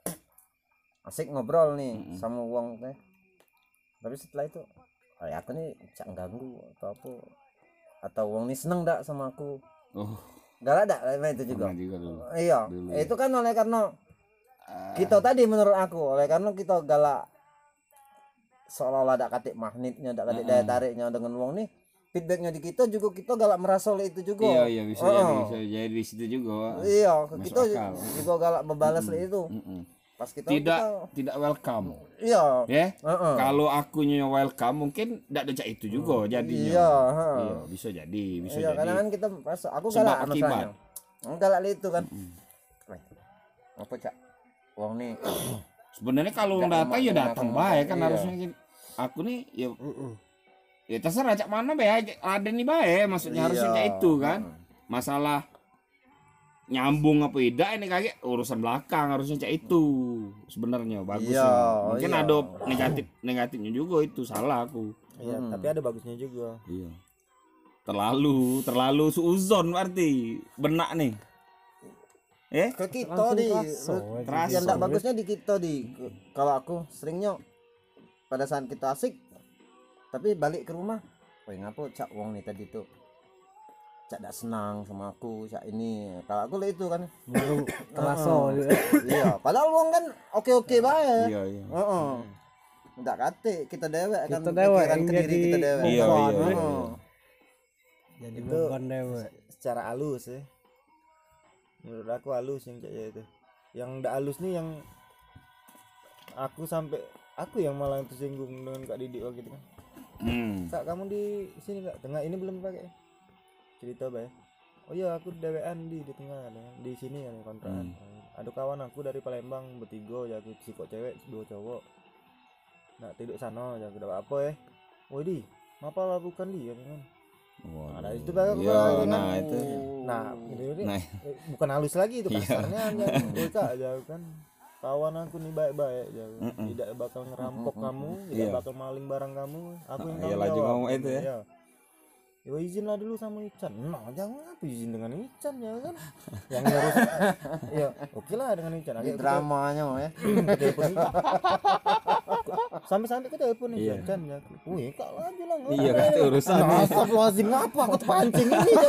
asik ngobrol nih sama Wong teh. Tapi setelah itu, oh ya aku nih cak ganggu atau apa atau Wong nih seneng nggak sama aku? Oh, Galak nggak nah, itu juga. pernah juga dulu. Iya, Dulu itu kan oleh karena kita tadi menurut aku oleh karena kita galak seolah-olah ada katik magnetnya, ada katik daya tariknya dengan Wong nih. Feedbacknya di kita juga kita galak merasa oleh itu juga. Iya, iya bisa jadi, Oh. bisa jadi di situ juga. Iya, Masuk kita akal. juga galak membalas oleh itu. Mm-mm. Pas kita Tidak kita- tidak welcome. iya. Ya. Heeh. Kalau akunya welcome mungkin tidak ada cak itu juga jadinya. Iya, heeh. Iya, bisa jadi, bisa Iya, jadi. karena kan kita merasa aku Sebab galak akibat. masalahnya. Aku galak itu kan. Weh, apa cak? Wong nih Sebenarnya kalau Nggak datang ya emak- datang emak- baik kan iya. harusnya gini. Aku nih ya ya terserah cak mana baik ada nih baik maksudnya harusnya Iya. cak itu kan. Masalah nyambung apa tidak ini kayak urusan belakang harusnya cak itu sebenarnya bagus. Iya, Mungkin iya. ada negatif negatifnya juga itu salah aku. Iya, tapi ada bagusnya juga. Iya. Terlalu terlalu suuzon berarti benak nih. Eh? ke kita Langsung di kaso, Terasa. yang tak bagusnya di kita di kalau aku seringnya pada saat kita asik tapi balik ke rumah, woi ngapa cak Wong nih tadi tuh cak tidak senang sama aku cak ini kalau aku lah itu kan Baru kerasa juga. iya padahal Wong kan oke oke baik Iya, iya. Heeh. Nggak kate kita dewek kan Kita dewek pikiran yang ke diri jadi kita dewek. Iya, beban, iya, eh. iya. Jadi Itu- beban dewek. Secara halus ya. Menurut aku halus yang kayak itu. Yang ndak halus nih yang aku sampai aku yang malah tersinggung dengan Kak Didi waktu itu kan. Hmm. Kak kamu di sini Kak, tengah ini belum pakai. Cerita bay. Oh iya aku dewean di di tengah ada. Di sini kan kontrakan. Ada kawan aku dari Palembang bertiga ya aku si kok cewek dua cowok. Nak tidur sana ya udah apa ya. Woi di, ngapa lakukan dia kan. Waduh. Nah, dari itu baru aku Iya, bilang, nah kan. itu. Nah, ini, ini Nah. eh, bukan halus lagi itu Iya. kasarnya aja. Woi Kak, jauh kan. Kawan aku nih baik-baik jauh. Mm-mm. Tidak bakal ngerampok kamu, tidak Iya. bakal maling barang kamu. Aku yang Nah, iya, tanggung laju jawab. ngomong itu ya. Iya. Ya izin lah dulu sama Ican. Nah, jangan apa izin dengan Ican ya kan. Yang harus ya, oke lah dengan Ican. Ini Agak dramanya ya. ke telepon Ican. Sampai-sampai ke telepon nih Iya. Ican ya. Wih, Kak laju lah. Iya kan itu urusan. Nah, astagfirullahaladzim ngapa aku terpancing ini ya?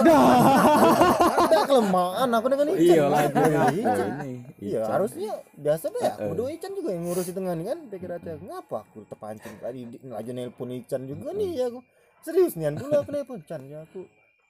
Ada kelemahan aku dengan Ican. Iya laju Iya. Ican. Iya, harusnya biasa ya. Aku dua Ican juga yang ngurus itu kan kan. Pikir aja ngapa aku terpancing tadi di- laju nelpon Ican juga nih ya aku. Serius nih aku lah aku nelpon Ican ya aku.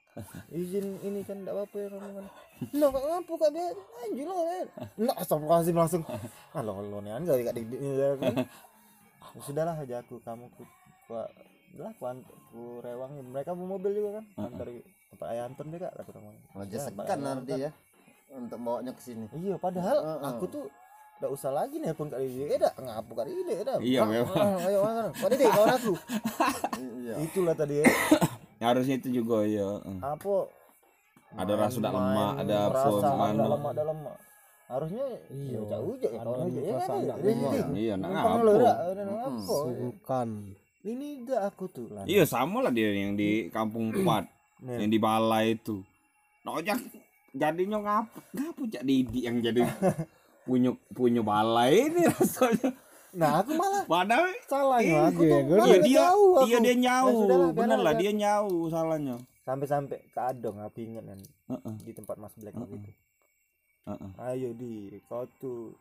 Izin ini kan enggak apa-apa ya kamu kan. Nah, kak ngapa Kak biar anjir lah kan. Nah, astagfirullahaladzim langsung. Halo halo nih enggak Kak Dik ya kan. Ya, sudahlah aja aku kamu ku Pak lah aku ant- ku rewangin mereka mau mobil juga kan antar Pak Ayanton deh Kak kata orang. Wajah sekan nanti ya untuk bawanya ke sini. Iya, padahal Heeh. aku tuh enggak usah lagi nelpon Kak Didi. Eh dah, ngapa Kak Didi? Eh dah. Iya, Kak, memang. ah, ayo mana? Kak Didi kawan aku. Iya. Itulah tadi ya. Harusnya itu juga ya. Apa Ada rasa udah main- lemak, ada apa merasa mana. ada lemak, ada lemak. Harusnya Iya. ya ujak ya Ada kawan ujak ya kan. perasaan Iya, nggak iya, lemak. iya. Iya, nak Numpang apa? lo dah, udah apa? Bukan. Ini enggak aku tuh lah. Iya sama lah dia yang di Kampung Empat, Nih. yang di Balai itu. Nah, ojak jadinya ngapa? Ngapa cak Didi yang jadi punya punya balai ini rasanya. Nah, aku malah Padahal salahnya aku Iya, tuh gue malah iya dia jauh aku. iya dia Ya nyau. sudahlah, biar Bener lah aja. dia nyau salahnya. Sampai-sampai ke Adong aku ingat kan Heeh. di tempat Mas Black waktu itu. Heeh. Ayo di kau tuh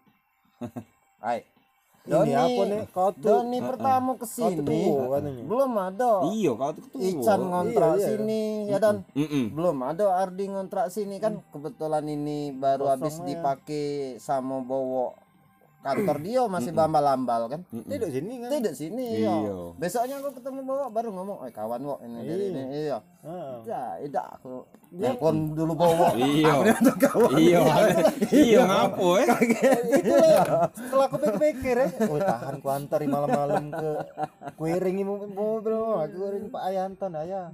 Hai. ini apa nih kau tuh Doni pertama ke kau tuh sini. tua katanya. Belum ada. Iya kau tuh ketua. Ican ngontrak Iya, iya. sini ya Don. Mm-mm. Belum ada Ardi ngontrak sini kan kebetulan ini baru Kosong habis ya. dipakai sama Bowo kantor dia masih bambal-ambal kan. Tidak sini kan. Tidak sini Iya. iya. Besoknya aku ketemu Bowo baru ngomong, "Eh kawan Wo ini dari Iya. ini." Iya. Heeh. Ya, tidak aku telepon dulu Bowo. Iya. Iya. Iya ngapo eh? Itulah setelah aku pikir-pikir ya. Oh tahan ku antar malam-malam ke kuiringi mobil aku kuiring Pak Ayanton ayah.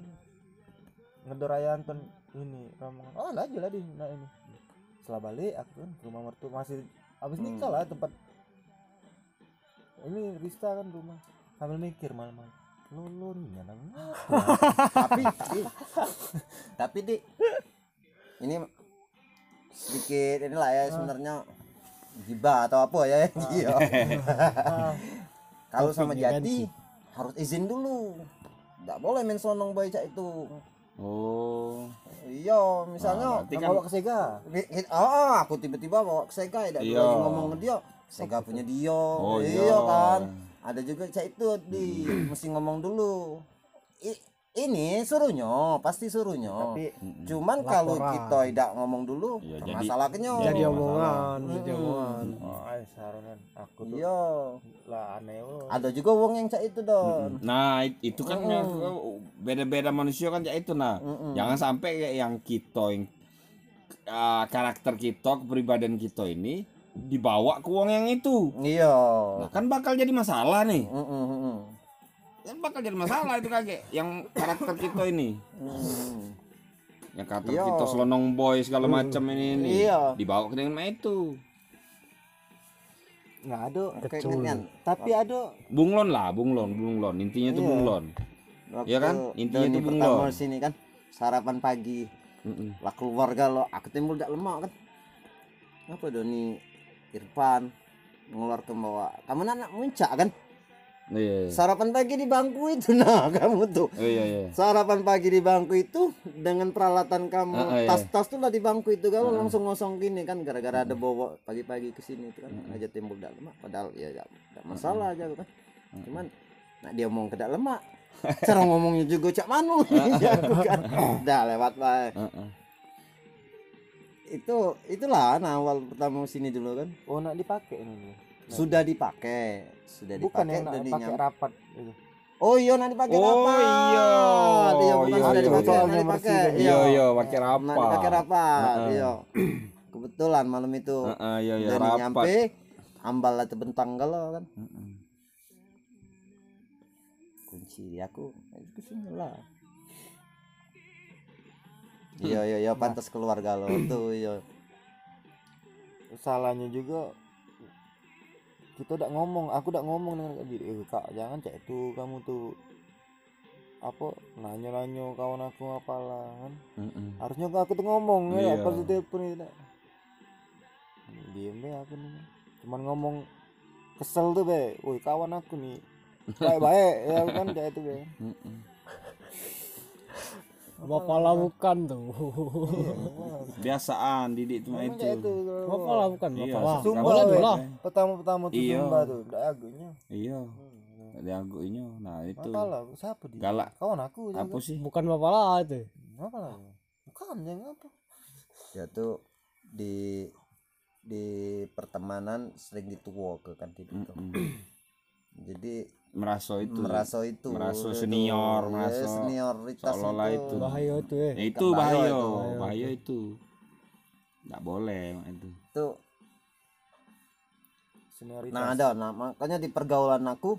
Ngedor Ayanton ini rombongan. Oh laju lah di nah ini. Setelah balik aku kan ke rumah mertua masih habis nikah lah tempat ini Rista kan rumah sambil mikir malam-malam lolonnya nang tapi di, tapi di ini sedikit inilah ya sebenarnya gibah atau apa ya iya. Kalau sama Jati harus izin dulu, nggak boleh main sonong boy cak itu. Oh. Iya, misalnya Nah, berarti kan kan bawa ke Sega. oh aku tiba-tiba bawa ke Sega tidak Iya. lagi ngomong ke dia Sega punya dia. Oh, iya iya. kan ada juga cak itu di mesti ngomong dulu. I- ini suruhnya pasti suruhnya Tapi cuman kalau laporan. kita tidak ngomong dulu Iya, jadi- masalahnya Jadi masalah. omongan, jadi Mm-mm. omongan. oh, ay, sarangan aku tuh iya lah aneh loh. ada juga wong yang cak itu don. Nah, it- itu kan yang beda-beda manusia kan ya itu nah. Mm-mm. Jangan sampai kayak yang kita yang uh, karakter kita, kepribadian kita ini dibawa ke wong yang itu. Iya. Nah, kan bakal jadi masalah nih. Mm-mm, mm-mm. Kan bakal jadi masalah itu kakek yang karakter kita ini. Mm. Yang karakter Iya. kita selonong boy segala macam ini ini. Iya. Dibawa ke dengan itu. Nggak ada. Kayak ngenian. Tapi ada Bunglon lah, bunglon, bunglon. Intinya itu Iya. bunglon. Waktu Iya kan? Intinya Doni itu pertama bunglon. sini kan sarapan pagi Mm-mm. lah keluarga lo aku timbul tidak lemak kan apa Doni Irfan mengeluarkan bawa kamu anak muncak kan Iya. sarapan pagi di bangku itu nah kamu tuh Oh, iya iya. sarapan pagi di bangku itu dengan peralatan kamu Ah, ah, iya. tas-tas tuh lah di bangku itu kamu langsung ngosong gini kan gara-gara ada bawa pagi-pagi ke sini itu kan aja timbul tidak lemak padahal ya tidak masalah aja kan cuman nah dia ngomong tidak lemak cara ngomongnya juga cak manu ya aku kan udah lewat lah Heeh. itu itulah nah awal pertama sini dulu kan oh nak dipakai ini. sudah dipakai sudah Bukan dipakai yang nak dan pakai dinyam- rapat itu. oh iya nanti pakai Oh, rapat iya. iya bukan Iya, sudah iya, dipakai iya. nanti dipakai Iya iya, pakai Nah, rapat. dipakai rapat Heeh. iya kebetulan malam itu Heeh, iya iya, dan rapat. nyampe ambal lah bentang galau kan Mm-mm. kunci aku ke sini lah iya iya iya pantas keluar galau tuh iya Salahnya juga kita udah ngomong, aku udah ngomong dengan Kak Didi, eh, Kak jangan cek itu kamu tuh apa nanya-nanya kawan aku apalah kan. Mm-mm. Harusnya aku tuh ngomong Iya. ya pas di telepon itu. Diem deh aku nih. Cuman ngomong kesel tuh be, woi kawan aku nih baik-baik ya kan kayak itu be. Mm-mm. Bapak lah bukan tuh. Biasaan didik cuma Emang itu. kayak itu. Bapak lah bukan, Iya, bapak lah. Sumpah Boleh be. tuh lah. Pertama-pertama tuh Iya. Sumba tuh, udah agunya. Iya. Ada agunya. Nah, itu. Apa lah, siapa dia? Galak. Kawan aku juga. Apa sih? Bukan bapak lah itu. Apa lah? Bukan yang apa? ya tuh di di pertemanan sering dituwo ke kan di itu. Mm-mm. Jadi Merasa itu. merasa itu Merasa itu. senior, Ya, merasa senioritas seolah-olah itu. Bahaya itu eh. Ya, itu Bahaya bahaya, itu. bahaya itu. Nggak boleh itu. itu Senioritas. nah ada nah makanya di pergaulan aku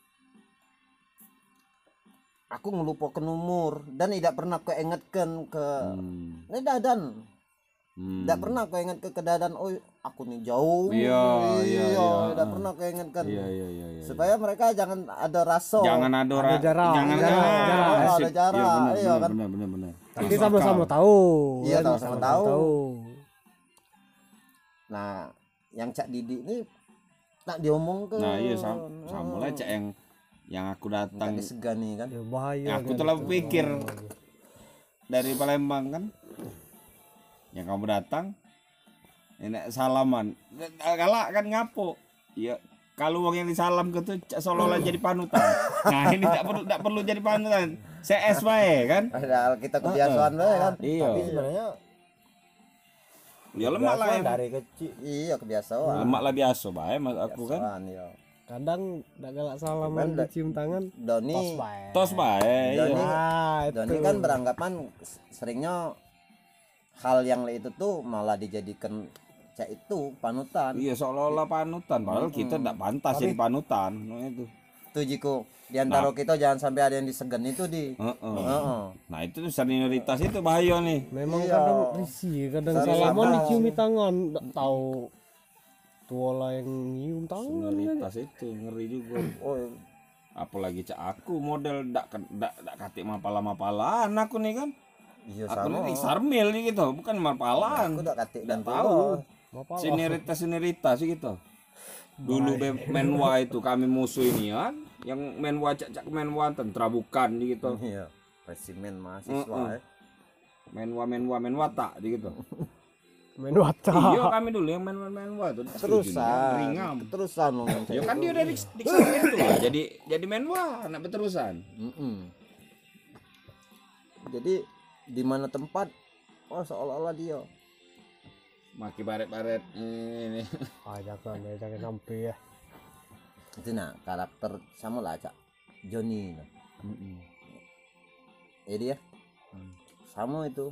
aku ngelupakan umur dan tidak pernah keingetkan ke Hmm. ini dadan Hmm. tidak pernah keinget ke kedadan oh aku nih jauh Iya, iya, iya. tidak pernah keingetkan Iya iya iya iya. supaya mereka jangan ada rasa Jangan ada Ada ra- jarak, jangan jarak, ah, jarak. sip. Ada jarak, Iya, benar, iya benar, kan? benar benar benar. Tapi Masuk sama-sama akal. tahu. Iya, kan? sama-sama tahu. tahu. nah yang Cak Didi ini tak diomong ke Nah iya sama, sama lah cak yang yang aku tak datang, disegani kan Ya, bahaya. yang aku kan telah itu. pikir dari Palembang kan, yang kamu datang, enak salaman, galak kan ngapo, ya kalau orang yang disalam ke tuh cak seolah-olah jadi panutan. Nah ini tak perlu tak perlu jadi panutan, C S bae kan, ada kita kebiasaan lah kan iya, Tapi sebenarnya ya lemak lah biasa yang dari kecil. iya kebiasaan lemak lah biasa bae mas aku kan, Kebiasaan, iya. Kadang enggak galak salaman Cuman da- dicium tangan. Doni Tos bae. tos bae, Doni iya. Ah, itu. Doni kan beranggapan seringnya hal yang itu tuh malah dijadikan Cak itu panutan Iya seolah-olah panutan, padahal kita tidak pantas jadi panutan, nah, itu. tuh Jiko diantara kita jangan sampai ada yang disegen itu di Heeh. Heeh. Nah itu tuh senioritas itu bahaya nih. Memang Iya. kadang risih, kadang Sama-sama. salaman diciumi tangan, enggak tahu tua lah yang nyium tangan. Senioritas itu ngeri juga. Oh, apalagi cak aku model dak dak dak katik mapala-mapalan aku nih kan. Iya Aku sama. nih sarmil gitu, bukan mapalan. Aku udah katik dan Nggak tahu. Mapalah. Senioritas senioritas gitu. Dulu be- menwa itu kami musuh ini kan, yang menwa cak cak menwa tentra bukan gitu. Iya. Resimen mahasiswa. Heeh. ya. Menwa menwa menwa tak gitu. Main wata. Iya kami dulu yang menwa menwa itu. Terusan. Ringam. Terusan ngomong Ya kayak kan gitu. dia dari dik sarmil itu lah. Jadi jadi menwa anak berterusan. Mm-mm. Jadi di mana tempat oh seolah-olah dia. Maki baret-baret ini. Ah jangan ya, jangan sampai ya. Itu nah karakter sama lah cak Johnny nah. Ya dia sama itu.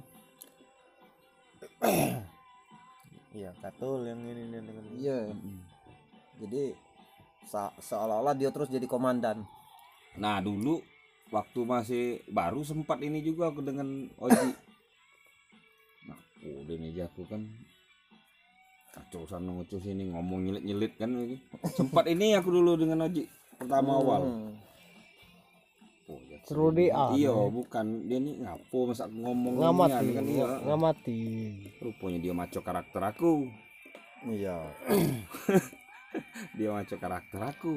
Iya, katul yang ini ini dengan Iya. Jadi se- seolah-olah dia terus jadi komandan. Nah dulu waktu masih baru sempat ini juga aku dengan Oji. Nah udah nih aku kan kacau sana ngocok sini ngomong nyelit-nyelit kan ini. Sempat ini aku dulu dengan Oji pertama awal. Hmm. Oh, ya, Seru sini. dia. Iya bukan dia nih ngapo masa aku ngomong Ngamati, ginian, kan iya. ngamati. Rupanya dia maco karakter aku. Iya. Dia maco karakter aku.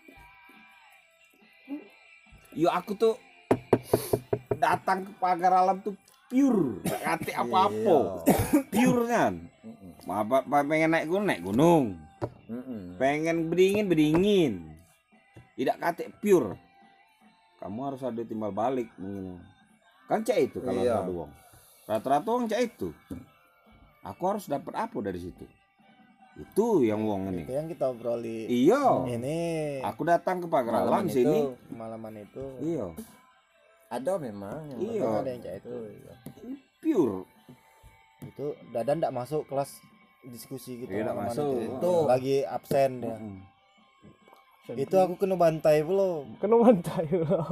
Yo aku tuh datang ke pagar alam tuh pure, gak kate apa-apa. Pure kan. Apa, apa pengen naik gunung, naik gunung. Mm-mm. Pengen berdingin, berdingin. Tidak kate pure. Kamu harus ada timbal balik mungkin. Kan cak itu kalau Iya. ada uang. Rata-rata uang cak itu. Aku harus dapat apa dari situ? Itu yang uang ini. itu yang kita obroli. Iya. Ini Aku datang ke pagar alam Malaman sini. itu. malaman itu. Iya. Ada memang yang Iya. Memang ada yang kayak itu. Pure. Itu Dadan enggak masuk kelas diskusi gitu. Iya, nggak malaman masuk. Itu. Itu. Lagi absen dia. Mm. Itu aku kena bantai belum. Kena bantai loh.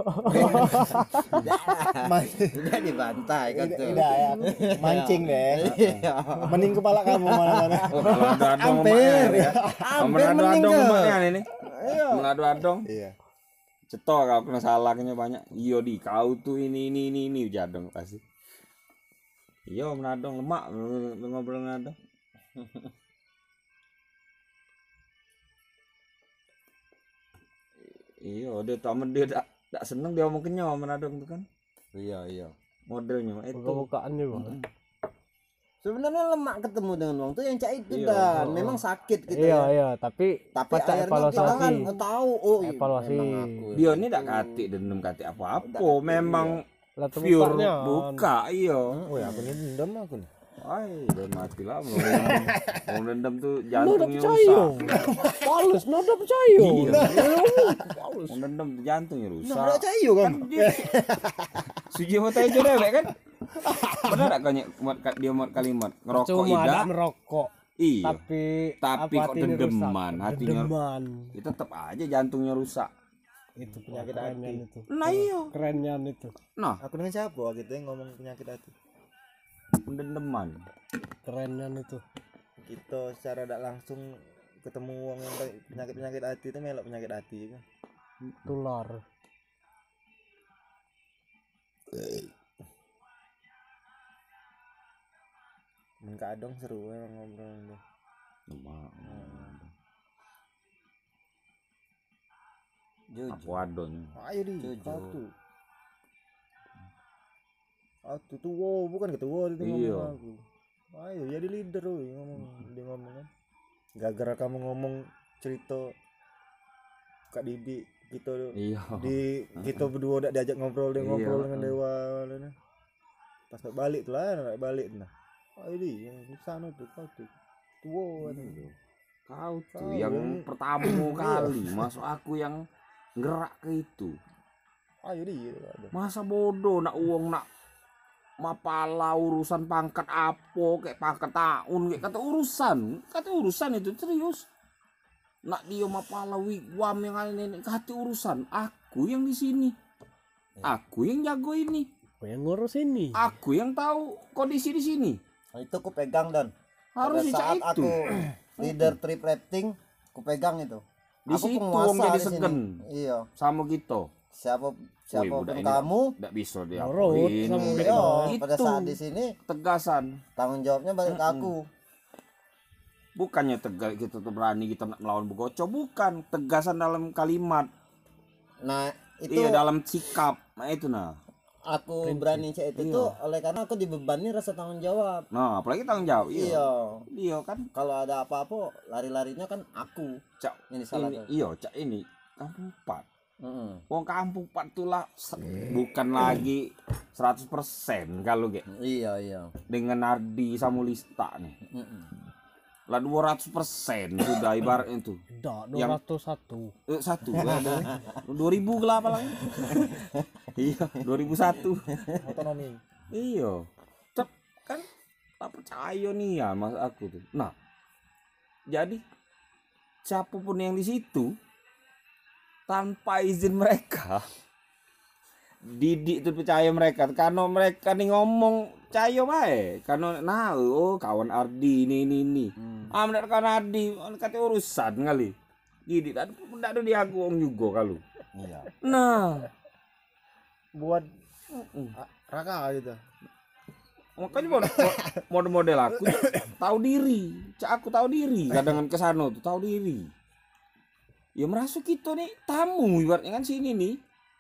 Tidak dibantai kan tuh. Tidak ya, aku mancing deh. Iya. Mending kepala kamu mana-mana. Oh, kalau ada adong Hampir. emaknya ya. Hampir Menado mending adong ke. emaknya ini. Iya. Menado adong. Iya. Cetok kau kena salahnya banyak. Iya di kau tuh ini ini ini ini jadong pasti. Iya menadong lemak lu ngobrol menadong. Iya, dia tamu dia tak tak seneng dia omong kenyal menadong tuh kan. Iya iya. Modelnya itu. Buka-bukaan juga. Sebenarnya lemak ketemu dengan uang tuh yang cak itu Iya. dan memang sakit gitu Iya ya. iya, tapi Tapi pacak akhirnya kita evaluasi. kan tahu oh iya, Evaluasi. memang aku. Dia ini tak katik dendam katik apa-apa, Ndak katik, memang Lah tuh pure mukanya. buka iya. Oh ya, aku ini dendam aku nih. Ay, udah mati lah mau mau dendam tuh Lo udah jantungnya percaya. rusak. Pales, lo udah percaya. Iya. Pales. Mau dendam tuh jantungnya Nah, rusak. udah cayu kan. Suji mau tanya jodoh dewek kan? Benar tak kau nyek dia mau kalimat ngerokok Cuma ida? ada merokok. Iya. Tapi Tapi apa kok hatinya dendeman, rusak? hatinya- Dendeman. Ya tetap aja jantungnya rusak. Itu Penyakit kerennya hati. itu. Nah iya. Kerennya itu. Nah, Aku dengan siapa gitu yang ngomong penyakit hati. dendeman. Kerennya itu. Kita secara tidak langsung ketemu orang yang penyakit penyakit hati itu melok penyakit hati kan. Tular. Men kadang seru emang ngobrol itu. Lemak. Jujur. Apa adon? Ayo di Jujur. satu. Satu tuh wow bukan ketua itu Iya. ngomong aku. Ayo jadi leader woy ngomong dia ngomong kan. Gara-gara kamu ngomong cerita Kak Didi kita Iya. di kita berdua udah diajak ngobrol dia Iya. ngobrol dengan dewa lainnya. Pas nak balik tuh lah nak balik nah. Ayo di yang di sana tuh kau tuh. Tua kan. Kau tuh Kau yang yang- pertama kali masuk aku yang gerak ke itu. Ayo di ada. Masa bodoh nak uang nak mapala urusan pangkat apa kayak pangkat tahun kayak kata urusan kata urusan itu serius nak dia mapala wigwam yang ini kata urusan aku yang di sini aku yang jago ini Apa yang ngurus ini? aku yang tahu kondisi di sini Nah, itu aku pegang dan harus pada dicak saat itu aku leader trip rafting ku pegang itu. Di Aku situ penguasa wong jadi di sini. segen. Iya. Sama gitu. Siapa siapapun budak ini kamu, nggak bisa Nurut diapain. sama iya, kita. pada Itu. saat di sini Tegasan. tanggung jawabnya balik ke aku. Bukannya tegas kita tuh berani kita nak melawan Begoco, bukan. Tegasan dalam kalimat. Nah, itu Iya, dalam sikap. Nah itu nah. aku berani cek itu Iya. tuh oleh karena aku dibebani rasa tanggung jawab. Nah, apalagi tanggung jawab. Iya. Iya. Iya kan. Kalau ada apa-apa, lari-larinya kan aku. Cak Ini salah ini, tuh. iya, cak ini kampung empat. Heeh. Wong kampung empat tuh lah se- bukan lagi seratus persen kalau ge Iya, iya. dengan Nardi Samulista nih. Heeh. Lah dua ratus persen sudah ibaratnya itu. Dak Yang- dua ratus satu. Eh, satu ada dua ribu lah apa lagi. Iya, dua ribu satu. Otonomi. Iya. Cep kan tak percaya nih ya mas aku tuh. Nah, jadi siapapun yang di situ tanpa izin mereka Didik tuh percaya mereka karena mereka nih ngomong percaya bae karena nah oh kawan Ardi ini ini ini ah bener kan Ardi kata urusan kali Didik tak ada dia aku om juga kalau Iya. nah Buat mm. ah, Raka gitu. makanya mod- model-model aku tahu diri cak aku tahu diri kadang ke sana tuh tahu diri ya merasa kita nih tamu ibaratnya kan sini nih.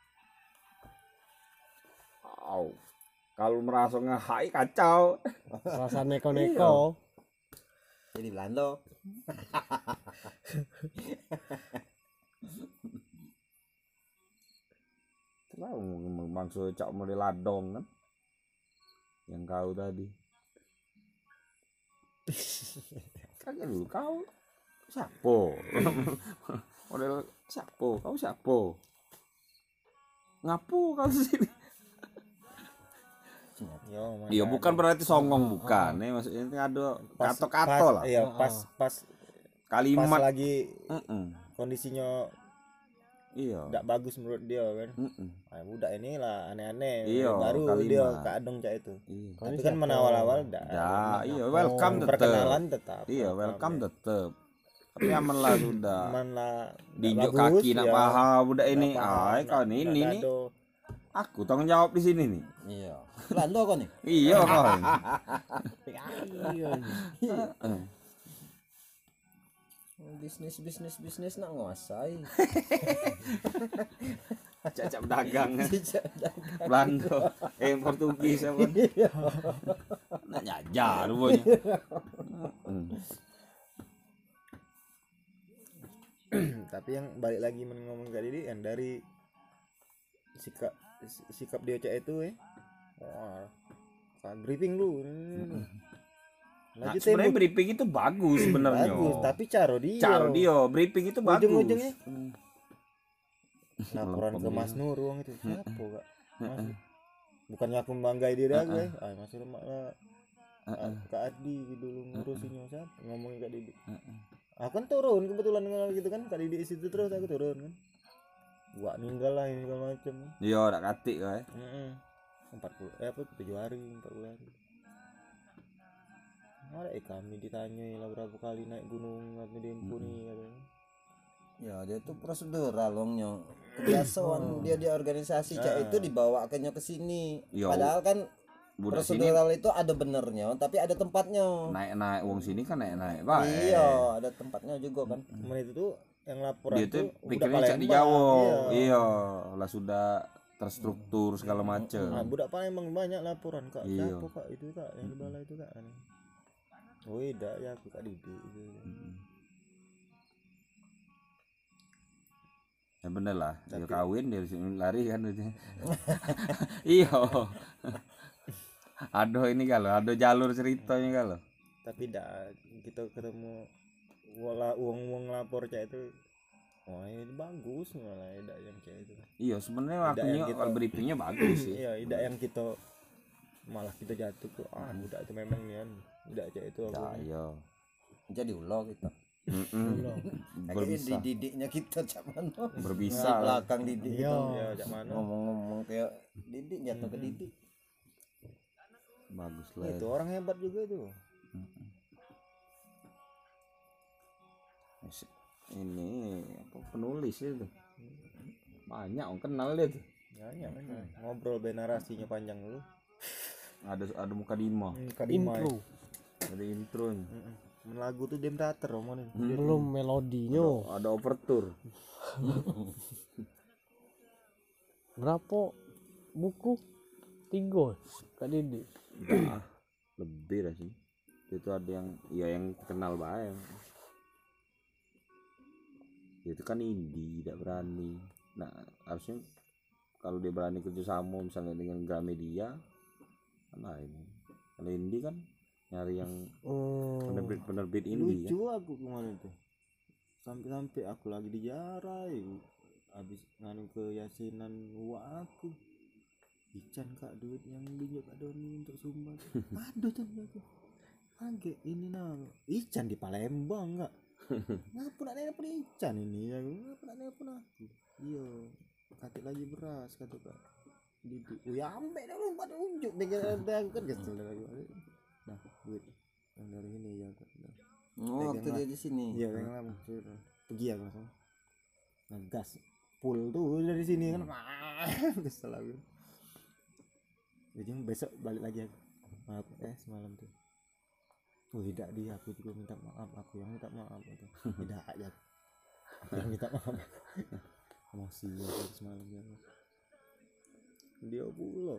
Wow. Kalau merasa ngehai kacau. Rasa neko-neko. Jadi Belanda. Tahu maksud cak model ladong kan. Yang kau tadi. Kagak dulu kau siapa? Model siapa? Kau siapa? Ngapu kau sini? Yo, Mas. Iya bukan berarti songong bukan. Nih maksudnya ini ada Pas- kato-kato pas- lah. Iya, pas pas pas Kalimat. lagi Mm-mm. kondisinya Iya. tidak bagus menurut dia kan. Mm-mm. Nah, budak ini lah aneh-aneh. Iya, Baru kalimat. dia ke Adong cak itu. Iya. Tapi kan mana awal-awal dah. Ya, iya welcome tetap. Perkenalan tetap. Iya, welcome tetap. Tapi aman lah sudah. Aman lah. Diinjak Bagus, kaki nak ya. paham budak ini. Nggak paham, Ay, kau nggak- nih nggak ini nih. gado. Aku tanggung jawab di sini nih. Iya. Belanda kok nih. Iya kau. Iya. Eh, Bisnis bisnis bisnis nak nguasai. Cacap dagang. Tidak ada. Belanda. Eh Portugis apa? Nak nyajar rupanya. Mm. Tapi yang balik lagi men- ngomong ke Didi yang dari sikap sikap dia cak itu eh. Wah. Kan briefing lu. Nah, Lanjut sebenarnya tembok. briefing itu bagus sebenarnya. Bagus, tapi cara dia. Cara dia briefing itu bagus. Ujung-ujungnya Hmm. laporan ke Mas Nur uang itu siapa kak? Mas, bukannya aku membanggai diri aku ya, ah Mas Nur malah ah, Kak Adi dulu ngurusinnya siapa ngomongin Kak Didi. Aku kan turun kebetulan dengan gitu kan Kak Didi di situ terus aku turun kan. Gua ninggal lah ini segala macam. Iya, tak katik kae. Heeh. empat puluh eh apa tujuh hari empat puluh hari. Ada eh kami ditanyai lah berapa kali naik gunung kami diampuni katanya. Ya dia tuh prosedural wongnya. Kebiasaan dia di organisasi cak itu dibawakannya ke sini. Yo. Padahal kan Budak sini prosedural itu ada benernya, tapi ada tempatnya. naik-naik wong sini kan naik-naik bae. Iya, ada tempatnya juga kan. Temen itu tuh yang laporan Dia tuh tuh pikirnya cak di Palembang. Jawa. Iya. Iya, lah sudah terstruktur segala Nah, macem. budak Palembang banyak laporan kak. Iya. Siapa kak itu kak yang di balai itu kak? Oh tidak ya aku kak Didi itu. Ya bener lah, dia kawin dia sini lari kan itu. Iya. Aduh ini kalau ada jalur ceritanya kalau. Tapi dah kita ketemu wala uang uang lapor cak itu. Wah ini bagus malah tidak yang kayak itu. Iya sebenarnya Tidak waktunya yang kita- kalau briefingnya bagus sih. Iya tidak yang kita malah kita jatuh tuh ah budak itu memang nian tidak cak itu aku. Ya, iya. Jadi ulo kita. Mm-mm. Kayak Berbisa, didiknya kita cak mana. berbisa Di lah. belakang didik Iya. itu. Ya cak mana? Ngomong-ngomong kayak didik jatuh ke didik. Bagus lah. Itu orang hebat juga itu. Ini apa penulis itu. Banyak orang kenal dia tuh. Ya, ya, bener. Ngobrol be narasinya panjang dulu. Ada ada muka Dima. Intro. Ada intro. Lagu tuh Dem Teater omongin. Belum melodinya. Ada overture. Berapa buku? Tiga. Kak Didi. Ah, lebih lah sih. Itu ada yang ya yang kenal banyak. Itu kan indie, tidak berani. Nah, harusnya kalau dia berani kerja sama misalnya dengan Gramedia, kan lain. Kalau indie kan nyari yang Oh. penerbit penerbit indie Lucu kan. aku kemarin tuh. Sampai-sampai aku lagi dijarai. Habis nganu ke yasinan wa aku. Ican kak duit yang binjak kak Doni untuk sumbang. Aduh Chan aku. Kaget ini nah. Ican di Palembang enggak? Ngapa nak nelpon Ican ini ya? Ngapa nak nelpon aku? Iya. Katik lagi beras kata kak. Di oh ya ambek dah lu pada unjuk dengan ada aku kan kesel dah lagi. Nah, duit yang dari ini ya kak. Oh, waktu dia di sini. Iya, yang lama. Pergi aku langsung. Ngegas. Full tuh dari sini kan. Kesel aku. Jadi besok balik lagi aku. Maaf eh semalam tuh. Oh tidak dia aku juga minta maaf aku yang minta maaf itu. Tidak aja. Aku yang minta maaf. Emosi aku semalam ya. Dia pula.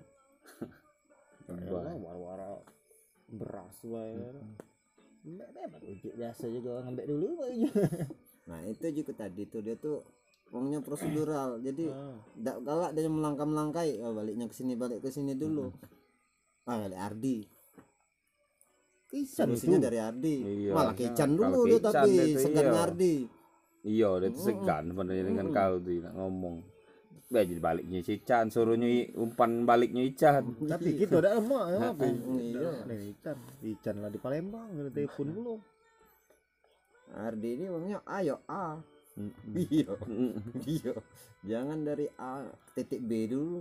Ya war-war beras wae. Mbak bebas ujuk biasa juga ngambil dulu bajunya. Nah itu juga tadi tuh dia tuh orangnya prosedural, jadi Ah. tidak galak dia melangkah melangkai, oh, baliknya ke sini balik ke sini dulu. Ah balik Ardi, Kisan solusinya itu. dari Ardi, Iya, malah harusnya Kican kalau dulu dia Kican tapi dia tuh, segan iya. Ardi. Iya, dia tuh segan sebenarnya dengan kau tuh nak ngomong. Ya jadi baliknya si Ican, suruhnya i- umpan baliknya Ican. Tapi kita ada lemak ya apa? Iya. Ada Ican, Ican lah di Palembang, ada telepon belum. Ardi ini orangnya ayo A, iya, iya, jangan dari A ke titik B dulu,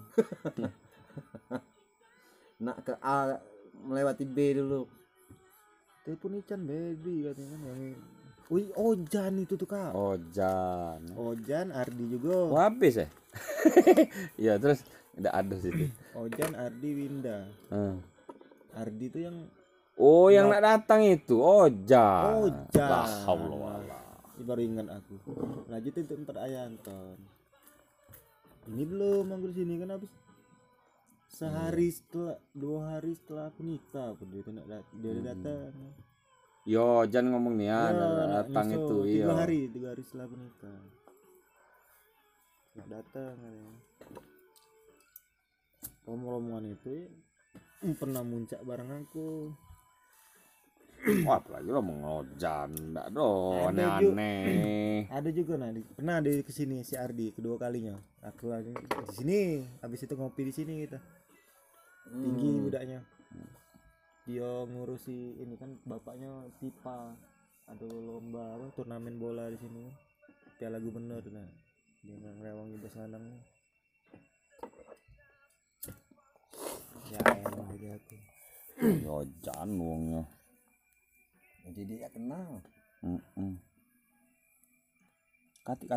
nak ke A melewati B dulu. Telepon Ican baby katanya kan yang wih Ojan itu tuh kak. Ojan. Ojan Ardi Oh, juga. habis ya? Iya, terus enggak ada situ. Ojan Ardi Winda. Heeh. Ardi tuh yang Oh, yang nak datang itu Ojan. Ojan. La haula wala. Ini baru ingat aku. Lanjut itu tempat ayah Anton. Ini belum manggur sini kan habis sehari setelah dua hari setelah aku nikah aku dia tuh nak dat- dia udah datang. Yo, Jan ngomong nih ya, Iya, nak nak datang nyusul. itu, tiga iya. hari tiga hari setelah aku nikah. Nak datang katanya. Omong-omongan itu ya, hmm, pernah muncak bareng aku. Wah, apalagi lo mengojan, enggak Ada dong, aneh-aneh. Ada juga nah di, pernah ada kesini si Ardi kedua kalinya. Aku lagi di sini, habis itu ngopi di sini kita. Tinggi budaknya. Dia ngurusi ini kan bapaknya pipa. Ada lomba apa turnamen bola di sini. Piala Gubernur nah. Dia ngerewangi bos landangnya. Ya emang aja aku. Ojan wongnya. Jadi dia kenal. Heeh. Kati